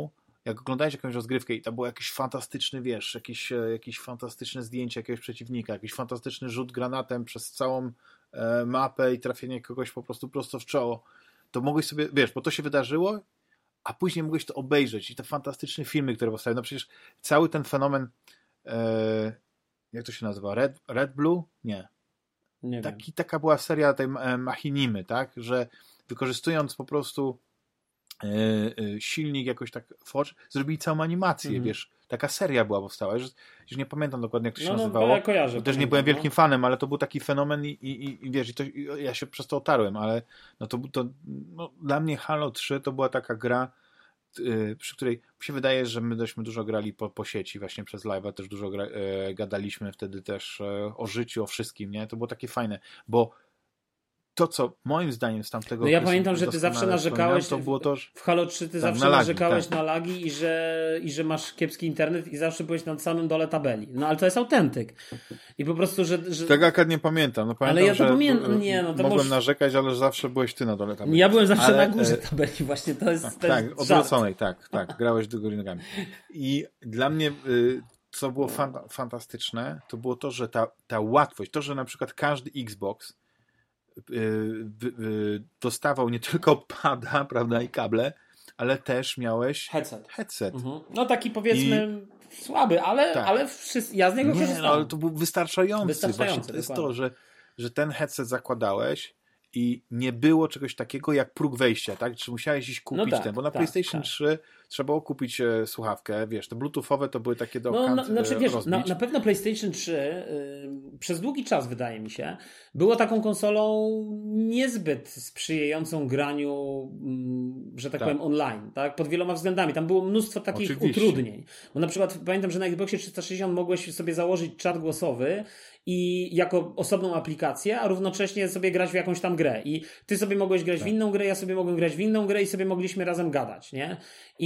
jak oglądałeś jakąś rozgrywkę i to było jakiś fantastyczny, wiesz, jakieś, jakieś fantastyczne zdjęcie jakiegoś przeciwnika, jakiś fantastyczny rzut granatem przez całą e, mapę i trafienie kogoś po prostu prosto w czoło, to mogłeś sobie, wiesz, bo to się wydarzyło, a później mogłeś to obejrzeć i te fantastyczne filmy, które powstały. No przecież cały ten fenomen e, jak to się nazywa? Red, Red Blue? Nie. Nie Taki, wiem. taka była seria tej Machinimy, tak? Że wykorzystując po prostu e, e, silnik jakoś tak Forge, zrobili całą animację, mhm. wiesz. Taka seria była powstała. Już, już nie pamiętam dokładnie, jak to się no, nazywało. No, ja kojarzę. Też pamiętam, nie byłem wielkim no. fanem, ale to był taki fenomen i, i, i wiesz, i to, i ja się przez to otarłem, ale no to, to no, dla mnie Halo trzy to była taka gra, przy której mi się wydaje, że my dośmy dużo grali po, po sieci, właśnie przez live'a też dużo gra, e, gadaliśmy wtedy też e, o życiu, o wszystkim, nie? To było takie fajne, bo to, co moim zdaniem z tamtego No ja pamiętam, że ty zawsze narzekałeś to było to, że... w Halo trzy ty tak, zawsze na lagi, narzekałeś tak. na lagi i że, i że masz kiepski internet i zawsze byłeś na samym dole tabeli. No ale to jest autentyk. I po prostu, że... że... Tego akurat nie pamiętam. No, pamiętam, ale ja to że pamiętam. Nie, no to mogłem może... narzekać, ale zawsze byłeś ty na dole tabeli. Ja byłem zawsze ale... na górze tabeli właśnie. To jest, to tak, jest odwróconej, tak, tak. Grałeś do góry nogami. I dla mnie... Y co było fan- fantastyczne, to było to, że ta, ta łatwość, to, że na przykład każdy Xbox dostawał nie tylko pada, prawda, i kable, ale też miałeś headset. headset. Mhm. No taki powiedzmy I... słaby, ale, tak. ale wszyscy, ja z niego nie, korzystałem. No, ale to był wystarczający. wystarczający Właśnie to jest to, że, że ten headset zakładałeś i nie było czegoś takiego jak próg wejścia, tak? Czy musiałeś iść kupić no tak, ten, bo na tak, PlayStation tak. trzy trzeba było kupić e, słuchawkę, wiesz, te bluetoothowe to były takie do no, no, znaczy, wiesz, rozbić. Na, na pewno PlayStation trzy y, przez długi czas, wydaje mi się, było taką konsolą niezbyt sprzyjającą graniu, y, że tak, tak powiem, online, tak? Pod wieloma względami. Tam było mnóstwo takich Oczywiście. utrudnień. Bo na przykład pamiętam, że na Xboxie trzysta sześćdziesiąt mogłeś sobie założyć czat głosowy i jako osobną aplikację, a równocześnie sobie grać w jakąś tam grę. I ty sobie mogłeś grać tak. w inną grę, ja sobie mogłem grać w inną grę i sobie mogliśmy razem gadać, nie?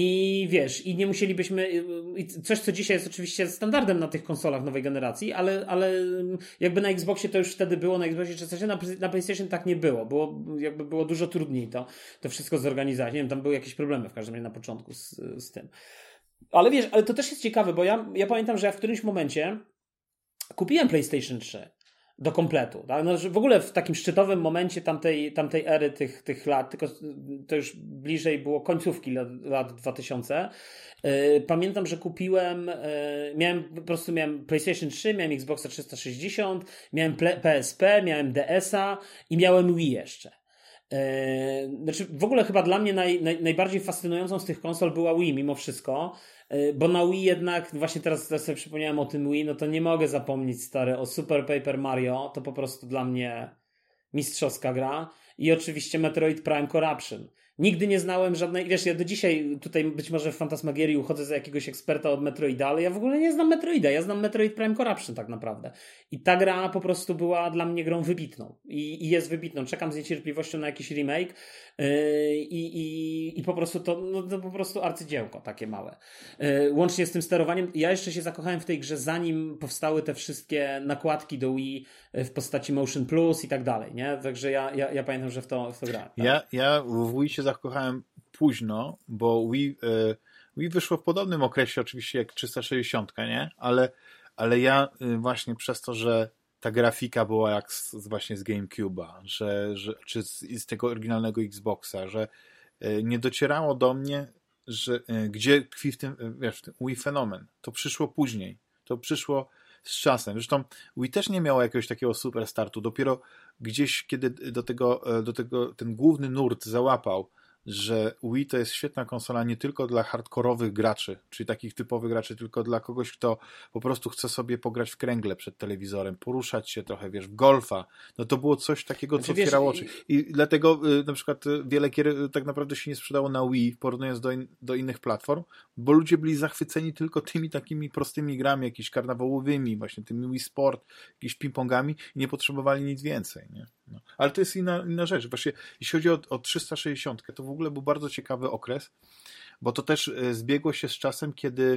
I wiesz, i nie musielibyśmy... Coś, co dzisiaj jest oczywiście standardem na tych konsolach nowej generacji, ale, ale jakby na Xboxie to już wtedy było, na Xboxie trzysta sześćdziesiąt, na, na PlayStation tak nie było. Było jakby było dużo trudniej to, to wszystko zorganizować. Nie wiem, tam były jakieś problemy w każdym razie na początku z, z tym. Ale wiesz, ale to też jest ciekawe, bo ja, ja pamiętam, że ja w którymś momencie kupiłem PlayStation trzy do kompletu. Tak? No, w ogóle w takim szczytowym momencie tamtej, tamtej ery tych, tych lat, tylko to już bliżej było końcówki lat, lat dwa tysiące. Yy, pamiętam, że kupiłem, yy, miałem po prostu miałem PlayStation trzy, miałem Xboxa trzysta sześćdziesiąt, miałem P S P, miałem D S a i miałem Wii jeszcze. Yy, znaczy w ogóle chyba dla mnie naj, naj, najbardziej fascynującą z tych konsol była Wii mimo wszystko, yy, bo na Wii jednak, właśnie teraz, teraz sobie przypomniałem o tym Wii, no to nie mogę zapomnieć stary o Super Paper Mario, to po prostu dla mnie mistrzowska gra i oczywiście Metroid Prime Corruption. Nigdy nie znałem żadnej, wiesz, ja do dzisiaj tutaj być może w Fantasmagierii uchodzę za jakiegoś eksperta od Metroida, ale ja w ogóle nie znam Metroida, ja znam Metroid Prime Corruption tak naprawdę. I ta gra po prostu była dla mnie grą wybitną i, i jest wybitną. Czekam z niecierpliwością na jakiś remake yy, i, i, i po prostu to, no, to po prostu arcydziełko takie małe. Yy, łącznie z tym sterowaniem. Ja jeszcze się zakochałem w tej grze, zanim powstały te wszystkie nakładki do Wii w postaci Motion Plus i tak dalej, nie? Także ja, ja, ja pamiętam, że w to, w to grałem. Tak? Ja, ja w Wii się zakochałem późno, bo Wii, y, Wii wyszło w podobnym okresie oczywiście jak trzysta sześćdziesiąt, nie? Ale, ale ja y, właśnie przez to, że ta grafika była jak z, właśnie z GameCube'a, że, że, czy z, z tego oryginalnego Xboxa, że y, nie docierało do mnie, że y, gdzie tkwi w tym, y, wiesz, w tym Wii fenomen. To przyszło później. To przyszło z czasem. Zresztą Wii też nie miało jakiegoś takiego super startu. Dopiero gdzieś, kiedy do tego, do tego ten główny nurt załapał, że Wii to jest świetna konsola nie tylko dla hardkorowych graczy, czyli takich typowych graczy, tylko dla kogoś, kto po prostu chce sobie pograć w kręgle przed telewizorem, poruszać się trochę, wiesz, w golfa. No to było coś takiego, co znaczy, otwierało oczy. I dlatego y, na przykład y, wiele gier y, tak naprawdę się nie sprzedało na Wii, porównując do, in, do innych platform, bo ludzie byli zachwyceni tylko tymi takimi prostymi grami, jakimiś karnawałowymi, właśnie tymi Wii Sport, jakimiś ping-pongami i nie potrzebowali nic więcej, nie? No. Ale to jest inna, inna rzecz. Właśnie jeśli chodzi o, o trzysta sześćdziesiąt, to w ogóle był bardzo ciekawy okres, bo to też y, zbiegło się z czasem, kiedy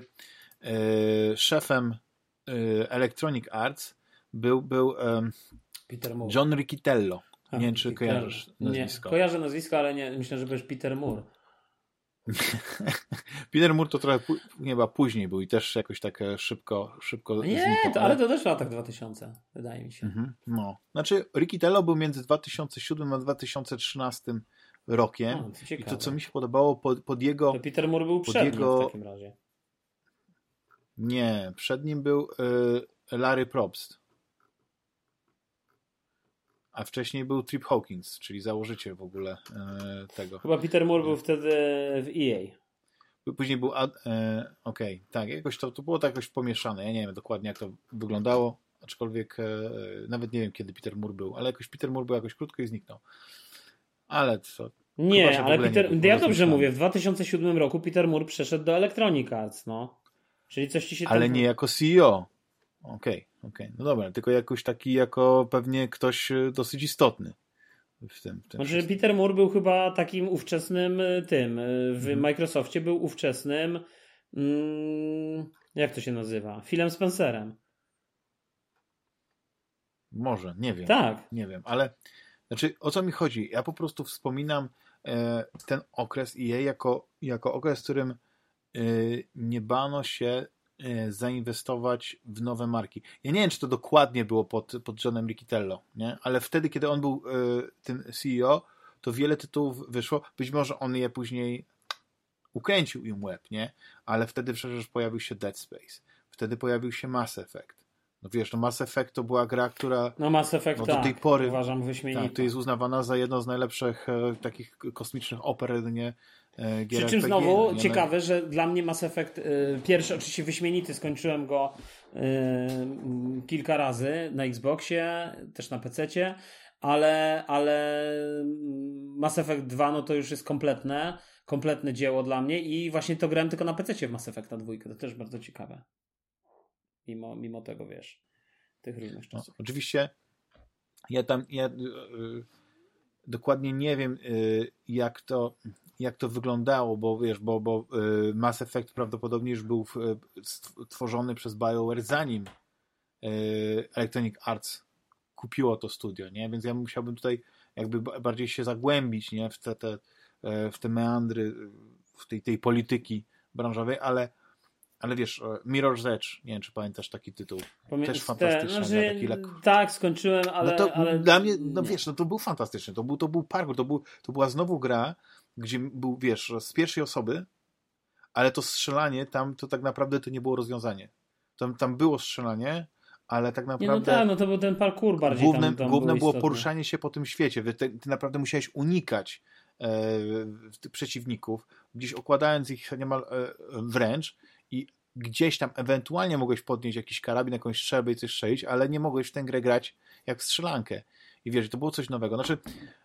y, szefem y, Electronic Arts był, był y, Peter Moore. John Riccitello. A, nie wiem, czy Peter. kojarzysz nazwisko. Nie, kojarzę nazwisko, ale nie, myślę, że byłeś Peter Moore. Peter Moore to trochę pó- chyba później był i też jakoś tak szybko, szybko Nie, zniknął. to, ale to też w latach dwutysięcznych, wydaje mi się. Mhm, no. Znaczy Ricky Tello był między dwa tysiące siódmym a dwa tysiące trzynastym rokiem. O, to I to, co mi się podobało pod, pod jego... To Peter Moore był przed jego... nim w takim razie. Nie, przed nim był y, Larry Probst. A wcześniej był Trip Hawkins, czyli założyciel w ogóle y, tego. Chyba Peter Moore był wtedy w E A. Później był... Ad, y, Okej, okay, tak, jakoś to, to było tak jakoś pomieszane. Ja nie wiem dokładnie, jak to wyglądało, aczkolwiek y, nawet nie wiem, kiedy Peter Moore był, ale jakoś Peter Moore był jakoś krótko i zniknął. Ale co... Nie, chyba, ale Peter, nie był, ja dobrze mówię, w dwa tysiące siódmym roku Peter Moore przeszedł do Electronic Arts, no. Czyli coś ci się Ale tam... nie jako C E O. Okej, okay, okej. Okay. No dobra, tylko jakoś taki jako pewnie ktoś dosyć istotny w tym. W tym znaczy Peter Moore był chyba takim ówczesnym tym, w mhm. Microsoftie był ówczesnym mm, jak to się nazywa? Philem Spencerem. Może, nie wiem. Tak. Nie wiem, ale znaczy o co mi chodzi? Ja po prostu wspominam e, ten okres i jej jako, jako okres, w którym e, nie bano się e, zainwestować w nowe marki. Ja nie wiem, czy to dokładnie było pod, pod Johnem Riccitello, nie? Ale wtedy, kiedy on był e, tym C E O, to wiele tytułów wyszło. Być może on je później ukręcił im łeb, nie? Ale wtedy przecież pojawił się Dead Space. Wtedy pojawił się Mass Effect. No wiesz, no Mass Effect to była gra, która no Mass Effect, no, tak, do tej pory uważam wyśmienita. Tak, to jest uznawana za jedno z najlepszych e, takich kosmicznych oper, nie? E, gier Przy czym R P G, znowu nie? ciekawe, że dla mnie Mass Effect y, pierwszy oczywiście wyśmienity, skończyłem go y, kilka razy na Xboxie, też na pececie, ale, ale Mass Effect dwa no to już jest kompletne, kompletne dzieło dla mnie i właśnie to grałem tylko na pececie w Mass Effecta dwójkę, to też bardzo ciekawe. Mimo, mimo tego, wiesz, tych różnych czasów. No, oczywiście ja tam ja, yy, dokładnie nie wiem yy, jak to jak to wyglądało, bo wiesz, bo, bo yy, Mass Effect prawdopodobnie już był yy, stworzony przez BioWare zanim yy, Electronic Arts kupiło to studio, nie? Więc ja musiałbym tutaj jakby bardziej się zagłębić, nie? W te, te, w te meandry w tej, tej polityki branżowej, ale ale wiesz, Mirror's Edge, nie wiem, czy pamiętasz taki tytuł. Pamię- Też fantastyczny. Znaczy, taki lek... Tak, skończyłem, ale... No to ale... dla mnie, no wiesz, no to był fantastyczny. To był, to był parkour, to, był, to była znowu gra, gdzie był, wiesz, z pierwszej osoby, ale to strzelanie tam, to tak naprawdę to nie było rozwiązanie. Tam, tam było strzelanie, ale tak naprawdę... Nie, no tak, no to był ten parkour bardziej główne, tam, tam Główne było, było poruszanie się po tym świecie. Ty, ty naprawdę musiałeś unikać e, przeciwników, gdzieś okładając ich niemal e, wręcz i gdzieś tam ewentualnie mogłeś podnieść jakiś karabin, jakąś strzelbę i coś strzelić, ale nie mogłeś w tę grę grać jak w strzelankę. I wiesz, to było coś nowego. Znaczy,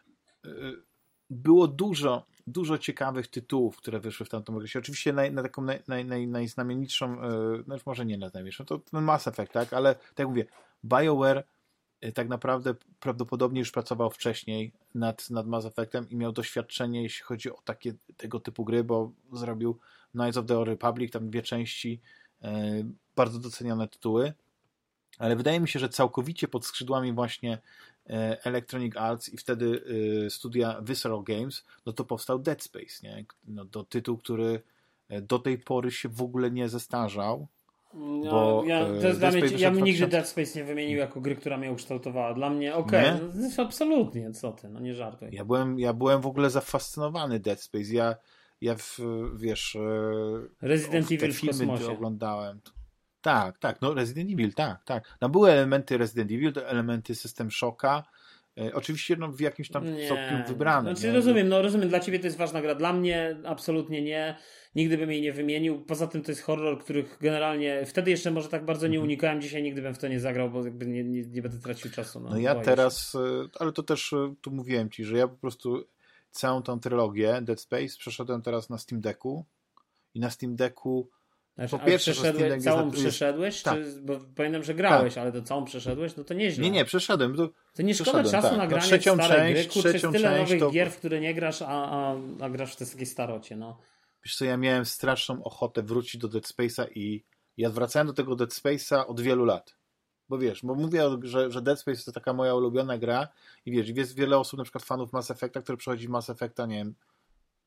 yy, było dużo, dużo ciekawych tytułów, które wyszły w tamtym okresie. Oczywiście na, na taką naj, naj, naj, najznamienitszą, yy, no może nie najznamienitszą, to ten Mass Effect, tak? Ale tak jak mówię, BioWare yy, tak naprawdę prawdopodobnie już pracował wcześniej nad, nad Mass Effectem i miał doświadczenie, jeśli chodzi o takie tego typu gry, bo zrobił Knights of the Old Republic, tam dwie części, yy, bardzo docenione tytuły, ale wydaje mi się, że całkowicie pod skrzydłami właśnie yy, Electronic Arts i wtedy yy, studia Visceral Games, no to powstał Dead Space, nie? No, to tytuł, który do tej pory się w ogóle nie zestarzał. No, bo, ja, to jest dla mnie, ja bym nigdy Dead Space nie wymienił jako gry, która mnie ukształtowała. Dla mnie okej, okay, no, absolutnie, co ty, no nie żartuj. Ja byłem, ja byłem w ogóle zafascynowany Dead Space. Ja Ja w, wiesz, Resident te Evil w filmy kosmosie oglądałem. Tak, tak, no Resident Evil, tak, tak. No były elementy Resident Evil, elementy System Shocka. E, oczywiście no, w jakimś tam nie. stopniu wybrane. Znaczy, rozumiem, no rozumiem, dla ciebie to jest ważna gra. Dla mnie absolutnie nie. Nigdy bym jej nie wymienił. Poza tym to jest horror, których generalnie wtedy jeszcze może tak bardzo nie unikałem. Dzisiaj nigdy bym w to nie zagrał, bo jakby nie, nie, nie będę tracił czasu. No, no ja teraz, ale to też tu mówiłem ci, że ja po prostu całą tą trylogię Dead Space przeszedłem teraz na Steam Decku i na Steam Decku znaczy, po pierwsze, przeszedłeś, całą jest, przeszedłeś? Jest, czy, tak. Bo pamiętam, że grałeś, tak. Ale to całą przeszedłeś? No to nieźle. Nie, nie, przeszedłem. To, to nie szkoda czasu tak. na granie trzecią w stare część, gry. Kurczę, jest tyle nowych to... gier, w które nie grasz, a, a, a grasz w te takie starocie, no. Wiesz co, ja miałem straszną ochotę wrócić do Dead Space'a i ja wracałem do tego Dead Space'a od wielu lat. Bo wiesz, bo mówię, że, że Dead Space to taka moja ulubiona gra i wiesz, jest wiele osób, na przykład fanów Mass Effecta, które przechodzi Mass Effecta, nie wiem,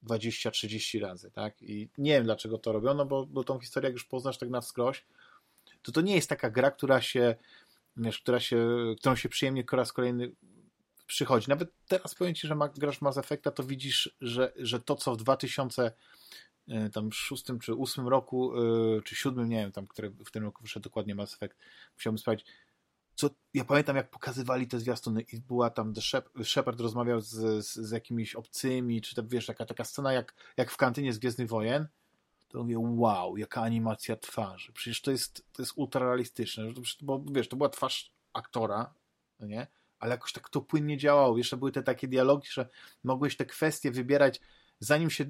dwadzieścia trzydzieści razy, tak? I nie wiem, dlaczego to robią, no bo, bo tą historię, jak już poznasz tak na wskroś, to to nie jest taka gra, która się, wiesz, która się, którą się przyjemnie po raz kolejny przychodzi. Nawet teraz powiem ci, że ma, grasz w Mass Effecta, to widzisz, że, że to, co w dwa tysiące szóstym czy ósmym roku, czy siódmym, nie wiem, tam, które w tym roku wyszedł dokładnie Mass Effect, musiałbym sprawdzić, co, ja pamiętam, jak pokazywali te zwiastuny i była tam, Shepard rozmawiał z, z, z jakimiś obcymi, czy tam, wiesz, taka, taka scena jak, jak w kantynie z Gwiezdnych Wojen, to mówię, wow, jaka animacja twarzy. Przecież to jest, to jest ultrarealistyczne, bo wiesz, to była twarz aktora, no nie? Ale jakoś tak to płynnie działało. Jeszcze były te takie dialogi, że mogłeś te kwestie wybierać, zanim się,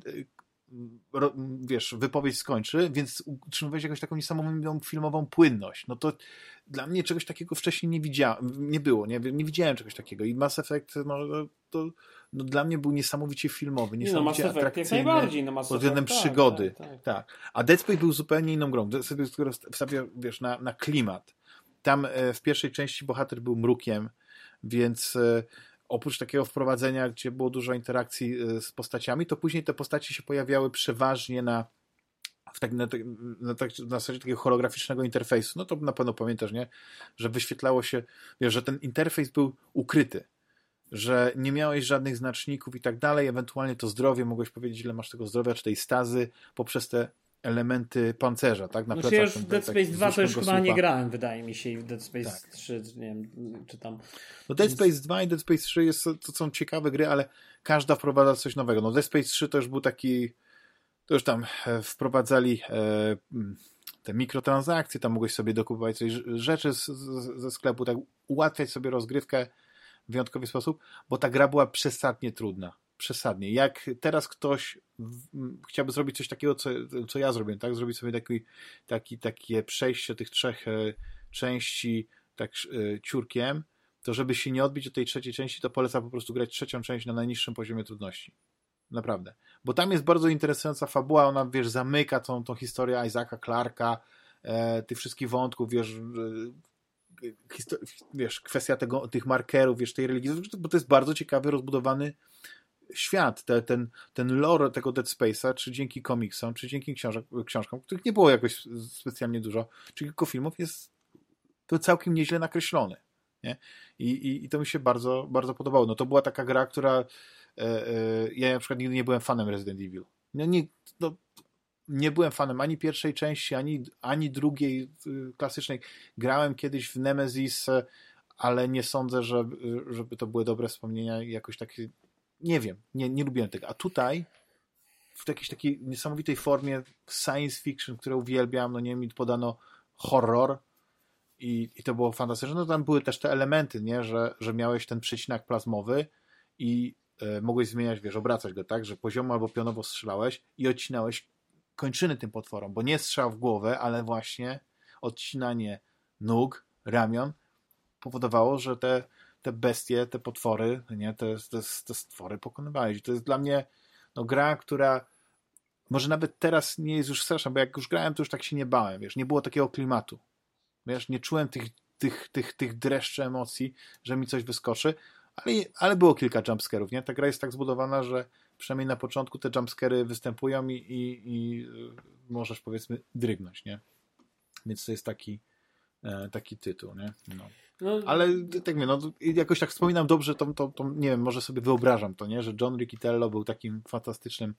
wiesz, wypowiedź skończy, więc utrzymywałeś jakąś taką niesamowitą filmową płynność. No to dla mnie czegoś takiego wcześniej nie widziałem, nie było, nie, nie widziałem czegoś takiego. I Mass Effect, no to no, dla mnie był niesamowicie filmowy, niesamowicie nie, no, atrakcyjny, najbardziej, no, pod względem tak, przygody. tak, tak. tak. A Dead Space był zupełnie inną grą. Dead Space, który wstawia, wiesz, na, na klimat. Tam w pierwszej części bohater był mrukiem, więc oprócz takiego wprowadzenia, gdzie było dużo interakcji z postaciami, to później te postaci się pojawiały przeważnie na w tak, na, na, na zasadzie takiego holograficznego interfejsu. No to na pewno pamiętasz, nie? Że wyświetlało się, wiesz, że ten interfejs był ukryty, że nie miałeś żadnych znaczników i tak dalej, ewentualnie to zdrowie, mogłeś powiedzieć, ile masz tego zdrowia, czy tej stazy, poprzez te elementy pancerza, tak? Na no plecach. Ja już w Dead Space tak, dwa to już chyba słupa. Nie grałem, wydaje mi się, i w Dead Space tak. trzy, nie wiem, czy tam... No Dead Space dwa i Dead Space trzy jest, to są ciekawe gry, ale każda wprowadza coś nowego. No Dead Space trzy to już był taki, to już tam wprowadzali e, te mikrotransakcje, tam mogłeś sobie dokupować coś, rzeczy z, z, ze sklepu, tak ułatwiać sobie rozgrywkę w wyjątkowy sposób, bo ta gra była przesadnie trudna. Przesadnie. Jak teraz ktoś w, chciałby zrobić coś takiego, co, co ja zrobiłem, tak? Zrobić sobie taki, taki, takie przejście tych trzech e, części tak e, ciurkiem, to żeby się nie odbić od tej trzeciej części, to polecam po prostu grać trzecią część na najniższym poziomie trudności. Naprawdę. Bo tam jest bardzo interesująca fabuła, ona, wiesz, zamyka tą, tą historię Isaaca Clarka, e, tych wszystkich wątków, wiesz, e, histori- wiesz, kwestia tego, tych markerów, wiesz, tej religii, bo to jest bardzo ciekawy, rozbudowany świat, te, ten, ten lore tego Dead Space'a, czy dzięki komiksom, czy dzięki książek, książkom, których nie było jakoś specjalnie dużo, czy kilku filmów, jest to całkiem nieźle nakreślony. Nie? I, i, I to mi się bardzo, bardzo podobało. No to była taka gra, która e, e, ja na przykład nigdy nie byłem fanem Resident Evil. No nie, no, nie byłem fanem ani pierwszej części, ani, ani drugiej y, klasycznej. Grałem kiedyś w Nemesis, ale nie sądzę, że, żeby to były dobre wspomnienia i jakoś takie, nie wiem, nie, nie lubiłem tego. A tutaj w jakiejś takiej niesamowitej formie science fiction, które uwielbiam, no nie wiem, mi podano horror, I, i to było fantastyczne. No tam były też te elementy, nie? Że, że miałeś ten przecinak plazmowy i e, mogłeś zmieniać, wiesz, obracać go tak, że poziomo albo pionowo strzelałeś i odcinałeś kończyny tym potworom, bo nie strzał w głowę, ale właśnie odcinanie nóg, ramion powodowało, że te, te bestie, te potwory, nie? Te, te, te stwory pokonywałeś. I to jest dla mnie no, gra, która może nawet teraz nie jest już straszna, bo jak już grałem, to już tak się nie bałem, wiesz, nie było takiego klimatu. Wiesz, nie czułem tych, tych, tych, tych dreszczy emocji, że mi coś wyskoczy, ale, ale było kilka jumpscarów, nie? Ta gra jest tak zbudowana, że przynajmniej na początku te jumpscary występują i, i, i możesz, powiedzmy, drygnąć, nie? Więc to jest taki, e, taki tytuł, nie? No. No, ale tak mówię, no, jakoś tak wspominam dobrze, to, to, to nie wiem, może sobie wyobrażam to, nie? Że John Riccitiello był takim fantastycznym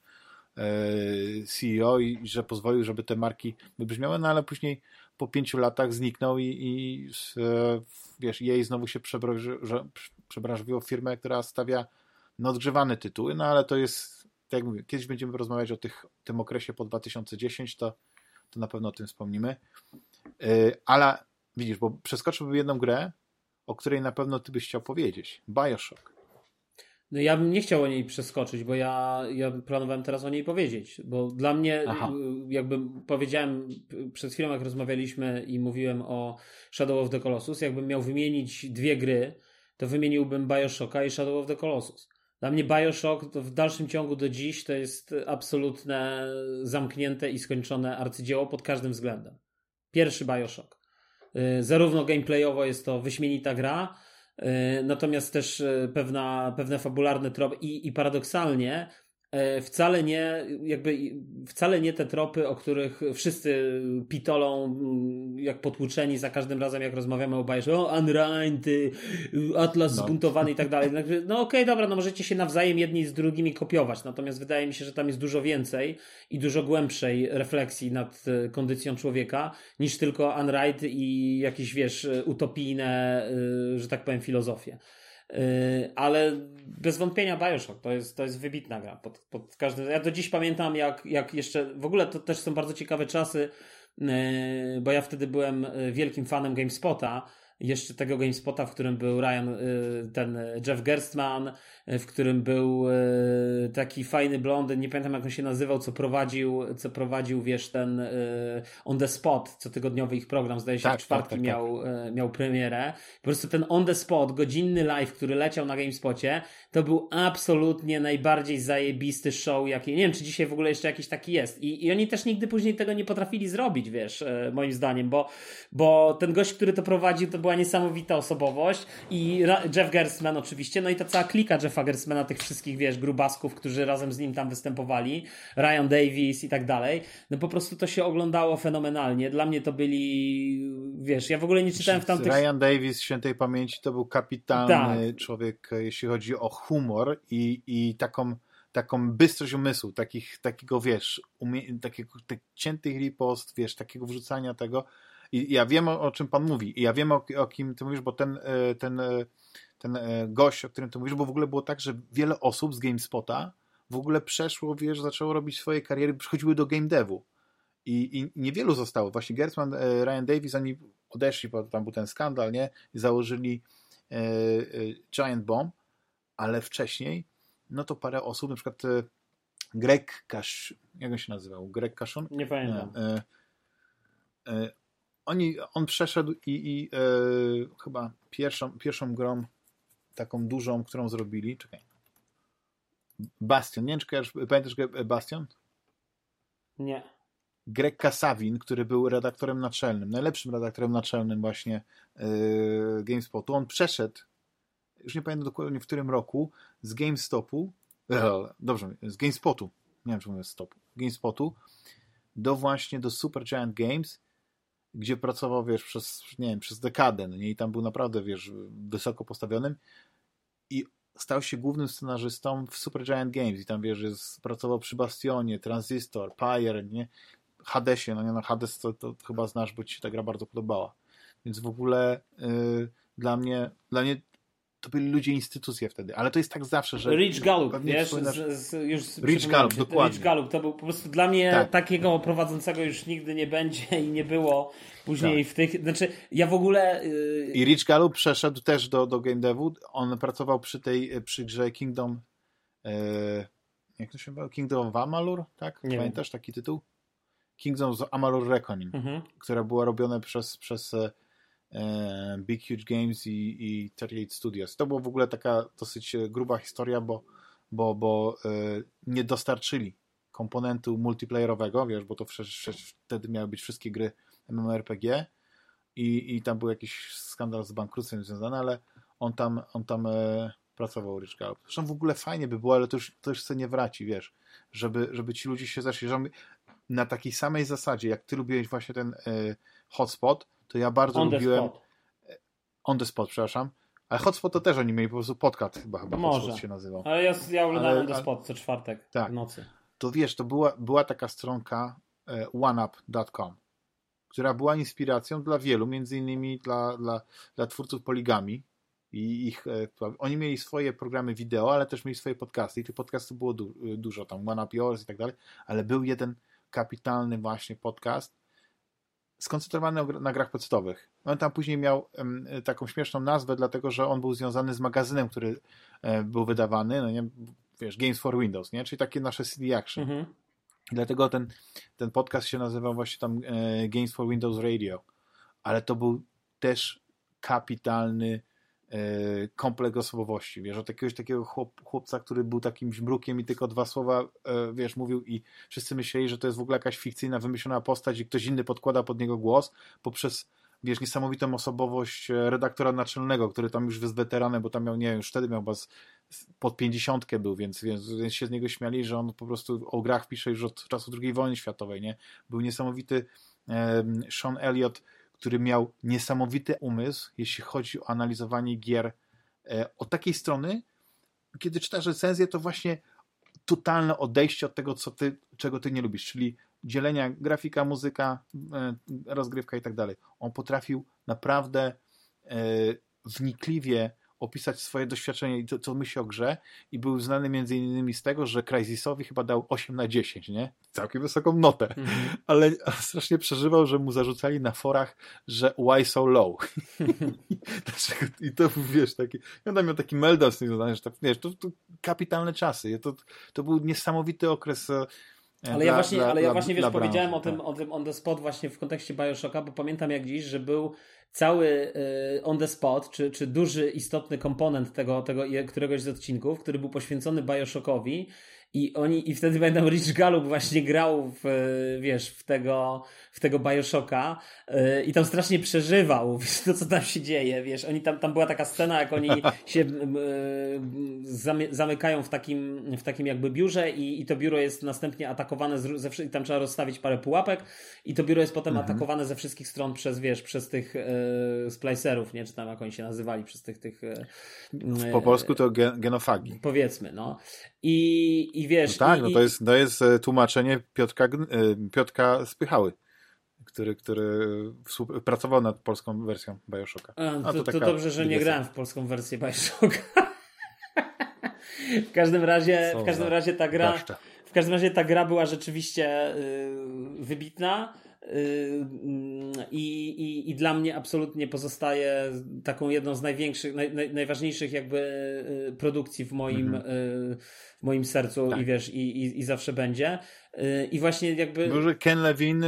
C E O i że pozwolił, żeby te marki wybrzmiały, no ale później po pięciu latach zniknął i, i wiesz, jej znowu się przebranżowiło w firmę, która stawia no, odgrzewane tytuły, no ale to jest, tak jak mówię, kiedyś będziemy rozmawiać o tych, tym okresie po dwa tysiące dziesiątym, to, to na pewno o tym wspomnimy. Yy, ale widzisz, bo przeskoczyłbym jedną grę, o której na pewno ty byś chciał powiedzieć. BioShock. No ja bym nie chciał o niej przeskoczyć, bo ja, ja planowałem teraz o niej powiedzieć, bo dla mnie, Aha. jakbym powiedziałem przed chwilą, jak rozmawialiśmy i mówiłem o Shadow of the Colossus, jakbym miał wymienić dwie gry, to wymieniłbym BioShocka i Shadow of the Colossus. Dla mnie BioShock to w dalszym ciągu do dziś to jest absolutne zamknięte i skończone arcydzieło pod każdym względem. Pierwszy BioShock. Zarówno gameplayowo jest to wyśmienita gra, natomiast też pewna, pewne fabularne tropy i, i paradoksalnie wcale nie, jakby wcale nie te tropy, o których wszyscy pitolą jak potłuczeni za każdym razem, jak rozmawiamy o Bioshock, o Unrein, Atlas no. zbuntowany i tak dalej. No okej, okay, dobra, no możecie się nawzajem jedni z drugimi kopiować, natomiast wydaje mi się, że tam jest dużo więcej i dużo głębszej refleksji nad kondycją człowieka, niż tylko Unrein i jakieś, wiesz, utopijne, że tak powiem, filozofie. Ale bez wątpienia Bioshock to jest, to jest wybitna gra pod, pod każdym. Ja do dziś pamiętam, jak, jak jeszcze w ogóle to też są bardzo ciekawe czasy, bo ja wtedy byłem wielkim fanem GameSpota, jeszcze tego GameSpota, w którym był Ryan, ten Jeff Gerstmann, w którym był taki fajny blondyn, nie pamiętam jak on się nazywał, co prowadził, co prowadził, wiesz, ten On The Spot, cotygodniowy ich program, zdaje się, tak, w czwartki tak, tak, miał, tak. miał premierę. Po prostu ten On The Spot, godzinny live, który leciał na GameSpocie, to był absolutnie najbardziej zajebisty show, jaki, nie wiem, czy dzisiaj w ogóle jeszcze jakiś taki jest. I, i oni też nigdy później tego nie potrafili zrobić, wiesz, moim zdaniem, bo, bo ten gość, który to prowadził, to była niesamowita osobowość i Jeff Gerstmann oczywiście, no i ta cała klika Jeffa Gerstmanna, tych wszystkich, wiesz, grubasków, którzy razem z nim tam występowali, Ryan Davis i tak dalej, no po prostu to się oglądało fenomenalnie. Dla mnie to byli, wiesz, ja w ogóle nie czytałem w tamtych... Ryan Davis, świętej pamięci, to był kapitalny tak. człowiek, jeśli chodzi o humor i, i taką taką bystrość umysłu, takich, takiego, wiesz, umie, takiego tak ciętych ripost, wiesz, takiego wrzucania tego. I ja wiem, o, o czym pan mówi. I ja wiem, o, o kim ty mówisz, bo ten, ten, ten gość, o którym ty mówisz, bo w ogóle było tak, że wiele osób z GameSpota w ogóle przeszło, wiesz, zaczęło robić swoje kariery, przychodziły do game devu. I, i niewielu zostało. Właśnie Gerstmann, Ryan Davis, oni odeszli, bo tam był ten skandal, nie? I założyli e, e, Giant Bomb, ale wcześniej, no to parę osób, na przykład e, Greg Cash, jak on się nazywał? Greg Cashon? Nie pamiętam. E, e, Oni, on przeszedł i, i e, chyba pierwszą, pierwszą grą taką dużą, którą zrobili, czekaj, Bastion, nie wiem, czy kojarzysz, pamiętasz Bastion? Nie. Greg Kasavin, który był redaktorem naczelnym, najlepszym redaktorem naczelnym właśnie e, GameSpotu, on przeszedł, już nie pamiętam dokładnie w którym roku, z GameStopu, e, dobrze, z GameSpotu, nie wiem, czy mówię stopu, GameSpotu, do właśnie do Supergiant Games, gdzie pracował, wiesz, przez, nie wiem, przez dekadę, no nie? I tam był naprawdę, wiesz, wysoko postawionym i stał się głównym scenarzystą w Supergiant Games i tam, wiesz, jest, pracował przy Bastionie, Transistor, Pyre, nie? Hadesie, no nie, no Hades to, to chyba znasz, bo ci się ta gra bardzo podobała. Więc w ogóle yy, dla mnie, dla mnie to byli ludzie, instytucje wtedy, ale to jest tak zawsze, że... Rich Gallup, wiesz, z, z, już Rich Gallup, dokładnie. Rich Gallup, to był po prostu dla mnie tak. Takiego prowadzącego już nigdy nie będzie i nie było później tak. w tych... Znaczy, ja w ogóle... Yy... I Rich Gallup przeszedł też do, do game devu, on pracował przy tej, przy grze Kingdom... Yy, jak to się nazywa? Kingdom of Amalur, tak? Nie Pamiętasz wiem. Taki tytuł? Kingdom of Amalur Reckoning, mhm. która była robiona przez... przez Big Huge Games i, i trzydzieści osiem Studios. To była w ogóle taka dosyć gruba historia, bo, bo, bo yy, nie dostarczyli komponentu multiplayerowego, wiesz, bo to przecież wtedy miały być wszystkie gry MMORPG i, i tam był jakiś skandal z bankructwem związany, ale on tam, on tam e, pracował, Rich Gallup. Zresztą w ogóle fajnie by było, ale to już, to już sobie nie wraci, wiesz, żeby, żeby ci ludzie się zeszli, że na takiej samej zasadzie, jak ty lubiłeś właśnie ten e, hotspot, to ja bardzo on lubiłem... The on the spot, przepraszam. Ale Hotspot to też oni mieli po prostu podcast chyba, chyba Może. Hotspot się nazywał. Ale ja, ja oglądałem On the Spot co czwartek tak. w nocy. To wiesz, to była, była taka stronka e, one up dot com, która była inspiracją dla wielu, między innymi dla, dla, dla twórców Poligami. I ich, e, oni mieli swoje programy wideo, ale też mieli swoje podcasty i tych podcastów było du, dużo, tam One Up Yours i tak dalej, ale był jeden kapitalny właśnie podcast skoncentrowany na grach podstawowych. On tam później miał um, taką śmieszną nazwę, dlatego, że on był związany z magazynem, który e, był wydawany, no nie, wiesz, Games for Windows, nie? Czyli takie nasze C D Action. Mhm. I dlatego ten, ten podcast się nazywał właśnie tam e, Games for Windows Radio. Ale to był też kapitalny e, kompleks osobowości. Wiesz, od jakiegoś takiego chłop, chłopca, który był takim żmrukiem i tylko dwa słowa, e, wiesz, mówił i wszyscy myśleli, że to jest w ogóle jakaś fikcyjna, wymyślona postać i ktoś inny podkłada pod niego głos poprzez, wiesz, niesamowitą osobowość redaktora naczelnego, który tam już jest weteranem, bo tam miał, nie wiem, już wtedy miał chyba pod pięćdziesiątkę był, więc, więc, więc się z niego śmiali, że on po prostu o grach pisze już od czasu drugiej wojny światowej, nie? Był niesamowity um, Sean Elliott, który miał niesamowity umysł, jeśli chodzi o analizowanie gier e, od takiej strony, kiedy czytasz recenzję, to właśnie totalne odejście od tego, co ty, czego ty nie lubisz, czyli dzielenia grafika, muzyka, e, rozgrywka i tak dalej. On potrafił naprawdę e, wnikliwie opisać swoje doświadczenie i to, co myśli o grze i był znany między innymi z tego, że Crysisowi chyba dał osiem na dziesięć, nie? Całkiem wysoką notę, mm-hmm. ale strasznie przeżywał, że mu zarzucali na forach, że why so low? Dlaczego? I to, wiesz, taki, ja tam miał taki meltdown z tym związany, że tak, wiesz, to, to kapitalne czasy. To, to był niesamowity okres. Ale dla, ja właśnie, dla, ale ja właśnie wiesz, powiedziałem branży, o tym, tak. o tym on the spot właśnie w kontekście BioShocka, bo pamiętam jak dziś, że był cały y, on the spot, czy, czy duży, istotny komponent tego, tego któregoś z odcinków, który był poświęcony BioShockowi i oni, i wtedy pamiętam Rich Gallup właśnie grał w, wiesz, w tego, w tego BioShocka yy, i tam strasznie przeżywał, wiesz, to co tam się dzieje, wiesz, oni tam, tam była taka scena, jak oni się yy, zamy, zamykają w takim, w takim jakby biurze i, i to biuro jest następnie atakowane z, ze, i tam trzeba rozstawić parę pułapek i to biuro jest potem mhm. atakowane ze wszystkich stron przez, wiesz, przez tych yy, splicerów, nie, czy tam jak oni się nazywali, przez tych, tych yy, po polsku to gen, genofagi. Powiedzmy, no. I, i wiesz... No tak, i, no to jest, to jest tłumaczenie Piotrka, Piotrka Spychały, który, który pracował nad polską wersją BioShocka. A, to, to, to dobrze, że nie grałem w polską wersję BioShocka. w każdym razie, w każdym razie ta gra... Daszcza. W każdym razie ta gra była rzeczywiście yy, wybitna. I, i, i dla mnie absolutnie pozostaje taką jedną z największych, naj, naj, najważniejszych jakby produkcji w moim, mhm. w moim sercu tak. i wiesz, i, i, i zawsze będzie. I właśnie jakby... Może Ken Levine,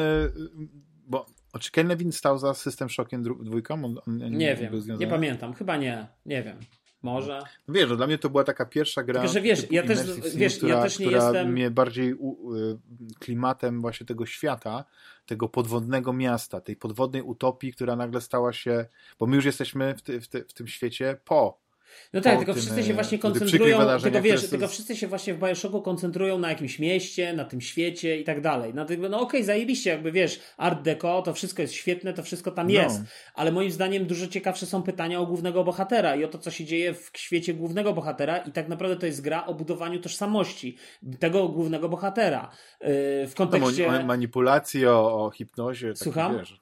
bo czy Ken Levine stał za System Shockiem dwójką? On, on nie nie wiem, nie pamiętam, chyba nie, nie wiem. Może. No wiesz, no dla mnie to była taka pierwsza gra. Tylko, że wiesz, ja też, wiesz, która, ja też nie która jestem. Mnie bardziej u, y, klimatem właśnie tego świata, tego podwodnego miasta, tej podwodnej utopii, która nagle stała się. Bo my już jesteśmy w, ty, w, ty, w tym świecie po. No tak, tylko wszyscy się właśnie koncentrują, tylko wiesz, jest... tylko wszyscy się właśnie w BioShocku koncentrują na jakimś mieście, na tym świecie i tak dalej. Na tym, no okej, okay, zajebiście, jakby wiesz, Art Deco, to wszystko jest świetne, to wszystko tam no. jest, ale moim zdaniem dużo ciekawsze są pytania o głównego bohatera i o to, co się dzieje w świecie głównego bohatera i tak naprawdę to jest gra o budowaniu tożsamości tego głównego bohatera. Yy, w kontekście... No, o manipulacji, o, o hipnozie. Słucham? Wiesz,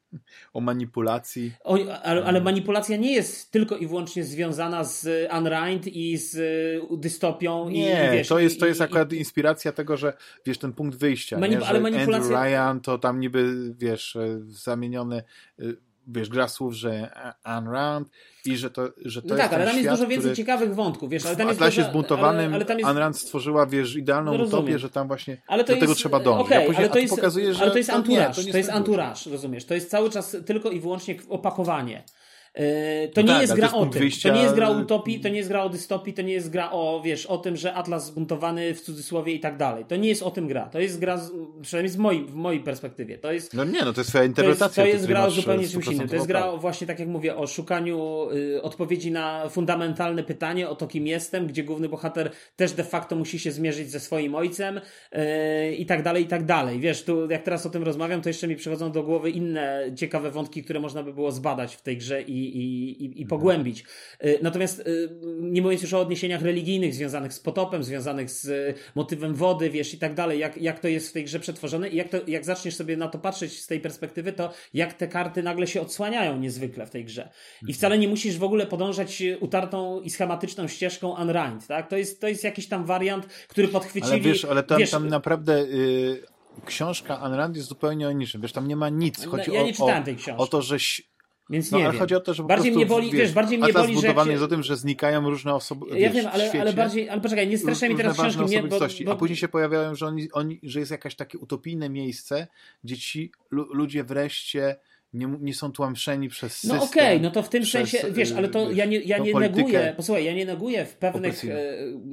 o manipulacji. O, ale, ale manipulacja nie jest tylko i wyłącznie związana z Unrind i z dystopią. Nie, i, wiesz, to jest, to i, jest i, akurat i... inspiracja tego, że wiesz, ten punkt wyjścia, Manip- nie? Że ale manipulacja... Andrew Ryan to tam niby, wiesz, zamieniony, wiesz, gra słów, że Unrind i że to, że to no jest tak, ale tam świat, jest dużo więcej który... ciekawych wątków, wiesz, ale tam w jest Atlasie dużo... zbuntowanym ale, ale tam jest... Unrind stworzyła, wiesz, idealną no, utopię, że tam właśnie ale to do tego jest... trzeba dążyć. Okay, później, ale to jest, pokazuje, że ale to jest to anturaż, nie, to, nie to jest anturaż, rozumiesz, to jest cały czas tylko i wyłącznie opakowanie. To no nie tak, jest gra o tym. wyjścia... To nie jest gra o utopii, to nie jest gra o dystopii, to nie jest gra o, wiesz, o tym, że Atlas zbuntowany w cudzysłowie i tak dalej. To nie jest o tym gra. To jest gra, z, przynajmniej z mojej, w mojej perspektywie. To jest, no nie, no to jest twoja interpretacja. To jest, to jest gra o zupełnie czymś innym. To jest gra o, właśnie, tak jak mówię, o szukaniu y, odpowiedzi na fundamentalne pytanie o to, kim jestem, gdzie główny bohater też de facto musi się zmierzyć ze swoim ojcem y, i tak dalej, i tak dalej. Wiesz, tu jak teraz o tym rozmawiam, to jeszcze mi przychodzą do głowy inne ciekawe wątki, które można by było zbadać w tej grze i, i, i i pogłębić. Natomiast nie mówiąc już o odniesieniach religijnych związanych z potopem, związanych z motywem wody, wiesz, i tak dalej, jak, jak to jest w tej grze przetworzone i jak, to, jak zaczniesz sobie na to patrzeć z tej perspektywy, to jak te karty nagle się odsłaniają niezwykle w tej grze. I wcale nie musisz w ogóle podążać utartą i schematyczną ścieżką Unrind, tak? To jest, to jest jakiś tam wariant, który podchwycili... Ale wiesz, ale tam, wiesz, tam naprawdę... Yy... Książka Unrind jest zupełnie o niczym. Wiesz, tam nie ma nic. Chodzi no, ja o, nie czytałem o, tej książki. O to, że... Więc no, nie ale wiem. chodzi o to, że po bardziej prostu, mnie boli, wiesz, wiesz, bardziej mnie Atlas boli, zbudowany się... jest o tym, że znikają różne osoby. Ja wiesz, wiem, ale, ale bardziej, ale poczekaj, nie streszczaj mi teraz książki, nie, bo, bo... A później się pojawiają, że, oni, oni, że jest jakieś takie utopijne miejsce, gdzie ci lu- ludzie wreszcie nie, nie są tłamszeni przez system. No okej, okay, no to w tym sensie, wiesz, ale to wiesz, ja nie, ja nie neguję, posłuchaj, ja nie neguję w pewnych, e,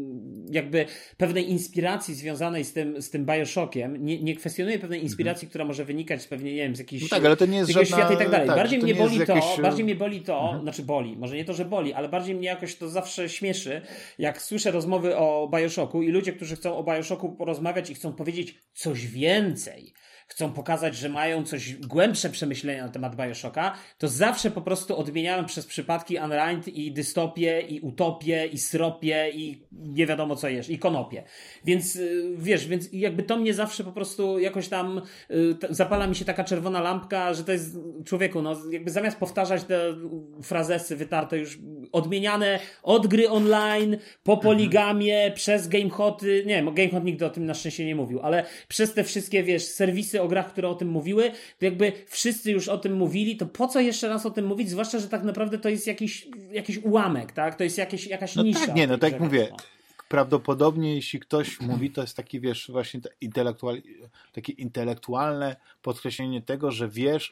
jakby pewnej inspiracji związanej z tym, z tym Bioshockiem, nie, nie kwestionuję pewnej inspiracji, mhm. która może wynikać pewnie, nie wiem, z jakiejś no tak, ale to nie jest żadna, świata i tak dalej. Tak, bardziej mnie boli to, jakieś... bardziej mnie boli to, mhm. znaczy boli, może nie to, że boli, ale bardziej mnie jakoś to zawsze śmieszy, jak słyszę rozmowy o Bioshocku i ludzie, którzy chcą o Bioshocku porozmawiać i chcą powiedzieć coś więcej, chcą pokazać, że mają coś głębsze przemyślenia na temat Bioshocka, to zawsze po prostu odmieniałem przez przypadki Ayn Rand i dystopię, i utopię, i sropię, i nie wiadomo co jeszcze, i konopie. Więc wiesz, więc jakby to mnie zawsze po prostu jakoś tam zapala mi się taka czerwona lampka, że to jest, człowieku, no jakby zamiast powtarzać te frazesy wytarte już, odmieniane od gry online, po poligamie, mhm. przez GameHoty, nie wiem, GameHot nigdy o tym na szczęście nie mówił, ale przez te wszystkie, wiesz, serwisy o grach, które o tym mówiły, to jakby wszyscy już o tym mówili, to po co jeszcze raz o tym mówić, zwłaszcza, że tak naprawdę to jest jakiś, jakiś ułamek, tak? To jest jakieś, jakaś no nisza. Tak, nie, no tak jak mówię, prawdopodobnie jeśli ktoś mówi, to jest taki, wiesz, właśnie intelektual, takie intelektualne podkreślenie tego, że wiesz,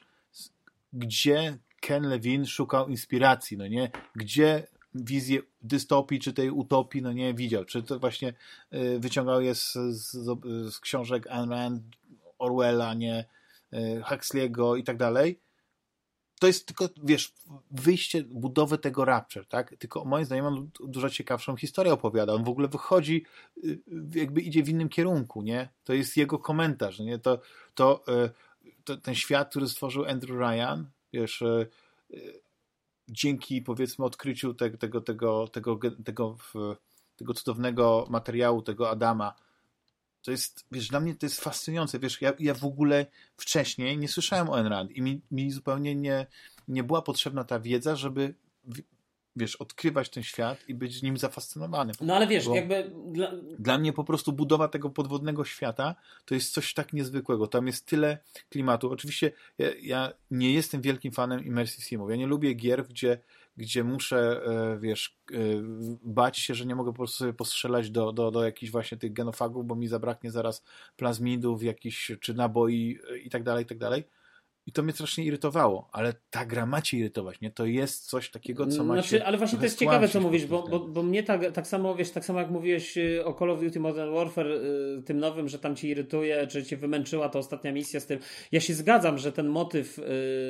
gdzie Ken Levine szukał inspiracji, no nie? Gdzie wizję dystopii, czy tej utopii, no nie, widział. Czy to właśnie y, wyciągał je z, z, z książek Ayn Rand, Orwella, nie, y, Huxley'ego i tak dalej. To jest tylko, wiesz, wyjście, budowę tego Rapture, tak? Tylko moim zdaniem on dużo ciekawszą historię opowiada. On w ogóle wychodzi, y, jakby idzie w innym kierunku, nie? To jest jego komentarz, nie? To, to, y, to ten świat, który stworzył Andrew Ryan, wiesz, y, y, dzięki, powiedzmy, odkryciu te, tego, tego, tego, tego, tego cudownego materiału, tego Adama, to jest, wiesz, dla mnie to jest fascynujące, wiesz, ja, ja w ogóle wcześniej nie słyszałem o Ayn Rand i mi, mi zupełnie nie, nie była potrzebna ta wiedza, żeby, wiesz, odkrywać ten świat i być nim zafascynowany. No ale wiesz, jakby... Dla... dla mnie po prostu budowa tego podwodnego świata to jest coś tak niezwykłego. Tam jest tyle klimatu. Oczywiście ja, ja nie jestem wielkim fanem immersive simów. Ja nie lubię gier, gdzie, gdzie muszę, e, wiesz, e, bać się, że nie mogę po prostu sobie postrzelać do, do, do jakichś właśnie tych genofagów, bo mi zabraknie zaraz plazmidów, jakichś, czy naboi i tak dalej, i tak dalej. I to mnie strasznie irytowało, ale ta gra ma cię irytować, nie? To jest coś takiego, co ma znaczy, cię... Ale właśnie to jest ciekawe, co mówisz, bo, bo, bo mnie tak, tak samo, wiesz, tak samo jak mówiłeś o Call of Duty Modern Warfare, y, tym nowym, że tam cię irytuje, czy cię wymęczyła ta ostatnia misja z tym. Ja się zgadzam, że ten motyw y,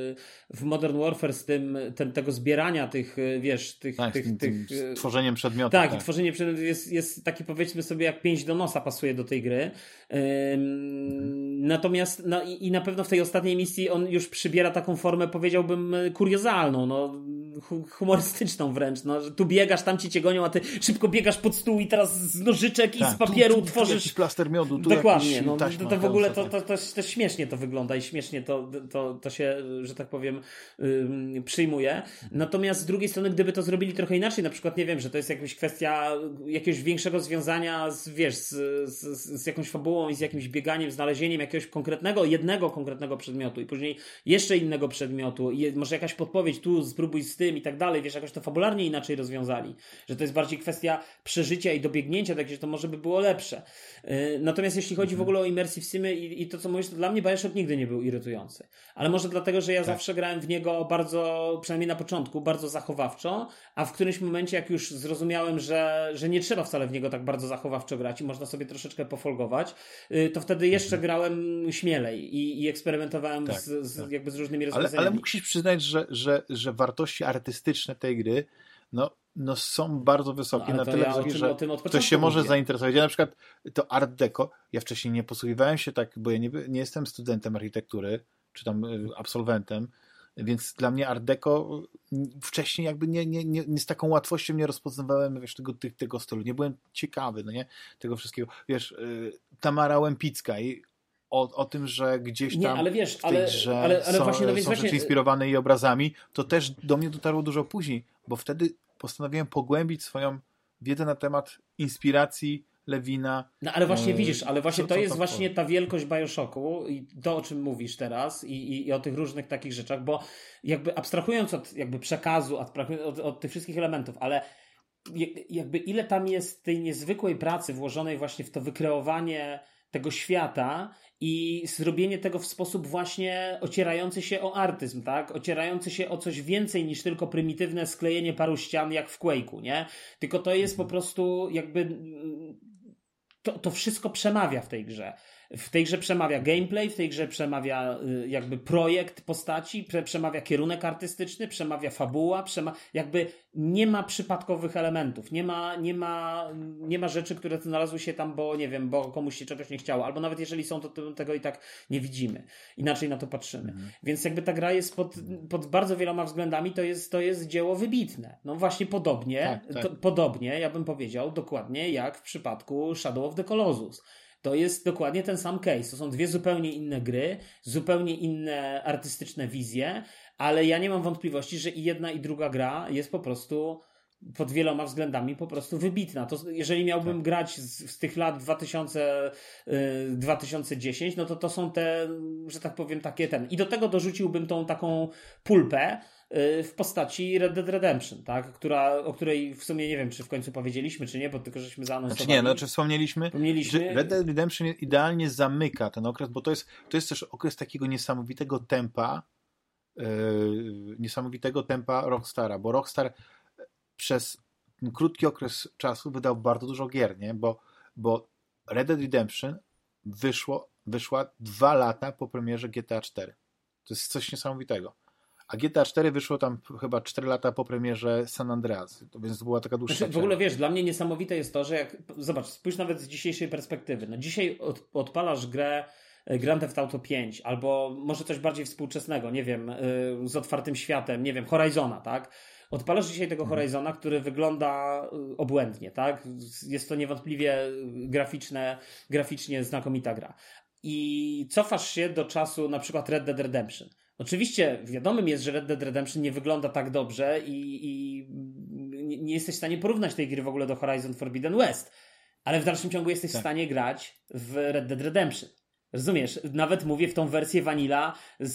w Modern Warfare z tym, ten, tego zbierania tych, y, wiesz, tych... Tak, tych, tym, tych tym tworzeniem przedmiotów. Tak, tak. i tworzenie przedmiotów jest, jest taki, powiedzmy sobie, jak pięść do nosa pasuje do tej gry. Ym, mhm. Natomiast no, i, i na pewno w tej ostatniej misji on już przybiera taką formę, powiedziałbym, kuriozalną, no, humorystyczną wręcz, no, że tu biegasz, tam ci cię gonią, a ty szybko biegasz pod stół i teraz z nożyczek tak, i z papieru tu, tu, tworzysz... Tu jakiś plaster miodu, tu Dokładnie, jakiś no, taśma, to, to w ogóle to, to, to, to śmiesznie to wygląda i śmiesznie to, to, to się, że tak powiem, yy, przyjmuje. Natomiast z drugiej strony, gdyby to zrobili trochę inaczej, na przykład, nie wiem, że to jest jakaś kwestia jakiegoś większego związania z, wiesz, z, z, z jakąś fabułą i z jakimś bieganiem, znalezieniem jakiegoś konkretnego, jednego konkretnego przedmiotu i później jeszcze innego przedmiotu i może jakaś podpowiedź tu, spróbuj z tym i tak dalej, wiesz, jakoś to fabularnie inaczej rozwiązali, że to jest bardziej kwestia przeżycia i dobiegnięcia, także to może by było lepsze. Yy, natomiast jeśli chodzi w ogóle o immersive simy i, i to, co mówisz, to dla mnie Bioshock nigdy nie był irytujący. Ale może dlatego, że ja tak. zawsze grałem w niego bardzo, przynajmniej na początku, bardzo zachowawczo, a w którymś momencie, jak już zrozumiałem, że, że nie trzeba wcale w niego tak bardzo zachowawczo grać i można sobie troszeczkę pofolgować, yy, to wtedy jeszcze mhm. grałem śmielej i, i eksperymentowałem tak, z, z, tak. jakby z różnymi rozwiązaniami. Ale, ale musisz przyznać, że, że, że wartości artystyczne tej gry no, no są bardzo wysokie, no, na tyle ja wysokie, tym, że ktoś się może mówię. zainteresować. Ja na przykład to Art Deco, ja wcześniej nie posługiwałem się tak, bo ja nie, nie jestem studentem architektury, czy tam absolwentem, więc dla mnie Art Deco wcześniej jakby nie, nie, nie, nie z taką łatwością nie rozpoznawałem, wiesz, tego, tego, tego stylu. Nie byłem ciekawy, no nie? Tego wszystkiego. Wiesz, Tamara Łępicka i O, o tym, że gdzieś tam nie, ale wiesz, w tej ale, grze ale, ale są, właśnie, no są więc rzeczy właśnie... inspirowane jej obrazami, to też do mnie dotarło dużo później, bo wtedy postanowiłem pogłębić swoją wiedzę na temat inspiracji Lewina. No ale właśnie widzisz, ale właśnie co, to co jest to właśnie ta wielkość Bioshocku i to, o czym mówisz teraz i, i, i o tych różnych takich rzeczach, bo jakby abstrahując od jakby przekazu, abstrahując od, od tych wszystkich elementów, ale jakby ile tam jest tej niezwykłej pracy włożonej właśnie w to wykreowanie tego świata i zrobienie tego w sposób właśnie ocierający się o artyzm, tak? Ocierający się o coś więcej niż tylko prymitywne sklejenie paru ścian jak w Quake'u, nie? Tylko to jest po prostu jakby to, to wszystko przemawia w tej grze. W tej grze przemawia gameplay, w tej grze przemawia y, jakby projekt postaci, prze, przemawia kierunek artystyczny, przemawia fabuła, przema- jakby nie ma przypadkowych elementów, nie ma, nie ma, nie ma rzeczy, które znalazły się tam, bo nie wiem, bo komuś się czegoś nie chciało, albo nawet jeżeli są, to, to tego i tak nie widzimy. Inaczej na to patrzymy. Mhm. Więc jakby ta gra jest pod, pod bardzo wieloma względami, to jest, to jest dzieło wybitne. No właśnie podobnie, tak, tak. To, podobnie, ja bym powiedział, dokładnie jak w przypadku Shadow of the Colossus. To jest dokładnie ten sam case. To są dwie zupełnie inne gry, zupełnie inne artystyczne wizje, ale ja nie mam wątpliwości, że i jedna i druga gra jest po prostu pod wieloma względami po prostu wybitna. To jeżeli miałbym tak. grać z, z tych lat dwa tysiące, dwa tysiące dziesięć, no to to są te, że tak powiem, takie ten. I do tego dorzuciłbym tą taką pulpę w postaci Red Dead Redemption, tak? Która, o której w sumie nie wiem, czy w końcu powiedzieliśmy, czy nie, bo tylko żeśmy zaanonsowali. Znaczy nie, no czy wspomnieliśmy, wspomnieliśmy, że Red Dead Redemption idealnie zamyka ten okres, bo to jest, to jest też okres takiego niesamowitego tempa, yy, niesamowitego tempa Rockstara, bo Rockstar przez ten krótki okres czasu wydał bardzo dużo gier, nie? Bo, bo Red Dead Redemption wyszło, wyszła dwa lata po premierze G T A cztery. To jest coś niesamowitego. A G T A cztery wyszło tam chyba cztery lata po premierze San Andreas, więc to była taka dłuższa znaczy, w ogóle wiesz, dla mnie niesamowite jest to, że jak, zobacz, spójrz nawet z dzisiejszej perspektywy. No dzisiaj od, odpalasz grę Grand Theft Auto pięć albo może coś bardziej współczesnego, nie wiem, yy, z otwartym światem, nie wiem, Horizona, tak? Odpalasz dzisiaj tego Horizona, który wygląda obłędnie, tak? Jest to niewątpliwie graficzne, graficznie znakomita gra. I cofasz się do czasu na przykład Red Dead Redemption. Oczywiście wiadomym jest, że Red Dead Redemption nie wygląda tak dobrze i, i nie jesteś w stanie porównać tej gry w ogóle do Horizon Forbidden West, ale w dalszym ciągu jesteś tak. w stanie grać w Red Dead Redemption. Rozumiesz? Nawet mówię w tą wersję vanilla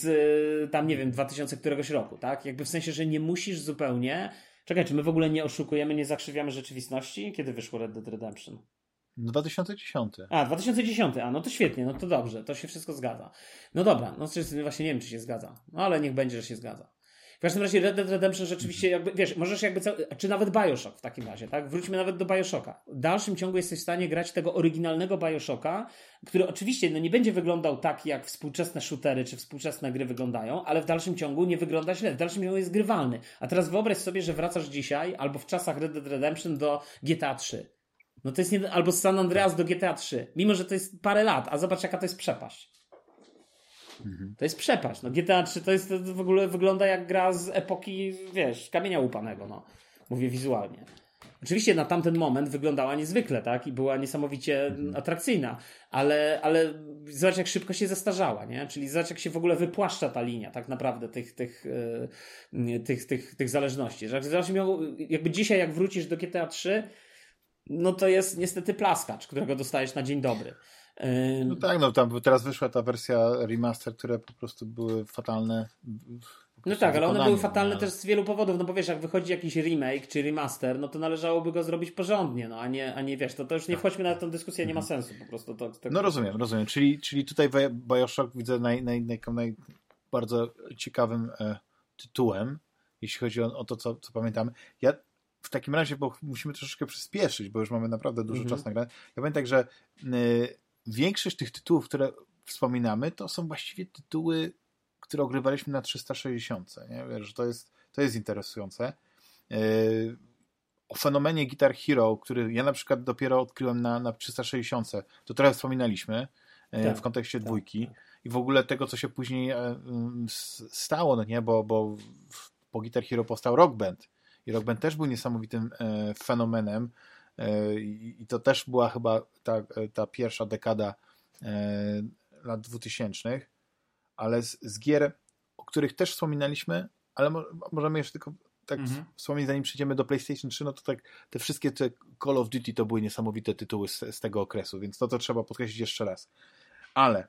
z tam, nie wiem, dwa tysiące któregoś roku, tak? Jakby w sensie, że nie musisz zupełnie... Czekaj, czy my w ogóle nie oszukujemy, nie zakrzywiamy rzeczywistości? Kiedy wyszło Red Dead Redemption? dwa tysiące dziesiąty. A, dwa tysiące dziesiąty. A, no to świetnie, no to dobrze, to się wszystko zgadza. No dobra, no właśnie nie wiem, czy się zgadza. No ale niech będzie, że się zgadza. W każdym razie Red Dead Redemption rzeczywiście jakby, wiesz, możesz jakby, cały, czy nawet Bioshock w takim razie, tak? Wróćmy nawet do Bioshocka. W dalszym ciągu jesteś w stanie grać tego oryginalnego Bioshocka, który oczywiście no, nie będzie wyglądał tak, jak współczesne shootery czy współczesne gry wyglądają, ale w dalszym ciągu nie wygląda źle, w dalszym ciągu jest grywalny. A teraz wyobraź sobie, że wracasz dzisiaj albo w czasach Red Dead Redemption do G T A trzy. No to jest nie, albo z San Andreas do G T A trzy. Mimo, że to jest parę lat, a zobacz jaka to jest przepaść. Mhm. To jest przepaść. No G T A trzy to jest to w ogóle wygląda jak gra z epoki, wiesz, kamienia łupanego, no. Mówię wizualnie. Oczywiście na tamten moment wyglądała niezwykle, tak? I była niesamowicie mhm. atrakcyjna, ale, ale zobacz jak szybko się zestarzała, nie? Czyli zobacz jak się w ogóle wypłaszcza ta linia tak naprawdę tych, tych, yy, tych, tych, tych zależności. Zobacz, jakby dzisiaj jak wrócisz do G T A trzy, no to jest niestety plaskacz, którego dostajesz na dzień dobry. No tak, no tam teraz wyszła ta wersja remaster, które po prostu były fatalne. No tak, ale one były fatalne no, ale... też z wielu powodów, no bo wiesz, jak wychodzi jakiś remake czy remaster, no to należałoby go zrobić porządnie, no a nie, a nie wiesz, to, to już nie wchodźmy na tę dyskusję, nie ma sensu po prostu. To, to... No rozumiem, rozumiem, czyli, czyli tutaj Bioshock widzę naj, naj, naj, naj bardzo ciekawym e, tytułem, jeśli chodzi o, o to, co, co pamiętamy. Ja w takim razie, bo musimy troszeczkę przyspieszyć, bo już mamy naprawdę dużo mm-hmm. czasu na grę. Ja powiem tak, że y, większość tych tytułów, które wspominamy, to są właściwie tytuły, które ogrywaliśmy na trzysta sześćdziesiąt. Nie? Wiesz, że to jest, to jest interesujące. Y, o fenomenie Guitar Hero, który ja na przykład dopiero odkryłem na, na trzysta sześćdziesiąt, to trochę wspominaliśmy y, tak, w kontekście tak, dwójki. Tak. I w ogóle tego, co się później y, stało, no nie? Bo, bo po Guitar Hero powstał Rock Band. I Rock Band też był niesamowitym e, fenomenem e, i to też była chyba ta, ta pierwsza dekada e, lat dwutysięcznych, ale z, z gier, o których też wspominaliśmy, ale mo, możemy jeszcze tylko tak mhm. wspomnieć, zanim przejdziemy do PlayStation trzy, no to tak te wszystkie te Call of Duty to były niesamowite tytuły z, z tego okresu, więc to, to trzeba podkreślić jeszcze raz. Ale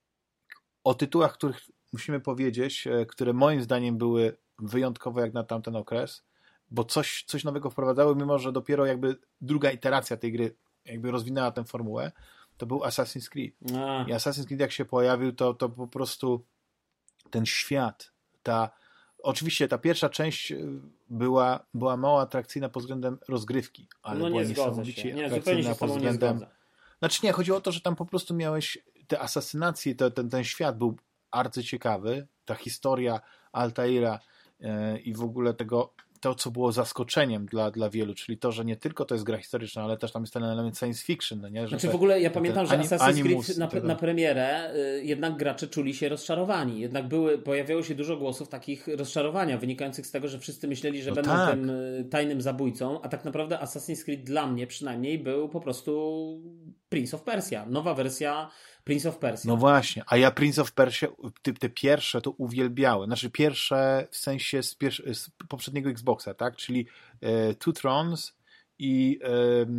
o tytułach, których musimy powiedzieć, e, które moim zdaniem były wyjątkowe jak na tamten okres, bo coś, coś nowego wprowadzały, mimo że dopiero jakby druga iteracja tej gry jakby rozwinęła tę formułę, to był Assassin's Creed. A. I Assassin's Creed jak się pojawił, to, to po prostu ten świat, ta oczywiście ta pierwsza część była, była mało atrakcyjna pod względem rozgrywki, ale no była nie niesamowicie nie, atrakcyjna pod względem... Znaczy nie, chodziło o to, że tam po prostu miałeś te asasynacje, to, ten, ten świat był arcyciekawy, ta historia Altaira yy, i w ogóle tego, to, co było zaskoczeniem dla, dla wielu, czyli to, że nie tylko to jest gra historyczna, ale też tam jest ten element science fiction. No nie? Że znaczy te, w ogóle ja pamiętam, że anim, Assassin's Creed na, tego... na premierę y, jednak gracze czuli się rozczarowani. Jednak były, pojawiało się dużo głosów takich rozczarowania, wynikających z tego, że wszyscy myśleli, że no będą tak. tym y, tajnym zabójcą, a tak naprawdę Assassin's Creed dla mnie przynajmniej był po prostu Prince of Persia. Nowa wersja Prince of Persia. No właśnie, a ja Prince of Persia, te, te pierwsze to uwielbiałem. Znaczy pierwsze w sensie z, pierwsze, z poprzedniego Xboxa, tak? Czyli e, Two Thrones i e,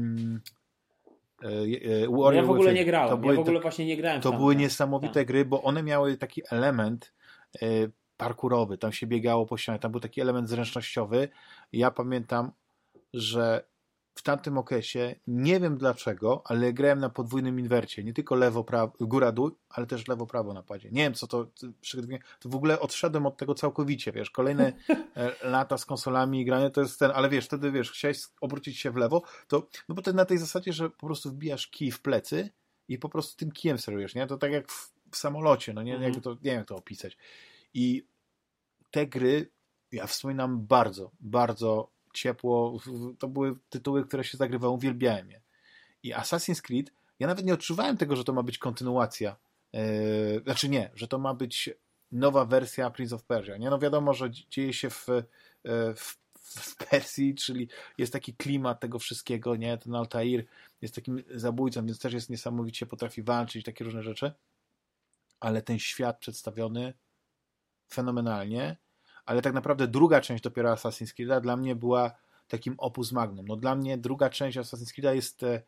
e, Warrior Ja w ogóle Within. nie grałem. To były, ja w ogóle właśnie nie grałem w To tamte. były niesamowite tak. gry, bo one miały taki element e, parkurowy. Tam się biegało po ścianie. Tam był taki element zręcznościowy. Ja pamiętam, że w tamtym okresie, nie wiem dlaczego, ale grałem na podwójnym inwercie. Nie tylko lewo, prawo, góra, dół, ale też lewo, prawo na padzie. Nie wiem, co to... To w ogóle odszedłem od tego całkowicie, wiesz. Kolejne lata z konsolami i granie to jest ten... Ale wiesz, wtedy, wiesz, chciałeś obrócić się w lewo, to... No bo to na tej zasadzie, że po prostu wbijasz kij w plecy i po prostu tym kijem sterujesz, nie? To tak jak w, w samolocie, no nie? Mhm. Jakby to, nie wiem, jak to opisać. I te gry, ja wspominam bardzo, bardzo ciepło, to były tytuły, które się zagrywały, uwielbiałem je. I Assassin's Creed, ja nawet nie odczuwałem tego, że to ma być kontynuacja, yy, znaczy nie, że to ma być nowa wersja Prince of Persia, nie? No wiadomo, że dzieje się w, w, w Persji, czyli jest taki klimat tego wszystkiego, nie? Ten Altair jest takim zabójcą, więc też jest niesamowicie, potrafi walczyć, takie różne rzeczy, ale ten świat przedstawiony fenomenalnie. Ale tak naprawdę druga część dopiero Assassin's Creed'a dla mnie była takim opus magnum. No dla mnie druga część Assassin's Creed'a jest e,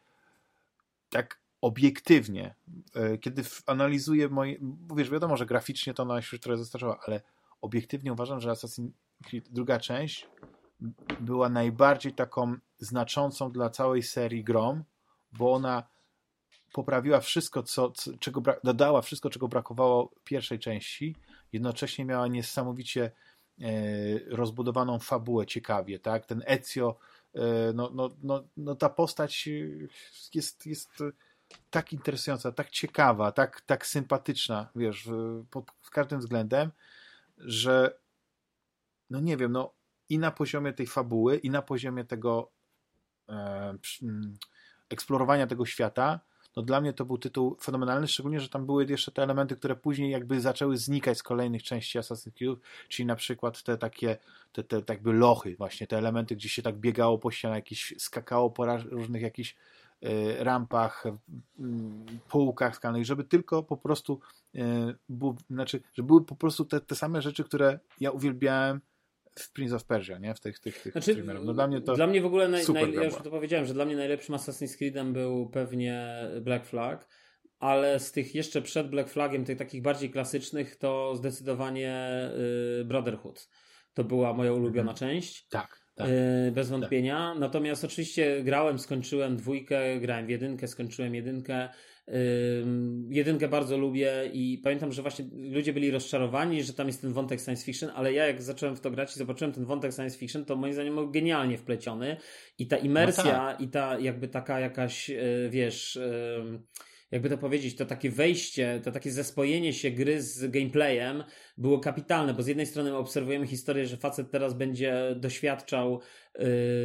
tak obiektywnie, e, kiedy analizuję moje, bo wiesz, wiadomo, że graficznie to ona się trochę zastarzyła, ale obiektywnie uważam, że Assassin's Creed druga część była najbardziej taką znaczącą dla całej serii grą, bo ona poprawiła wszystko, co, co, czego bra- dodała wszystko, czego brakowało pierwszej części, jednocześnie miała niesamowicie rozbudowaną fabułę ciekawie, tak? Ten Ezio, no, no, no, no ta postać jest, jest tak interesująca, tak ciekawa, tak, tak sympatyczna, wiesz, pod każdym względem, że no nie wiem, no i na poziomie tej fabuły, i na poziomie tego e, eksplorowania tego świata, no dla mnie to był tytuł fenomenalny, szczególnie, że tam były jeszcze te elementy, które później jakby zaczęły znikać z kolejnych części Assassin's Creed, czyli na przykład te takie, te, te tak jakby lochy właśnie, te elementy, gdzie się tak biegało po ścianach, jakieś, skakało po różnych jakichś y, rampach, y, półkach skalnych, żeby tylko po prostu y, był, znaczy, że były po prostu te, te same rzeczy, które ja uwielbiałem w Prince of Persia, nie? W tych, tych, tych znaczy, no dla mnie to dla mnie w ogóle naj, super naj, ja już to powiedziałem, że dla mnie najlepszym Assassin's Creedem był pewnie Black Flag, ale z tych jeszcze przed Black Flagiem, tych takich bardziej klasycznych, to zdecydowanie y, Brotherhood. To była moja ulubiona mhm. część. Tak. Tak, y, bez wątpienia. Tak. Natomiast oczywiście grałem, skończyłem dwójkę, grałem w jedynkę, skończyłem jedynkę. Jedynkę bardzo lubię i pamiętam, że właśnie ludzie byli rozczarowani, że tam jest ten wątek science fiction, ale ja jak zacząłem w to grać i zobaczyłem ten wątek science fiction, to moim zdaniem był genialnie wpleciony i ta imersja no tak. i ta jakby taka jakaś, wiesz, jakby to powiedzieć, to takie wejście, to takie zespojenie się gry z gameplayem było kapitalne, bo z jednej strony obserwujemy historię, że facet teraz będzie doświadczał, yy,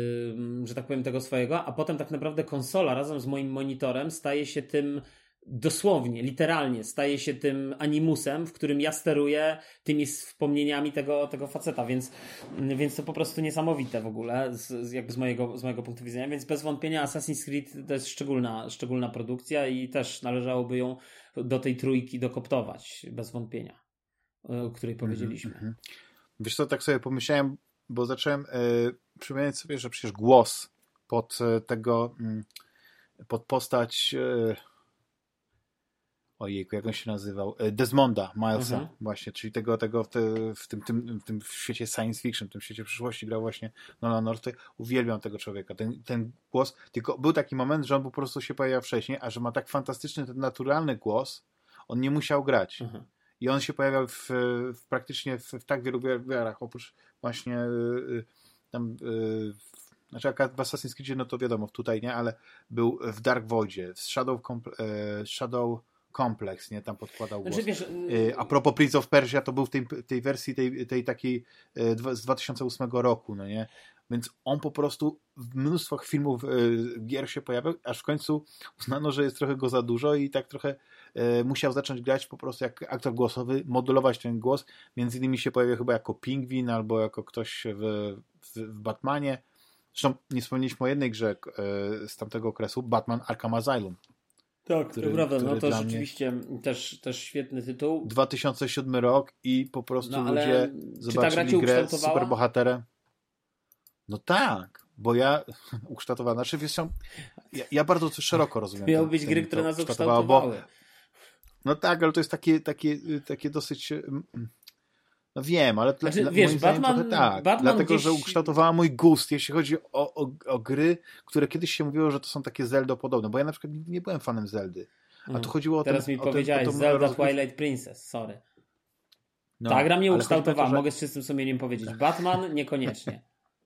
że tak powiem, tego swojego, a potem tak naprawdę konsola razem z moim monitorem staje się tym dosłownie, literalnie, staje się tym animusem, w którym ja steruję tymi wspomnieniami tego, tego faceta, więc, więc to po prostu niesamowite w ogóle, z, jakby z mojego, z mojego punktu widzenia, więc bez wątpienia Assassin's Creed to jest szczególna, szczególna produkcja i też należałoby ją do tej trójki dokoptować, bez wątpienia, o której powiedzieliśmy. Mm-hmm. Wiesz co, tak sobie pomyślałem, bo zacząłem yy, przypominać sobie, że przecież głos pod tego, yy, pod postać yy, ojejku, jak on się nazywał? Desmonda Milesa, Mhm. właśnie, czyli tego, tego w, te, w, tym, tym, w tym świecie science fiction, w tym świecie przyszłości grał właśnie Nolan North. Uwielbiam tego człowieka, ten, ten głos, tylko był taki moment, że on po prostu się pojawiał wcześniej, a że ma tak fantastyczny, ten naturalny głos, on nie musiał grać. Mhm. I on się pojawiał w, w praktycznie w, w tak wielu wiarach, oprócz właśnie y, tam y, znaczy jak w Assassin's Creed, no to wiadomo, tutaj nie, ale był w Dark Voidzie, w Shadow, Compl- y, Shadow Complex, nie, tam podkładał głos. Znaczy, wiesz, y, a propos Prince of Persia, to był w tej, tej wersji, tej, tej takiej y, z dwa tysiące ósmego roku, no nie? Więc on po prostu w mnóstwo filmów, y, gier się pojawiał, aż w końcu uznano, że jest trochę go za dużo i tak trochę y, musiał zacząć grać po prostu jak aktor głosowy, modulować ten głos. Między innymi się pojawił chyba jako Pingwin albo jako ktoś w, w, w Batmanie. Zresztą nie wspomnieliśmy o jednej grze y, z tamtego okresu, Batman Arkham Asylum. Tak, który, to prawda, no to dla rzeczywiście mnie... też, też świetny tytuł. dwa tysiące siódmy rok i po prostu No, ale ludzie czy ta gra cię zobaczyli grę z ukształtowała? superbohaterem. No tak, bo ja ukształtowałem, znaczy wiesz co, ja, ja bardzo szeroko rozumiem. Miały ten, być ten, gry, które nas ukształtowało, ukształtowały. Bo, no tak, ale to jest takie, takie, takie dosyć... No wiem, ale znaczy, dla, wiesz, moim zdaniem Batman, trochę tak. Batman Dlatego, gdzieś... że ukształtowała mój gust, jeśli chodzi o, o, o gry, które kiedyś się mówiło, że to są takie Zelda-podobne, bo ja na przykład nigdy nie byłem fanem Zeldy. A tu chodziło o Teraz ten, mi o powiedziałeś ten, o Zelda rozgrywkę. Twilight Princess, sorry. No, Ta gra mnie ale ukształtowała, to, że... mogę z czystym sumieniem powiedzieć. Batman niekoniecznie.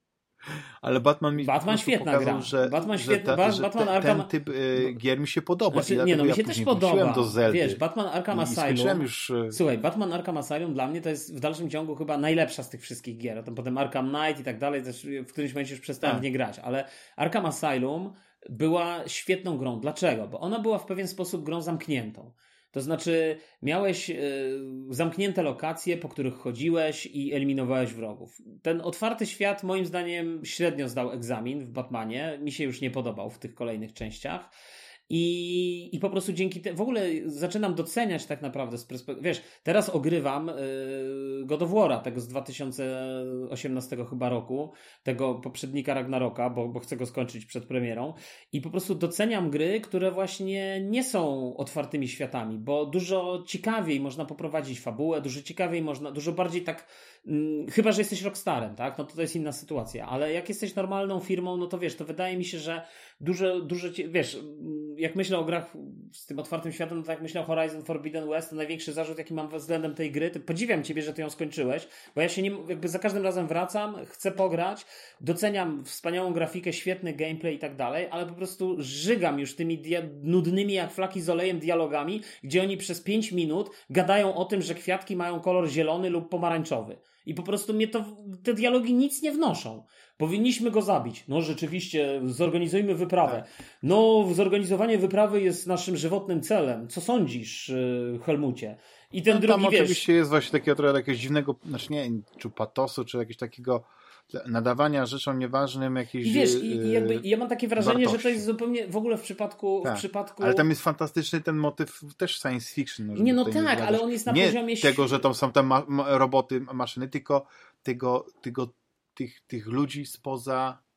Ale Batman mi Batman świetna pokazał, gra. że, Batman że, świetna, ta, że Batman te, Arkham... ten typ y, gier mi się podoba. Znaczy, I nie, no mi ja się też podoba. podoba. Do Zeldy. Wiesz, Batman Arkham I, Asylum... I już... Y... Słuchaj, Batman Arkham Asylum dla mnie to jest w dalszym ciągu chyba najlepsza z tych wszystkich gier. Tam potem Arkham Knight i tak dalej, też w którymś momencie już przestałem tak. w nie grać, ale Arkham Asylum była świetną grą. Dlaczego? Bo ona była w pewien sposób grą zamkniętą. To znaczy miałeś y, zamknięte lokacje, po których chodziłeś i eliminowałeś wrogów. Ten otwarty świat moim zdaniem średnio zdał egzamin w Batmanie. Mi się już nie podobał w tych kolejnych częściach. I, I po prostu dzięki temu, w ogóle zaczynam doceniać tak naprawdę z perspektywy, wiesz, teraz ogrywam yy, God of War'a, tego z dwa tysiące osiemnastego chyba roku, tego poprzednika Ragnaroka, bo, bo chcę go skończyć przed premierą i po prostu doceniam gry, które właśnie nie są otwartymi światami, bo dużo ciekawiej można poprowadzić fabułę, dużo ciekawiej można, dużo bardziej tak, yy, chyba, że jesteś Rockstarem, tak, no to to jest inna sytuacja, ale jak jesteś normalną firmą, no to wiesz, to wydaje mi się, że dużo, dużo, wiesz, jak myślę o grach z tym otwartym światem, no to jak myślę o Horizon Forbidden West, to największy zarzut, jaki mam względem tej gry, to podziwiam ciebie, że ty ją skończyłeś, bo ja się nie, jakby za każdym razem wracam, chcę pograć, doceniam wspaniałą grafikę, świetny gameplay i tak dalej, ale po prostu żygam już tymi dia- nudnymi jak flaki z olejem dialogami, gdzie oni przez pięć minut gadają o tym, że kwiatki mają kolor zielony lub pomarańczowy. I po prostu mnie to, te dialogi nic nie wnoszą. Powinniśmy go zabić. No rzeczywiście, zorganizujmy wyprawę. No, zorganizowanie wyprawy jest naszym żywotnym celem. Co sądzisz, Helmucie? I ten no, drugi, tam wiesz... oczywiście jest właśnie takiego trochę jakiegoś dziwnego, znaczy nie, czy patosu, czy jakiegoś takiego nadawania rzeczom nieważnym jakiejś I wiesz, i, i jakby i ja mam takie wrażenie, wartości. że to jest zupełnie w ogóle w przypadku... Tak, w przypadku... ale tam jest fantastyczny ten motyw też science fiction. Nie, no tak, nie ale on jest na nie poziomie... Nie tego, że tam są tam ma- ma- roboty, maszyny, tylko tego, tego, tych, tych ludzi spoza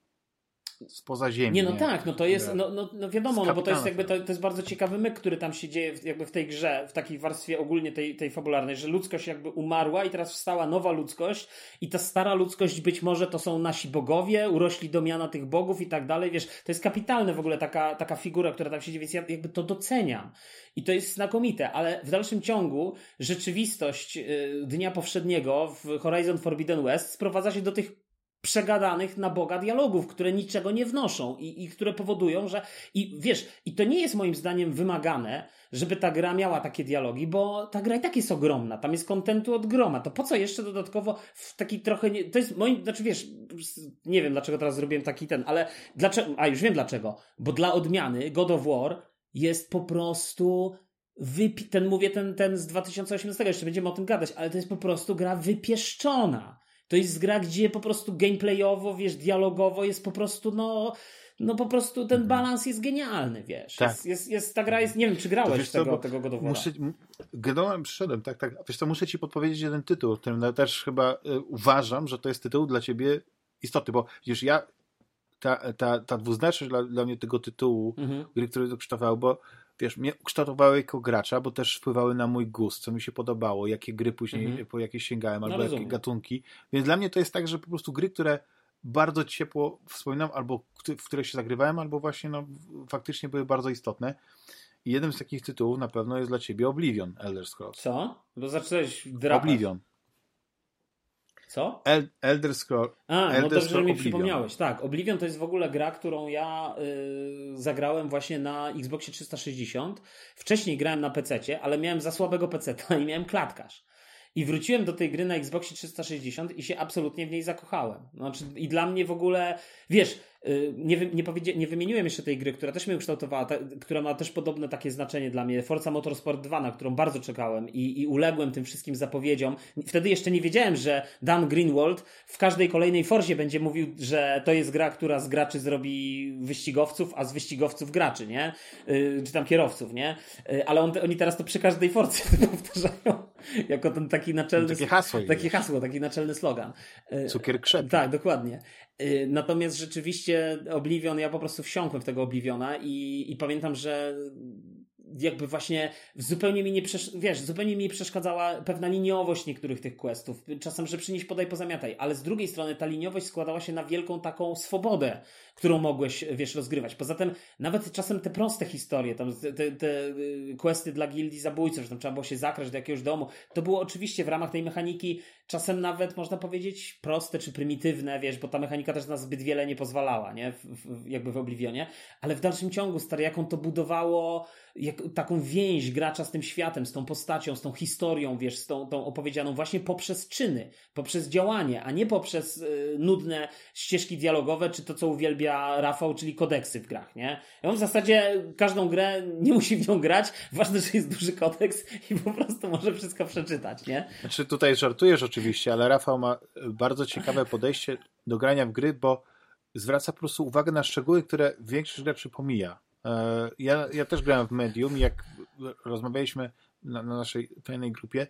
spoza ziemi. Nie, no nie? tak, no to jest, no, no, no wiadomo, no bo to jest jakby, to, to jest bardzo ciekawy myk, który tam się dzieje w, jakby w tej grze, w takiej warstwie ogólnie tej, tej fabularnej, że ludzkość jakby umarła i teraz wstała nowa ludzkość i ta stara ludzkość być może to są nasi bogowie, urośli do miana tych bogów i tak dalej, wiesz, to jest kapitalne w ogóle taka, taka figura, która tam siedzi, więc ja jakby to doceniam i to jest znakomite, ale w dalszym ciągu rzeczywistość y, dnia powszedniego w Horizon Forbidden West sprowadza się do tych przegadanych na Boga dialogów, które niczego nie wnoszą i, i które powodują, że i wiesz, i to nie jest moim zdaniem wymagane, żeby ta gra miała takie dialogi, bo ta gra i tak jest ogromna, tam jest kontentu od groma, to po co jeszcze dodatkowo w taki trochę, nie, to jest moim, znaczy wiesz, nie wiem dlaczego teraz zrobiłem taki ten, ale dlaczego, a już wiem dlaczego, bo dla odmiany God of War jest po prostu wypi- ten mówię, ten, ten z dwa tysiące osiemnastego, jeszcze będziemy o tym gadać, ale to jest po prostu gra wypieszczona. To jest gra, gdzie po prostu gameplayowo, wiesz, dialogowo jest po prostu, no, no po prostu ten balans jest genialny, wiesz. Tak. Jest, jest, jest, ta gra jest, nie wiem, czy grałeś wiesz tego, co, tego God of War'a. Muszę, gadałem, przyszedłem, tak, tak. Wiesz co, muszę ci podpowiedzieć jeden tytuł, którym też chyba y, uważam, że to jest tytuł dla ciebie istotny, bo wiesz, ja, ta, ta, ta dwuznaczność dla, dla mnie tego tytułu, mhm. gry, który to kształtował, bo wiesz, mnie kształtowały jako gracza, bo też wpływały na mój gust, co mi się podobało, jakie gry później, mhm. po jakie sięgałem, albo no, jakie gatunki. Więc dla mnie to jest tak, że po prostu gry, które bardzo ciepło wspominam, albo w które się zagrywałem, albo właśnie no, faktycznie były bardzo istotne. I jednym z takich tytułów na pewno jest dla ciebie Oblivion, Elder Scrolls. Co? Bo zacząłeś drapać. Oblivion. Co? El- Elder Scrolls. A, Elder no dobrze, że mi Oblivion. przypomniałeś. Tak, Oblivion to jest w ogóle gra, którą ja y, zagrałem właśnie na Xboxie trzysta sześćdziesiąt. Wcześniej grałem na pececie, ale miałem za słabego peceta i miałem klatkarz. I wróciłem do tej gry na Xboxie trzysta sześćdziesiąt i się absolutnie w niej zakochałem. Znaczy, i dla mnie w ogóle, wiesz, nie, wy, nie, powiedzia- nie wymieniłem jeszcze tej gry, która też mnie ukształtowała, ta, która ma też podobne takie znaczenie dla mnie, Forza Motorsport dwa, na którą bardzo czekałem i, i uległem tym wszystkim zapowiedziom. Wtedy jeszcze nie wiedziałem, że Dan Greenwald w każdej kolejnej Forzie będzie mówił, że to jest gra, która z graczy zrobi wyścigowców, a z wyścigowców graczy, nie? Yy, czy tam kierowców, nie? Yy, ale on, oni teraz to przy każdej Forcie powtarzają jako ten taki naczelny... Takie hasło. Takie hasło, taki naczelny slogan. Yy, Cukier krzep. Tak, dokładnie. Natomiast rzeczywiście Oblivion, ja po prostu wsiąkłem w tego Obliviona i, i pamiętam, że jakby właśnie zupełnie mi nie przesz- wiesz, zupełnie mi nie przeszkadzała pewna liniowość niektórych tych questów. Czasem, że przynieś, podaj, pozamiataj. Ale z drugiej strony ta liniowość składała się na wielką taką swobodę, którą mogłeś, wiesz, rozgrywać. Poza tym nawet czasem te proste historie, tam te, te questy dla gildii zabójców, że tam trzeba było się zakraść do jakiegoś domu, to było oczywiście w ramach tej mechaniki czasem nawet, można powiedzieć, proste czy prymitywne, wiesz, bo ta mechanika też na zbyt wiele nie pozwalała, nie? W, w, jakby w Oblivionie. Ale w dalszym ciągu, stary, jaką to budowało jak, taką więź gracza z tym światem, z tą postacią, z tą historią, wiesz, z tą, tą opowiedzianą właśnie poprzez czyny, poprzez działanie, a nie poprzez y, nudne ścieżki dialogowe, czy to, co uwielbia Rafał, czyli kodeksy w grach, nie? On w zasadzie każdą grę nie musi w nią grać, ważne, że jest duży kodeks i po prostu może wszystko przeczytać, nie? Znaczy tutaj żartujesz oczywiście, ale Rafał ma bardzo ciekawe podejście do grania w gry, bo zwraca po prostu uwagę na szczegóły, które większość graczy pomija. Ja, ja też grałem w Medium i jak rozmawialiśmy na, na naszej fajnej grupie,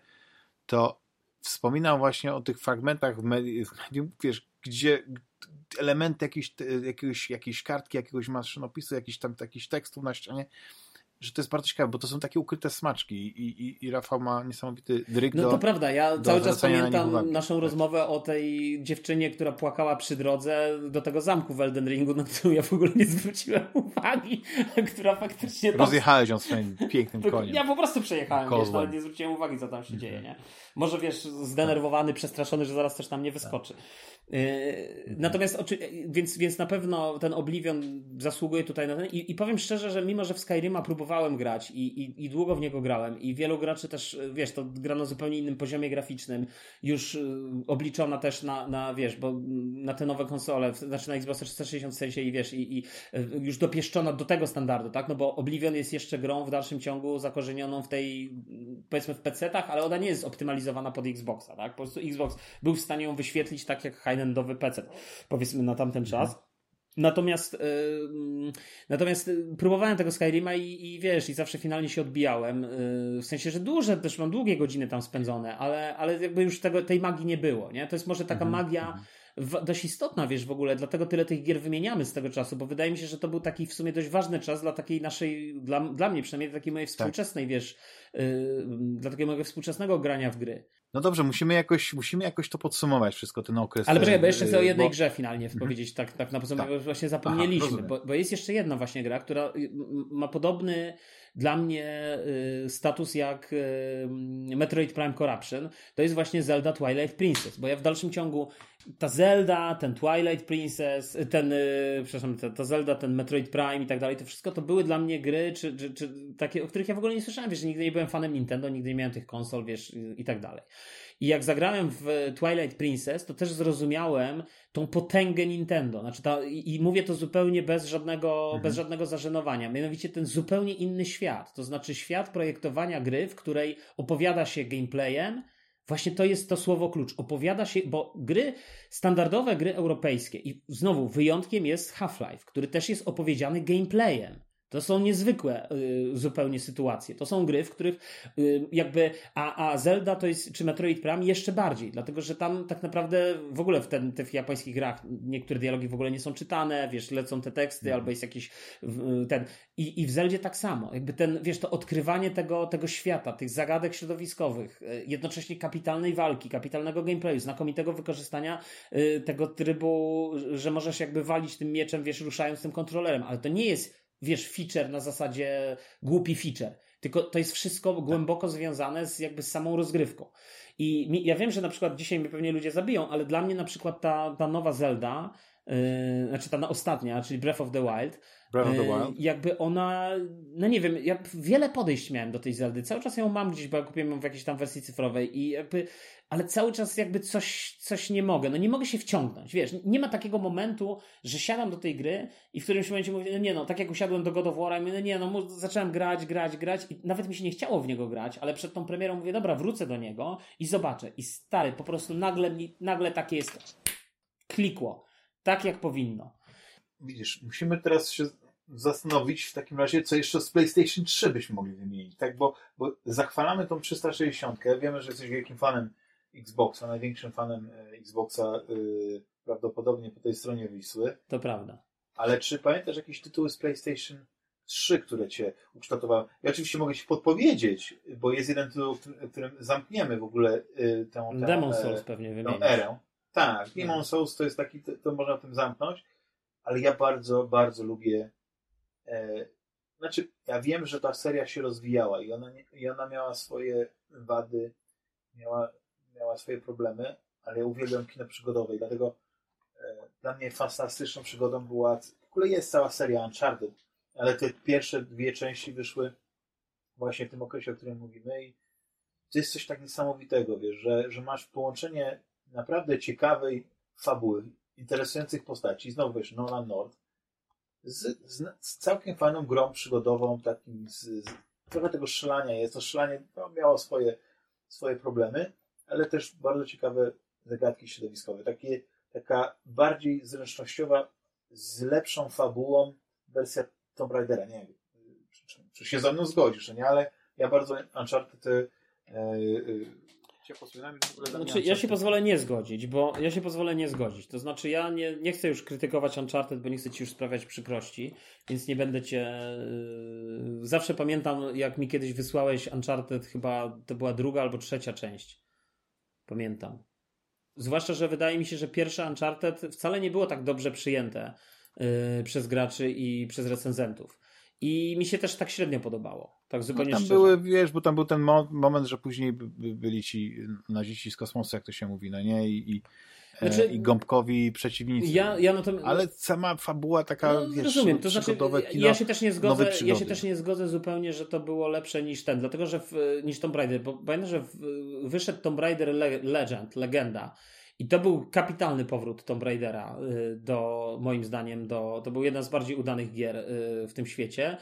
to wspominam właśnie o tych fragmentach w Medium, wiesz, gdzie elementy jakiejś, jakiejś, jakiejś kartki, jakiegoś maszynopisu, jakichś tam jakichś tekstów na ścianie, że to jest bardzo ciekawe, bo to są takie ukryte smaczki i, i, i Rafał ma niesamowity dryg do... No to prawda, ja cały czas pamiętam na naszą tak. rozmowę o tej dziewczynie, która płakała przy drodze do tego zamku w Elden Ringu, na którą ja w ogóle nie zwróciłem uwagi, która faktycznie... Tam... Rozjechałeś ją swoim pięknym koniem. Ja po prostu przejechałem, wiesz, ale nie zwróciłem uwagi, co tam się mhm. dzieje, nie? Może, wiesz, zdenerwowany, przestraszony, że zaraz coś tam nie wyskoczy. Yy, natomiast, oczy... więc, więc na pewno ten Oblivion zasługuje tutaj na ten i, i powiem szczerze, że mimo, że w Skyrima próbowałem grać i, i, i długo w niego grałem i wielu graczy też, wiesz, to gra na zupełnie innym poziomie graficznym, już yy, obliczona też na, na, wiesz, bo na te nowe konsole, znaczy na Xbox trzysta sześćdziesiąt w sensie i wiesz, i, i yy, już dopieszczona do tego standardu, tak, no bo Oblivion jest jeszcze grą w dalszym ciągu zakorzenioną w tej, powiedzmy w pecetach, ale ona nie jest optymalizowana pod Xboxa, tak, po prostu Xbox był w stanie ją wyświetlić tak jak high-endowy pecet, powiedzmy na tamten czas. Natomiast yy, natomiast próbowałem tego Skyrima i, i wiesz, i zawsze finalnie się odbijałem. Yy, w sensie, że duże, też mam długie godziny tam spędzone, ale, ale jakby już tego, tej magii nie było, nie? To jest może taka mhm. magia w, dość istotna, wiesz, w ogóle, dlatego tyle tych gier wymieniamy z tego czasu, bo wydaje mi się, że to był taki w sumie dość ważny czas dla takiej naszej, dla, dla mnie przynajmniej takiej mojej współczesnej, tak. wiesz, yy, dla takiego mojego współczesnego grania w gry. No dobrze, musimy jakoś, musimy jakoś to podsumować wszystko, ten okres. Ale poczekaj, bo jeszcze chcę o jednej bo... grze finalnie mm-hmm. powiedzieć, tak, tak na podsumowanie, tak. właśnie zapomnieliśmy, Aha, bo, bo jest jeszcze jedna właśnie gra, która ma podobny dla mnie y, status jak y, Metroid Prime Corruption. To jest właśnie Zelda Twilight Princess, bo ja w dalszym ciągu ta Zelda, ten Twilight Princess, ten, y, przepraszam, ta, ta Zelda, ten Metroid Prime i tak dalej, to wszystko to były dla mnie gry, czy, czy, czy takie, o których ja w ogóle nie słyszałem, wiesz, nigdy nie byłem fanem Nintendo, nigdy nie miałem tych konsol, wiesz, i, i tak dalej. I jak zagrałem w Twilight Princess, to też zrozumiałem tą potęgę Nintendo. Znaczy ta, i, i mówię to zupełnie bez żadnego, mhm. bez żadnego zażenowania. Mianowicie ten zupełnie inny świat. To znaczy świat projektowania gry, w której opowiada się gameplayem. Właśnie to jest to słowo klucz. Opowiada się, bo gry, standardowe gry europejskie i znowu wyjątkiem jest Half-Life, który też jest opowiedziany gameplayem. To są niezwykłe y, zupełnie sytuacje. To są gry, w których y, jakby, a, a Zelda to jest, czy Metroid Prime jeszcze bardziej, dlatego że tam tak naprawdę w ogóle w ten, tych japońskich grach niektóre dialogi w ogóle nie są czytane, wiesz, lecą te teksty, mm. albo jest jakiś y, ten. I, I w Zeldzie tak samo. Jakby ten, wiesz, to odkrywanie tego, tego świata, tych zagadek środowiskowych, y, jednocześnie kapitalnej walki, kapitalnego gameplayu, znakomitego wykorzystania y, tego trybu, że możesz jakby walić tym mieczem, wiesz, ruszając tym kontrolerem, ale to nie jest, wiesz, feature na zasadzie głupi feature, tylko to jest wszystko głęboko związane z jakby z samą rozgrywką. I mi, ja wiem, że na przykład dzisiaj mnie pewnie ludzie zabiją, ale dla mnie na przykład ta, ta nowa Zelda, yy, znaczy ta ostatnia, czyli Breath of the Wild, Breath of the Wild. Yy, jakby ona, no nie wiem, ja wiele podejść miałem do tej Zeldy, cały czas ją mam gdzieś, bo ja kupiłem ją w jakiejś tam wersji cyfrowej i jakby, ale cały czas jakby coś, coś nie mogę, no nie mogę się wciągnąć, wiesz, nie ma takiego momentu, że siadam do tej gry i w którymś momencie mówię, no nie no, tak jak usiadłem do God of War'a i mówię, no nie no, zacząłem grać, grać, grać i nawet mi się nie chciało w niego grać, ale przed tą premierą mówię, dobra, wrócę do niego i zobaczę i stary, po prostu nagle, nagle takie jest, klikło, tak jak powinno. Widzisz, musimy teraz się zastanowić w takim razie, co jeszcze z PlayStation trzy byśmy mogli wymienić, tak? Bo, bo zachwalamy tą trzysta sześćdziesiąt, wiemy, że jesteś wielkim fanem Xboxa, największym fanem Xboxa yy, prawdopodobnie po tej stronie Wisły. To prawda. Ale czy pamiętasz jakieś tytuły z PlayStation trzy, które cię ukształtowały? Ja oczywiście mogę ci podpowiedzieć, bo jest jeden tytuł, którym zamkniemy w ogóle yy, tę, tę, Demon Souls pewnie wymienisz. tę erę. Tak, Demon Souls to jest taki, to, to można tym zamknąć, ale ja bardzo, bardzo lubię e, znaczy, ja wiem, że ta seria się rozwijała i ona, nie, i ona miała swoje wady, miała, miała swoje problemy, ale ja uwielbiam kino przygodowe i dlatego e, dla mnie fantastyczną przygodą była, w ogóle jest cała seria Uncharted, ale te pierwsze dwie części wyszły właśnie w tym okresie, o którym mówimy i to jest coś tak niesamowitego, wiesz, że, że masz połączenie naprawdę ciekawej fabuły, interesujących postaci, znowu wiesz, Nolan North, z, z, z całkiem fajną grą przygodową, takim z, z, trochę tego strzelania jest, to strzelanie no, miało swoje, swoje problemy, ale też bardzo ciekawe zagadki środowiskowe, takie, taka bardziej zręcznościowa, z lepszą fabułą wersja Tomb Raidera, nie wiem, czy, czy, czy się ze mną zgodzisz, nie, ale ja bardzo Uncharted te, e, e, Znaczy, ja się pozwolę nie zgodzić, bo ja się pozwolę nie zgodzić. To znaczy, ja nie, nie chcę już krytykować Uncharted, bo nie chcę ci już sprawiać przykrości, więc nie będę cię. Yy... Zawsze pamiętam, jak mi kiedyś wysłałeś Uncharted, chyba to była druga albo trzecia część. Pamiętam. Zwłaszcza, że wydaje mi się, że pierwsze Uncharted wcale nie było tak dobrze przyjęte yy, przez graczy i przez recenzentów. I mi się też tak średnio podobało. Tak zupełnie no tam szczerze. były, wiesz, bo tam był ten mo- moment, że później by, by byli ci naziści z kosmosu, jak to się mówi, no nie? I, i, znaczy, e, i gąbkowi przeciwnicy. Ja, ja no to... Ale sama fabuła taka, no, wiesz, rozumiem. To znaczy, kino, ja się też nie zgodzę, ja się też nie zgodzę zupełnie, że to było lepsze niż ten, dlatego, że w, niż Tomb Raider, bo pamiętam, że w, wyszedł Tomb Raider Le- Legend, Legenda. I to był kapitalny powrót Tomb Raidera do, moim zdaniem, do, to był jeden z bardziej udanych gier w tym świecie.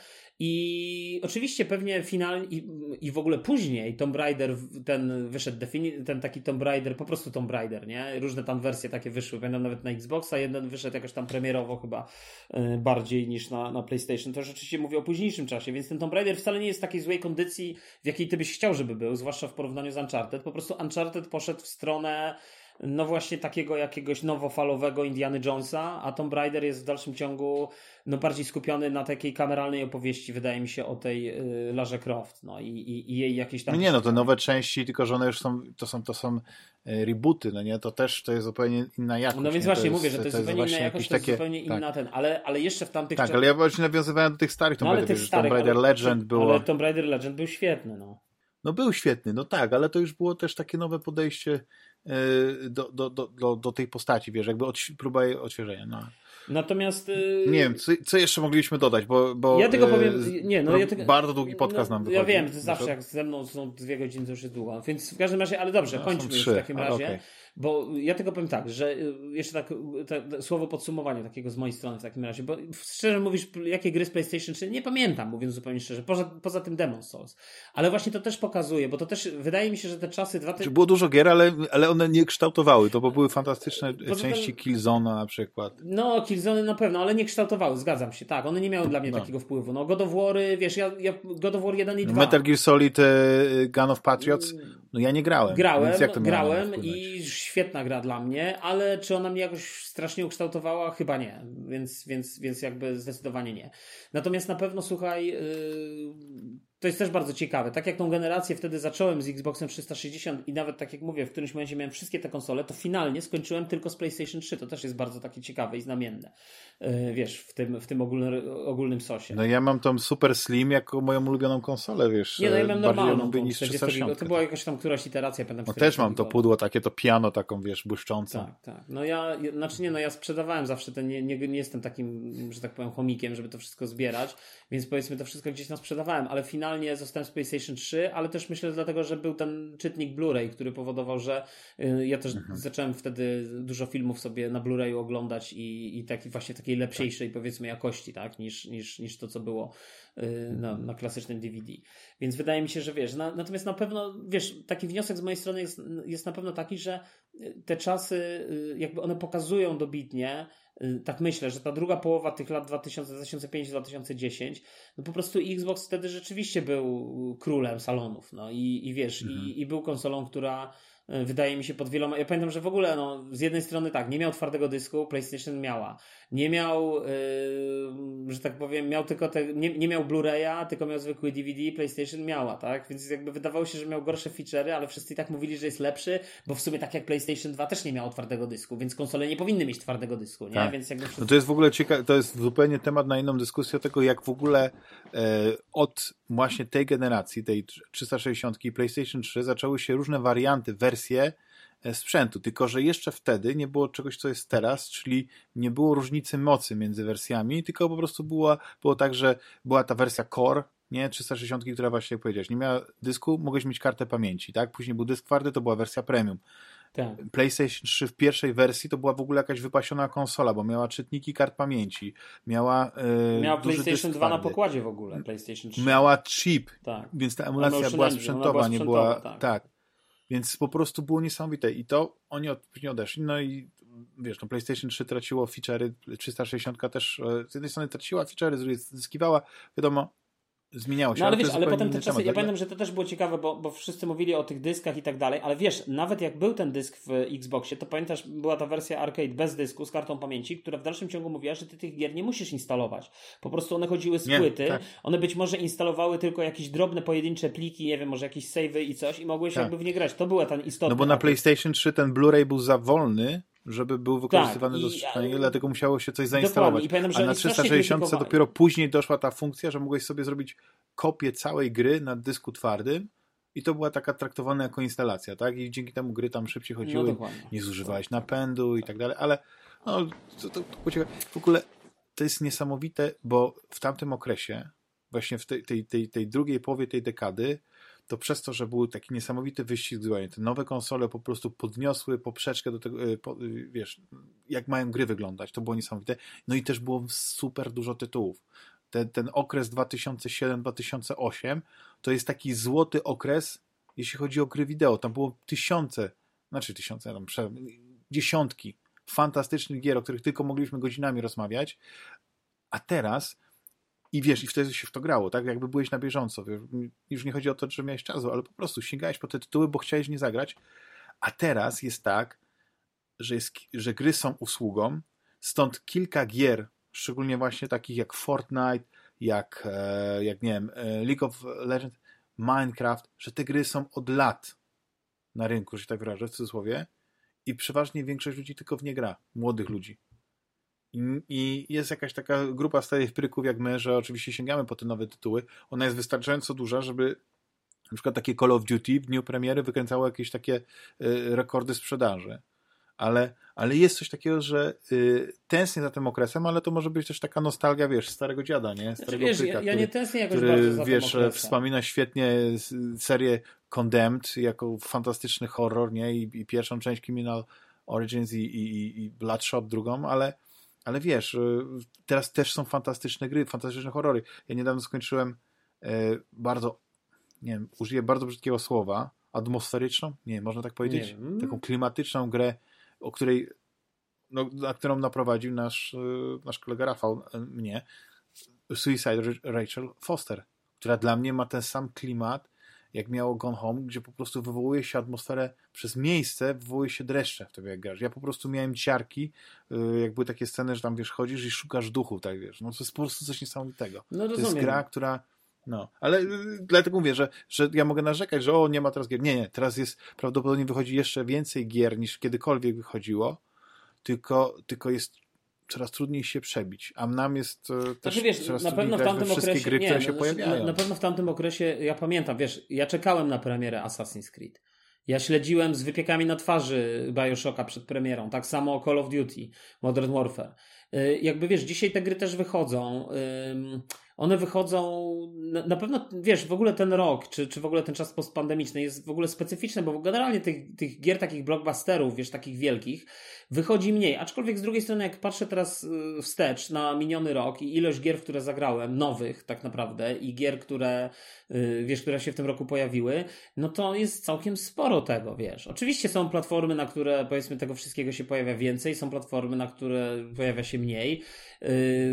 I oczywiście pewnie finalnie i, i w ogóle później Tomb Raider ten wyszedł, defini- ten taki Tomb Raider, po prostu Tomb Raider, nie? Różne tam wersje takie wyszły, będą nawet na Xboxa, jeden wyszedł jakoś tam premierowo chyba y, bardziej niż na, na PlayStation. To już oczywiście mówię o późniejszym czasie, więc ten Tomb Raider wcale nie jest w takiej złej kondycji, w jakiej ty byś chciał, żeby był, zwłaszcza w porównaniu z Uncharted. Po prostu Uncharted poszedł w stronę no właśnie takiego jakiegoś nowofalowego Indiana Jonesa, a Tomb Raider jest w dalszym ciągu no bardziej skupiony na takiej kameralnej opowieści, wydaje mi się, o tej y, Larze Croft, no i, i, i jej jakieś tam... No nie, no to nowe części, tylko że one już są, to są, to są rebooty, no nie, to też to jest zupełnie inna jakość. No więc nie? właśnie to mówię, że to jest, to jest zupełnie inna jakość, to jest takie, zupełnie inna tak. ten, ale, ale jeszcze w tamtych... Tak, czas... ale ja właśnie nawiązywałem do tych starych Tomb no, Raider, tych że Tomb Raider ale, Legend było... Ale Tomb Raider Legend był świetny, no. No był świetny, no tak, ale to już było też takie nowe podejście do, do, do, do, do tej postaci, wiesz, jakby odś- próba odświeżenia. No. Natomiast... Yy... Nie wiem, co, co jeszcze moglibyśmy dodać, bo, bo ja tylko powiem, nie, no, ja tylko, bardzo długi podcast no, nam wychodzi. Ja wiem, to zawsze jak ze mną są dwie godziny, to już jest długo. Więc w każdym razie, ale dobrze, no, kończmy już w takim razie. Okay. Bo ja tylko powiem tak, że jeszcze tak te, słowo podsumowania takiego z mojej strony w takim razie, bo szczerze mówisz, jakie gry z PlayStation trzy, nie pamiętam, mówiąc zupełnie szczerze, poza, poza tym Demon Souls. Ale właśnie to też pokazuje, bo to też wydaje mi się, że te czasy... Dwa ty... Było dużo gier, ale, ale one nie kształtowały, to bo były fantastyczne poza części ten... Killzone'a na przykład. No, Killzone Killzone na pewno, ale nie kształtowały, zgadzam się, tak, one nie miały dla mnie no. takiego wpływu. No God of War, wiesz, ja, ja God of War jeden i dwa. Metal Gear Solid, Gun of Patriots, no ja nie grałem. Grałem, więc jak to grałem i świetna gra dla mnie, ale czy ona mnie jakoś strasznie ukształtowała? Chyba nie, więc, więc, więc jakby zdecydowanie nie. Natomiast na pewno, słuchaj, yy, to jest też bardzo ciekawe. Tak jak tą generację wtedy zacząłem z Xboxem trzysta sześćdziesiąt i nawet tak jak mówię, w którymś momencie miałem wszystkie te konsole, to finalnie skończyłem tylko z PlayStation trzy. To też jest bardzo takie ciekawe i znamienne. Yy, wiesz, w tym, w tym ogólnym, ogólnym sosie. No ja mam tą Super Slim jako moją ulubioną konsolę, wiesz. Nie, no ja mam normalną niż trzysta sześćdziesiąt. To była jakaś tam któraś iteracja. Pamiętam, no też mam to pudło takie, to piano taką, wiesz, błyszczącą. Tak, tak. No ja, znaczy nie, no ja sprzedawałem zawsze ten, nie, nie, nie jestem takim, że tak powiem, chomikiem, żeby to wszystko zbierać, więc powiedzmy to wszystko gdzieś tam sprzedawałem, ale finalnie zostałem z PlayStation trzy, ale też myślę dlatego, że był ten czytnik Blu-ray, który powodował, że y, ja też mhm. zacząłem wtedy dużo filmów sobie na Blu-rayu oglądać i, i taki właśnie takiej lepszej powiedzmy jakości, tak, niż, niż, niż to, co było y, na, na klasycznym D V D. Więc wydaje mi się, że wiesz, na, natomiast na pewno, wiesz, taki wniosek z mojej strony jest, jest na pewno taki, że te czasy, jakby one pokazują dobitnie, tak myślę, że ta druga połowa tych lat dwa tysiące, dwa tysiące piąty do dwa tysiące dziesiątego, no po prostu Xbox wtedy rzeczywiście był królem salonów, no i, i wiesz, mhm. i, i był konsolą, która wydaje mi się pod wieloma... Ja pamiętam, że w ogóle no, z jednej strony tak, nie miał twardego dysku, PlayStation miała. Nie miał, yy, że tak powiem, miał tylko te, nie, nie miał Blu-raya, tylko miał zwykły D V D, PlayStation miała, tak? Więc jakby wydawało się, że miał gorsze feature'y, ale wszyscy i tak mówili, że jest lepszy, bo w sumie tak jak PlayStation dwa też nie miało twardego dysku, więc konsole nie powinny mieć twardego dysku, nie? Tak. Więc jakby wszyscy... No to jest w ogóle ciekawe, to jest zupełnie temat na inną dyskusję tego, jak w ogóle e, od właśnie tej generacji, tej trzysta sześćdziesiąt i PlayStation trzy zaczęły się różne warianty, wersje sprzętu, tylko że jeszcze wtedy nie było czegoś, co jest teraz, czyli nie było różnicy mocy między wersjami, tylko po prostu była, było tak, że była ta wersja Core, nie, trzysta sześćdziesiąt, która właśnie jak powiedziałeś, nie miała dysku, mogłeś mieć kartę pamięci, tak? Później był dysk twardy, to była wersja premium. Tak. PlayStation trzy w pierwszej wersji to była w ogóle jakaś wypasiona konsola, bo miała czytniki kart pamięci, miała yy, miała PlayStation dwa na pokładzie w ogóle, PlayStation trzy. Miała chip, tak. Więc ta emulacja była sprzętowa, była nie była, tak. tak. Więc po prostu było niesamowite i to oni od, później odeszli, no i wiesz, no PlayStation trzy traciło feature'y, trzysta sześćdziesiąt też z jednej strony traciła feature'y, z drugiej zyskiwała, wiadomo, zmieniało się. No ale, ale wiesz, ale potem te czasy, temat, ja pamiętam, że to też było ciekawe, bo, bo wszyscy mówili o tych dyskach i tak dalej, ale wiesz, nawet jak był ten dysk w Xboxie, to pamiętasz, była ta wersja arcade bez dysku, z kartą pamięci, która w dalszym ciągu mówiła, że ty tych gier nie musisz instalować. Po prostu one chodziły z nie, płyty, tak. One być może instalowały tylko jakieś drobne, pojedyncze pliki, nie wiem, może jakieś save'y i coś i mogłeś tak. jakby w nie grać. To była ten istotny. No bo na PlayStation trzy ten Blu-ray był za wolny, żeby był wykorzystywany tak, dosyć fajnie, dlatego musiało się coś zainstalować. I pamiętam, że a na trzysta sześćdziesiąt dopiero później doszła ta funkcja, że mogłeś sobie zrobić kopię całej gry na dysku twardym i to była taka traktowana jako instalacja, tak? I dzięki temu gry tam szybciej chodziły, no nie zużywałeś napędu i tak dalej, ale no, to, to, to, w ogóle to jest niesamowite, bo w tamtym okresie, właśnie w tej, tej, tej, tej drugiej połowie tej dekady, to przez to, że był taki niesamowity wyścig, te nowe konsole po prostu podniosły poprzeczkę do tego, po, wiesz, jak mają gry wyglądać, to było niesamowite. No i też było super dużo tytułów. Ten, ten okres dwa tysiące siedem dwa tysiące osiem to jest taki złoty okres, jeśli chodzi o gry wideo. Tam było tysiące, znaczy tysiące, tam dziesiątki fantastycznych gier, o których tylko mogliśmy godzinami rozmawiać, a teraz i wiesz, i wtedy się w to grało, tak? Jakby byłeś na bieżąco. Już nie chodzi o to, że miałeś czasu, ale po prostu sięgałeś po te tytuły, bo chciałeś nie zagrać. A teraz jest tak, że, jest, że gry są usługą, stąd kilka gier, szczególnie właśnie takich jak Fortnite, jak, jak nie wiem, League of Legends, Minecraft, że te gry są od lat na rynku, że tak wyrażę, w cudzysłowie, i przeważnie większość ludzi tylko w nie gra, młodych ludzi. I, I jest jakaś taka grupa starych pryków jak my, że oczywiście sięgamy po te nowe tytuły. Ona jest wystarczająco duża, żeby na przykład takie Call of Duty w dniu premiery wykręcało jakieś takie y, rekordy sprzedaży. Ale, ale jest coś takiego, że y, tęsknię za tym okresem, ale to może być też taka nostalgia, wiesz, starego dziada, nie? Starego wiesz, pryka, ja, ja który, nie tęsknię jakoś który, bardzo za wiesz, tym wspomina świetnie serię Condemned jako fantastyczny horror, nie? I, i pierwszą część Criminal Origins i, i, i Bloodshot drugą, ale Ale wiesz, teraz też są fantastyczne gry, fantastyczne horrory. Ja niedawno skończyłem bardzo, nie wiem, użyję bardzo brzydkiego słowa, atmosferyczną, nie, można tak powiedzieć? Taką klimatyczną grę, o której no, na którą naprowadził nasz, nasz kolega Rafał mnie, Suicide Rachel Foster, która dla mnie ma ten sam klimat, jak miało Gone Home, gdzie po prostu wywołuje się atmosferę przez miejsce, wywołuje się dreszcze w tobie, jak grasz. Ja po prostu miałem ciarki, jak były takie sceny, że tam, wiesz, chodzisz i szukasz duchów, tak, wiesz. No to jest po prostu coś niesamowitego. No, to jest gra, która... No, ale dlatego mówię, że, że ja mogę narzekać, że o, nie ma teraz gier. Nie, nie, teraz jest, prawdopodobnie wychodzi jeszcze więcej gier niż kiedykolwiek wychodziło, tylko, tylko jest coraz trudniej się przebić, a nam jest e, też znaczy, wiesz, coraz na trudniej pewno w tamtym wszystkie okresie, gry, nie, które no, się znaczy, pojawiają. Na, na pewno w tamtym okresie, ja pamiętam, wiesz, ja czekałem na premierę Assassin's Creed. Ja śledziłem z wypiekami na twarzy Bioshocka przed premierą, tak samo Call of Duty, Modern Warfare. Yy, jakby wiesz, dzisiaj te gry też wychodzą. Yy, one wychodzą, na, na pewno, wiesz, w ogóle ten rok, czy, czy w ogóle ten czas postpandemiczny jest w ogóle specyficzny, bo generalnie tych, tych gier, takich blockbusterów, wiesz, takich wielkich, wychodzi mniej. Aczkolwiek z drugiej strony, jak patrzę teraz wstecz na miniony rok i ilość gier, w które zagrałem, nowych tak naprawdę, i gier, które, wiesz, które się w tym roku pojawiły, no to jest całkiem sporo tego, wiesz. Oczywiście są platformy, na które, powiedzmy, tego wszystkiego się pojawia więcej, są platformy, na które pojawia się mniej. Yy...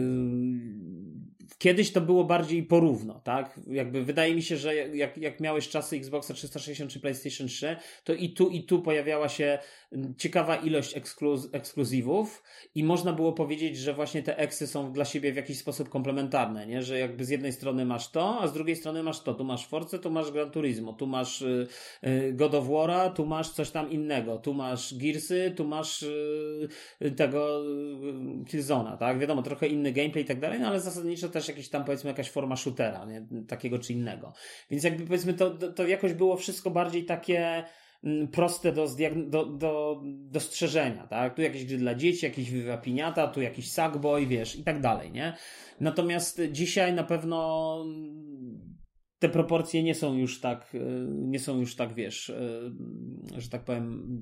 Kiedyś to było bardziej porówno, tak? Jakby wydaje mi się, że jak, jak miałeś czasy Xboxa trzysta sześćdziesiąt czy PlayStation trzy, to i tu, i tu pojawiała się ciekawa ilość ekskluz- ekskluzywów i można było powiedzieć, że właśnie te eksy są dla siebie w jakiś sposób komplementarne, nie? Że jakby z jednej strony masz to, a z drugiej strony masz to. Tu masz Forza, tu masz Gran Turismo, tu masz y, y, God of War'a, tu masz coś tam innego, tu masz Gearsy, tu masz y, tego y, Killzone'a, tak? Wiadomo, trochę inny gameplay i tak dalej, no ale zasadniczo też jakiś tam, powiedzmy, jakaś forma shootera, nie? Takiego czy innego. Więc jakby, powiedzmy, to, to jakoś było wszystko bardziej takie proste do, do, do dostrzeżenia, tak? Tu jakieś gry dla dzieci, jakiś Viva Piniata, tu jakiś Sackboy, wiesz, i tak dalej, nie? Natomiast dzisiaj na pewno te proporcje nie są już tak, nie są już tak, wiesz, że tak powiem,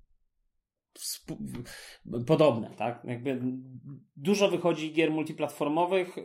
podobne, tak? Jakby dużo wychodzi gier multiplatformowych,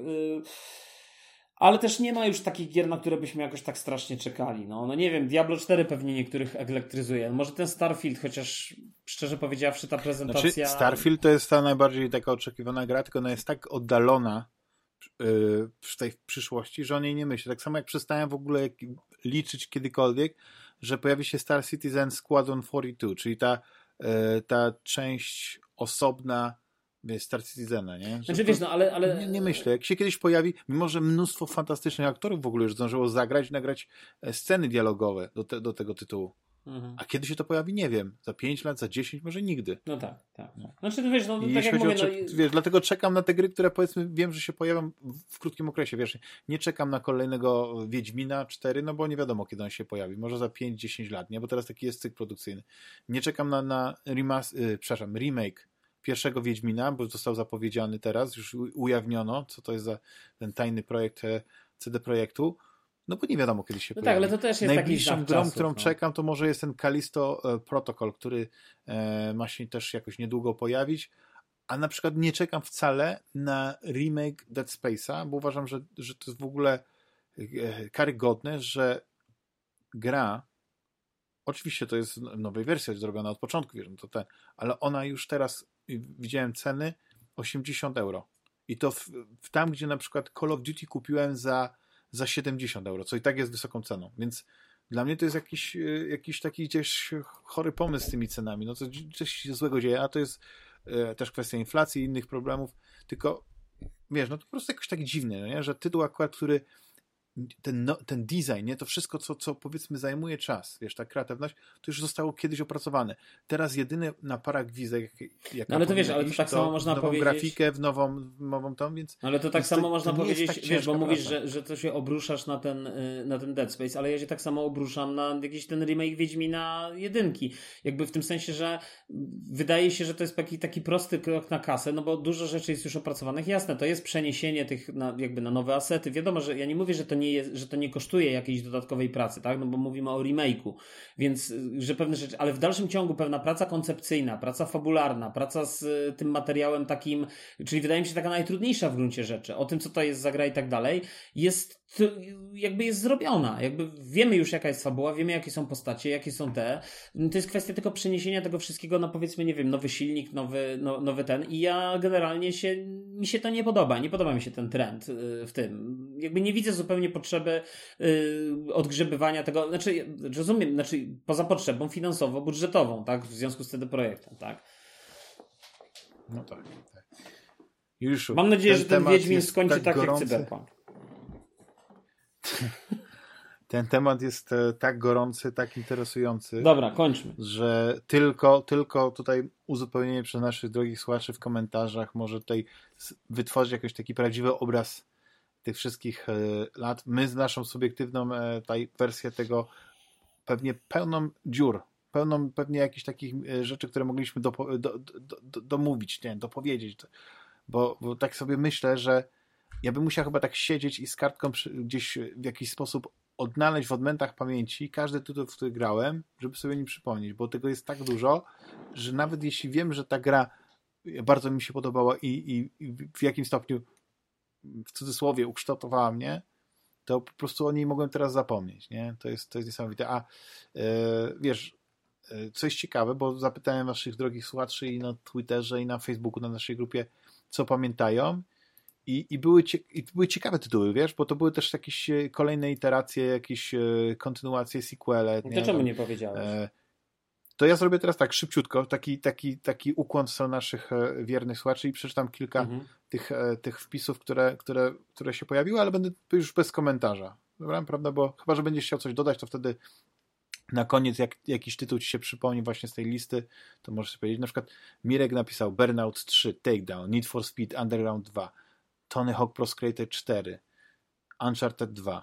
ale też nie ma już takich gier, na które byśmy jakoś tak strasznie czekali. No, no nie wiem, Diablo cztery pewnie niektórych elektryzuje. Może ten Starfield, chociaż szczerze powiedziawszy ta prezentacja... Znaczy, Starfield to jest ta najbardziej taka oczekiwana gra, tylko ona jest tak oddalona yy, przy tej przyszłości, że o niej nie myślę. Tak samo jak przestałem w ogóle liczyć kiedykolwiek, że pojawi się Star Citizen Squadron czterdzieści dwa, czyli ta, yy, ta część osobna Star Citizena, nie? Że znaczy, wiesz, no, ale, ale... Nie, nie myślę. Jak się kiedyś pojawi, mimo że mnóstwo fantastycznych aktorów w ogóle już zdążyło zagrać i nagrać sceny dialogowe do, te, do tego tytułu. Mhm. A kiedy się to pojawi, nie wiem. Za pięć lat, za dziesięć, może nigdy. No tak, tak. No. Znaczy, to wiesz, no, I tak jak mówię, oczek- no... wiesz, dlatego czekam na te gry, które, powiedzmy, wiem, że się pojawią w krótkim okresie, wiesz. Nie czekam na kolejnego Wiedźmina cztery, no bo nie wiadomo, kiedy on się pojawi. Może za pięć dziesięć lat, nie? Bo teraz taki jest cykl produkcyjny. Nie czekam na, na remas- yy, przepraszam, remake pierwszego Wiedźmina, bo został zapowiedziany teraz, już ujawniono, co to jest za ten tajny projekt C D Projektu, no bo nie wiadomo, kiedy się no pojawi. Tak, ale to też jest Najbliższą grą, czasów, którą no. czekam, to może jest ten Callisto Protocol, który e, ma się też jakoś niedługo pojawić, a na przykład nie czekam wcale na remake Dead Space'a, bo uważam, że, że to jest w ogóle e, karygodne, że gra, oczywiście to jest w nowej wersji zrobiona od początku, wiesz, no to ten, ale ona już teraz, widziałem ceny osiemdziesiąt euro. I to w, w tam, gdzie na przykład Call of Duty kupiłem za, za siedemdziesiąt euro, co i tak jest wysoką ceną. Więc dla mnie to jest jakiś, jakiś taki gdzieś chory pomysł z tymi cenami. No to coś się złego dzieje, a to jest e, też kwestia inflacji i innych problemów. Tylko, wiesz, no to po prostu jakoś tak dziwne, no nie? Że tytuł akurat, który ten, no, ten design, nie? To wszystko, co, co powiedzmy zajmuje czas, wiesz, ta kreatywność, to już zostało kiedyś opracowane. Teraz jedyny na parach wizek, jak no ale to wiesz, ale to tak samo można w nową powiedzieć... grafikę, w nową, w nową tą, więc... Ale to tak samo to, można to powiedzieć, tak wiesz, bo mówisz, praca. że, że to się obruszasz na ten, na ten Dead Space, ale ja się tak samo obruszam na jakiś ten remake Wiedźmina jedynki. Jakby w tym sensie, że wydaje się, że to jest taki, taki prosty krok na kasę, no bo dużo rzeczy jest już opracowanych. Jasne, to jest przeniesienie tych na, jakby na nowe asety. Wiadomo, że ja nie mówię, że to nie nie jest, że to nie kosztuje jakiejś dodatkowej pracy, tak? No bo mówimy o remake'u, więc, że pewne rzeczy, ale w dalszym ciągu pewna praca koncepcyjna, praca fabularna, praca z tym materiałem takim, czyli wydaje mi się taka najtrudniejsza w gruncie rzeczy, o tym, co to jest za gra i tak dalej, jest, jakby jest zrobiona, jakby wiemy już, jaka jest fabuła, wiemy, jakie są postacie, jakie są te, to jest kwestia tylko przeniesienia tego wszystkiego na, powiedzmy, nie wiem, nowy silnik, nowy, no, nowy ten i ja generalnie się, mi się to nie podoba, nie podoba mi się ten trend w tym, jakby nie widzę zupełnie potrzeby yy, odgrzebywania tego, znaczy rozumiem, znaczy poza potrzebą finansowo-budżetową, tak, w związku z tym projektem, tak. No tak, tak. Juszu, mam nadzieję, ten że ten Wiedźmin skończy tak, tak jak Cyberpunk. Ten temat jest tak gorący, tak interesujący. Dobra, kończmy. Że tylko, tylko tutaj uzupełnienie przez naszych drogich słuchaczy w komentarzach może tutaj wytworzyć jakiś taki prawdziwy obraz tych wszystkich lat. My z naszą subiektywną tutaj wersję tego pewnie pełną dziur, pełną pewnie jakichś takich rzeczy, które mogliśmy do, do, do, do, domówić, nie, dopowiedzieć. Bo, bo tak sobie myślę, że ja bym musiał chyba tak siedzieć i z kartką przy, gdzieś w jakiś sposób odnaleźć w odmętach pamięci każdy tytuł, w który grałem, żeby sobie nie przypomnieć, bo tego jest tak dużo, że nawet jeśli wiem, że ta gra bardzo mi się podobała i, i, i w jakim stopniu w cudzysłowie ukształtowała mnie, to po prostu o niej mogłem teraz zapomnieć, nie? To jest, to jest niesamowite. A yy, wiesz, yy, co jest ciekawe, bo zapytałem naszych drogich słuchaczy i na Twitterze, i na Facebooku, na naszej grupie, co pamiętają. I, i, były cie, I były ciekawe tytuły, wiesz, bo to były też jakieś kolejne iteracje, jakieś kontynuacje, sequele. To czemu nie powiedziałeś? E, to ja zrobię teraz tak szybciutko, taki, taki, taki ukłon są naszych wiernych słuchaczy i przeczytam kilka mhm. tych, tych wpisów, które, które, które się pojawiły, ale będę już bez komentarza. Dobra, prawda? Bo chyba, że będziesz chciał coś dodać, to wtedy na koniec jak jakiś tytuł ci się przypomni właśnie z tej listy, to możesz sobie powiedzieć. Na przykład Mirek napisał Burnout trzy, Takedown, Need for Speed Underground dwa, Tony Hawk Pro Skater cztery, Uncharted dwa,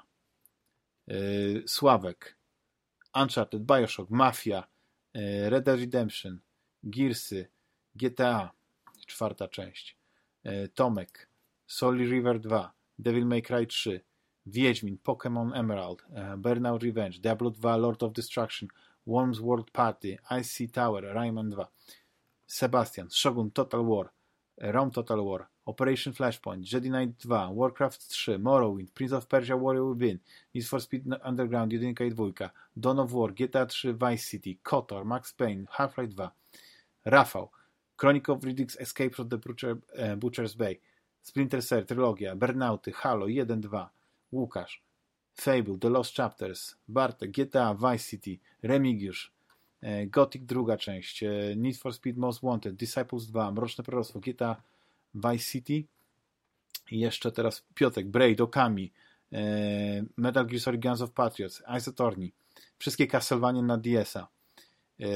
yy, Sławek, Uncharted, Bioshock, Mafia, yy, Red Dead Redemption, Gearsy, G T A, czwarta część, yy, Tomek, Soul River dwa, Devil May Cry trzy, Wiedźmin, Pokémon Emerald, yy, Burnout Revenge, Diablo dwa, Lord of Destruction, Worms World Party, Ice Tower, Rayman dwa, Sebastian, Shogun Total War, Rome Total War, Operation Flashpoint, Jedi Knight dwa, Warcraft trzy, Morrowind, Prince of Persia Warrior Within, Need for Speed Underground jeden i dwa, Dawn of War, G T A trzy, Vice City, KOTOR, Max Payne, Half-Life dwa, Rafał, Chronicle of Riddick's Escape from the Butcher, e, Butcher's Bay, Splinter Cell, Trylogia, Burnouty, Halo jeden dwa, Łukasz, Fable, The Lost Chapters, Bartek, G T A, Vice City, Remigiusz, e, Gothic druga część, e, Need for Speed Most Wanted, Disciples dwa, Mroczne Proroctwo, G T A Vice City i jeszcze teraz Piotek, Braid, Okami, e, Metal Gear Solid Guns of Patriots, Ace Attorney, wszystkie Castlevania na D S a. E,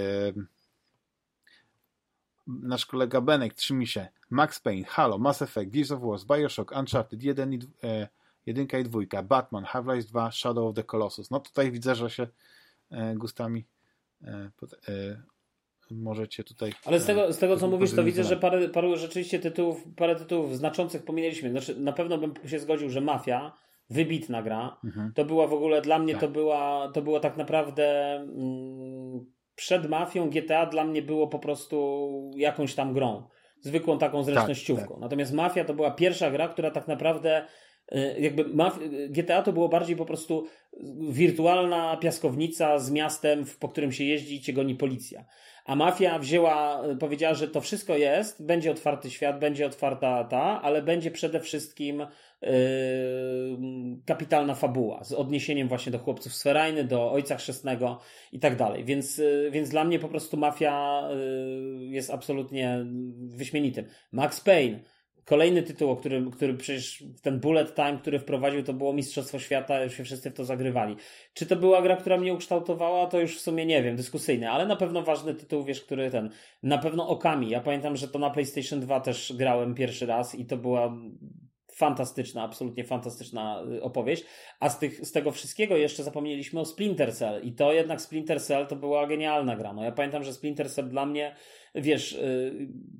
nasz kolega Benek, Trzymisie, Max Payne, Halo, Mass Effect, Gears of War, Bioshock, Uncharted jeden i dwa, Batman, Half-Life dwa, Shadow of the Colossus. No tutaj widzę, że się e, gustami e, e, możecie tutaj... Ale z tego, z tego co mówisz, to widzę, że parę, parę rzeczywiście tytułów, parę tytułów znaczących pominęliśmy. Znaczy, na pewno bym się zgodził, że Mafia, wybitna gra, mhm. to była w ogóle dla mnie, tak. to była to było tak naprawdę mm, przed Mafią G T A dla mnie było po prostu jakąś tam grą. Zwykłą taką zręcznościówką. Tak, tak. Natomiast Mafia to była pierwsza gra, która tak naprawdę jakby G T A to było bardziej po prostu wirtualna piaskownica z miastem, po którym się jeździ i cię goni policja. A Mafia wzięła, powiedziała, że to wszystko jest, będzie otwarty świat, będzie otwarta ta, ale będzie przede wszystkim yy, kapitalna fabuła z odniesieniem właśnie do Chłopców z Ferajny, do Ojca Chrzestnego i tak dalej. Więc, yy, więc dla mnie po prostu Mafia yy, jest absolutnie wyśmienitym. Max Payne, kolejny tytuł, o którym, który przecież ten bullet time, który wprowadził, to było Mistrzostwo Świata, już się wszyscy w to zagrywali. Czy to była gra, która mnie ukształtowała, to już w sumie nie wiem, dyskusyjny, ale na pewno ważny tytuł, wiesz, który ten, na pewno Okami. Ja pamiętam, że to na PlayStation dwa też grałem pierwszy raz i to była fantastyczna, absolutnie fantastyczna opowieść. A z, tych, z tego wszystkiego jeszcze zapomnieliśmy o Splinter Cell i to jednak Splinter Cell to była genialna gra. No ja pamiętam, że Splinter Cell dla mnie, wiesz... Yy,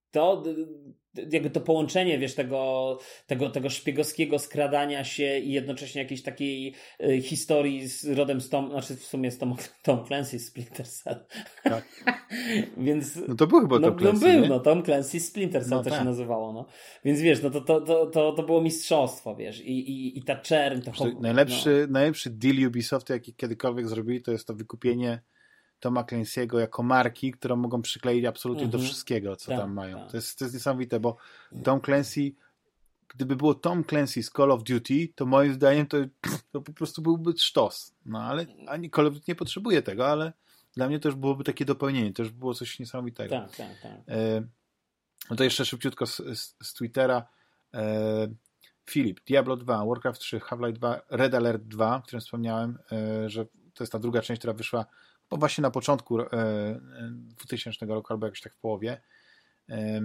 to jakby to połączenie, wiesz, tego, tego, tego szpiegowskiego skradania się i jednocześnie jakiejś takiej y, historii z rodem z Tom, znaczy w sumie z Tom, Tom Clancy z Splinter Cell. Tak. Więc, no to był chyba no, Tom Clancy, no był, nie? no Tom Clancy Splinter Cell no, to tak. się nazywało, no. Więc wiesz, no to, to, to, to, to było mistrzostwo, wiesz, i, i, i ta czerń, to... Ho- najlepszy, no. najlepszy deal Ubisoftu, jaki kiedykolwiek zrobili, to jest to wykupienie Toma Clancy'ego jako marki, którą mogą przykleić absolutnie mm-hmm. do wszystkiego, co tak, tam mają. Tak. To, jest, to jest niesamowite, bo Tom Clancy, gdyby było Tom Clancy z Call of Duty, to moim zdaniem to, to po prostu byłby sztos. No ale ani Call of Duty nie potrzebuje tego, ale dla mnie to już byłoby takie dopełnienie, to już było coś niesamowitego. Tak, tak, tak. E, no to jeszcze szybciutko z, z, z Twittera. E, Filip, Diablo dwa, Warcraft trzy, Half-Life dwa, Red Alert dwa, o którym wspomniałem, e, że to jest ta druga część, która wyszła no właśnie na początku e, dwutysięcznego roku, albo jakoś tak w połowie. E,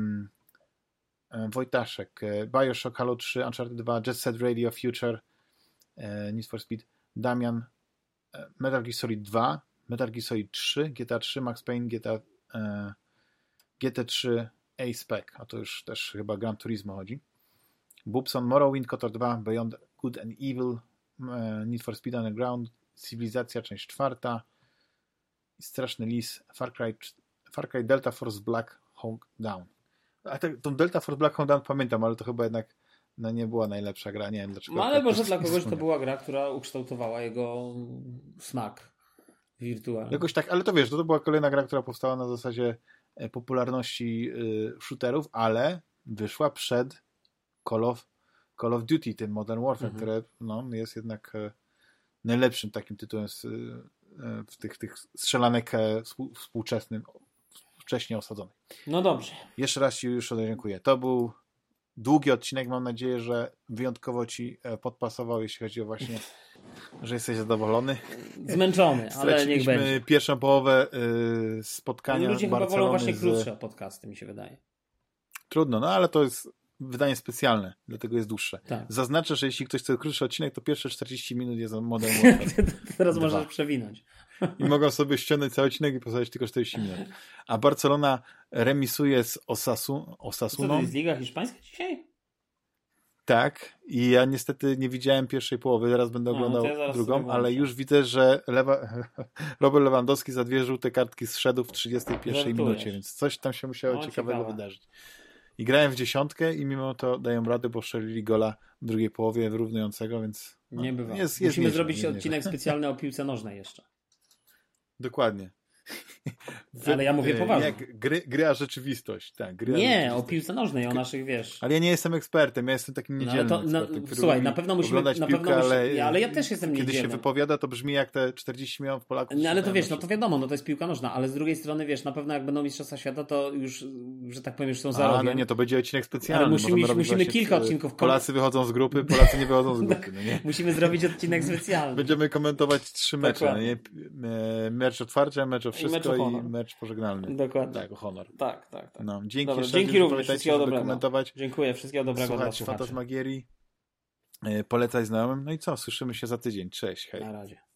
e, Wojtaszek, e, Bioshock, Halo trzy, Uncharted dwa, Jet Set Radio, Future, e, Need for Speed, Damian, e, Metal Gear Solid dwa, Metal Gear Solid trzy, G T A trzy, Max Payne, G T A, e, G T trzy, A-Spec, a to już też chyba Gran Turismo chodzi. Bubson, Morrowind, Kotor dwa, Beyond Good and Evil, e, Need for Speed Underground, Cywilizacja, część czwarta, Straszny Lis, Far Cry, Far Cry Delta Force Black Hawk Down. A te, tą Delta Force Black Hawk Down pamiętam, ale to chyba jednak no, nie była najlepsza gra, nie wiem dlaczego. No ale może dla kogoś to była gra, która ukształtowała jego smak wirtualny. Jakoś tak, ale to wiesz, to, to była kolejna gra, która powstała na zasadzie popularności y, shooterów, ale wyszła przed Call of, Call of Duty, tym Modern Warfare, mhm. które no, jest jednak y, najlepszym takim tytułem z, y, w tych, tych strzelanek współczesnym, wcześniej osadzonych. No dobrze. Jeszcze raz Ci już dziękuję. To był długi odcinek. Mam nadzieję, że wyjątkowo Ci podpasował, jeśli chodzi o właśnie, że jesteś zadowolony. Zmęczony, ale niech będzie. Pierwszą połowę y, spotkania Ludzie chyba Barcelony wolą właśnie z... krótsze podcasty, mi się wydaje. Trudno, no ale to jest wydanie specjalne, dlatego jest dłuższe. Tak. Zaznaczę, że jeśli ktoś chce krótszy odcinek, to pierwsze czterdzieści minut jest Modern Warfare. Teraz możesz przewinąć. I mogą sobie ściągnąć cały odcinek i posłuchać tylko czterdzieści minut. A Barcelona remisuje z Osasu, Osasuną. Co to jest Liga Hiszpańska dzisiaj? Tak. I ja niestety nie widziałem pierwszej połowy. Zaraz będę no, oglądał no drugą, ale już widzę, że Lewa... Robert Lewandowski za dwie żółte kartki zszedł w trzydziestej pierwszej minucie, więc coś tam się musiało no, ciekawego ciekawe. wydarzyć. I grałem w dziesiątkę i mimo to dają radę, bo strzelili gola w drugiej połowie wyrównującego, więc no, nie bywa. Jest, jest Musimy nieźle, zrobić nie, odcinek nie. specjalny o piłce nożnej jeszcze. Dokładnie. W, ale ja mówię poważnie. Jak gry, gry a rzeczywistość. Tak, gry nie, rzeczywistość. o piłce nożnej, o naszych, wiesz. Ale ja nie jestem ekspertem, ja jestem takim niedzielnym no, to, no, ekspertem, który słuchaj, na pewno musimy, na piłkę, pewno musimy, ale, ale ja też jestem kiedy niedzielny. się wypowiada, to brzmi jak te czterdzieści milionów Polaków. No ale to wiesz, no to wiadomo, no to jest piłka nożna, ale z drugiej strony, wiesz, na pewno jak będą Mistrzostwa Świata, to już, że tak powiem, już są za A, rogiem. no nie, to będzie odcinek specjalny. Ale musimy, musimy kilka odcinków. Polacy wychodzą z grupy, Polacy nie wychodzą z grupy. No nie? Musimy zrobić odcinek specjalny. Będziemy komentować trzy mecze, no nie? Mecz otwarcia, mecz o wszystko i mecz, i mecz pożegnalny. Dokładnie. Tak, o honor. Tak, tak, tak. No, dzięki Dobra, jeszcze, dzięki również, wszystkiego dobrego. Komentować. Dziękuję, wszystkiego dobrego Słuchać dla słuchaczy. Fantasmagierii, polecaj znajomym. No i co, słyszymy się za tydzień. Cześć, hej. Na razie.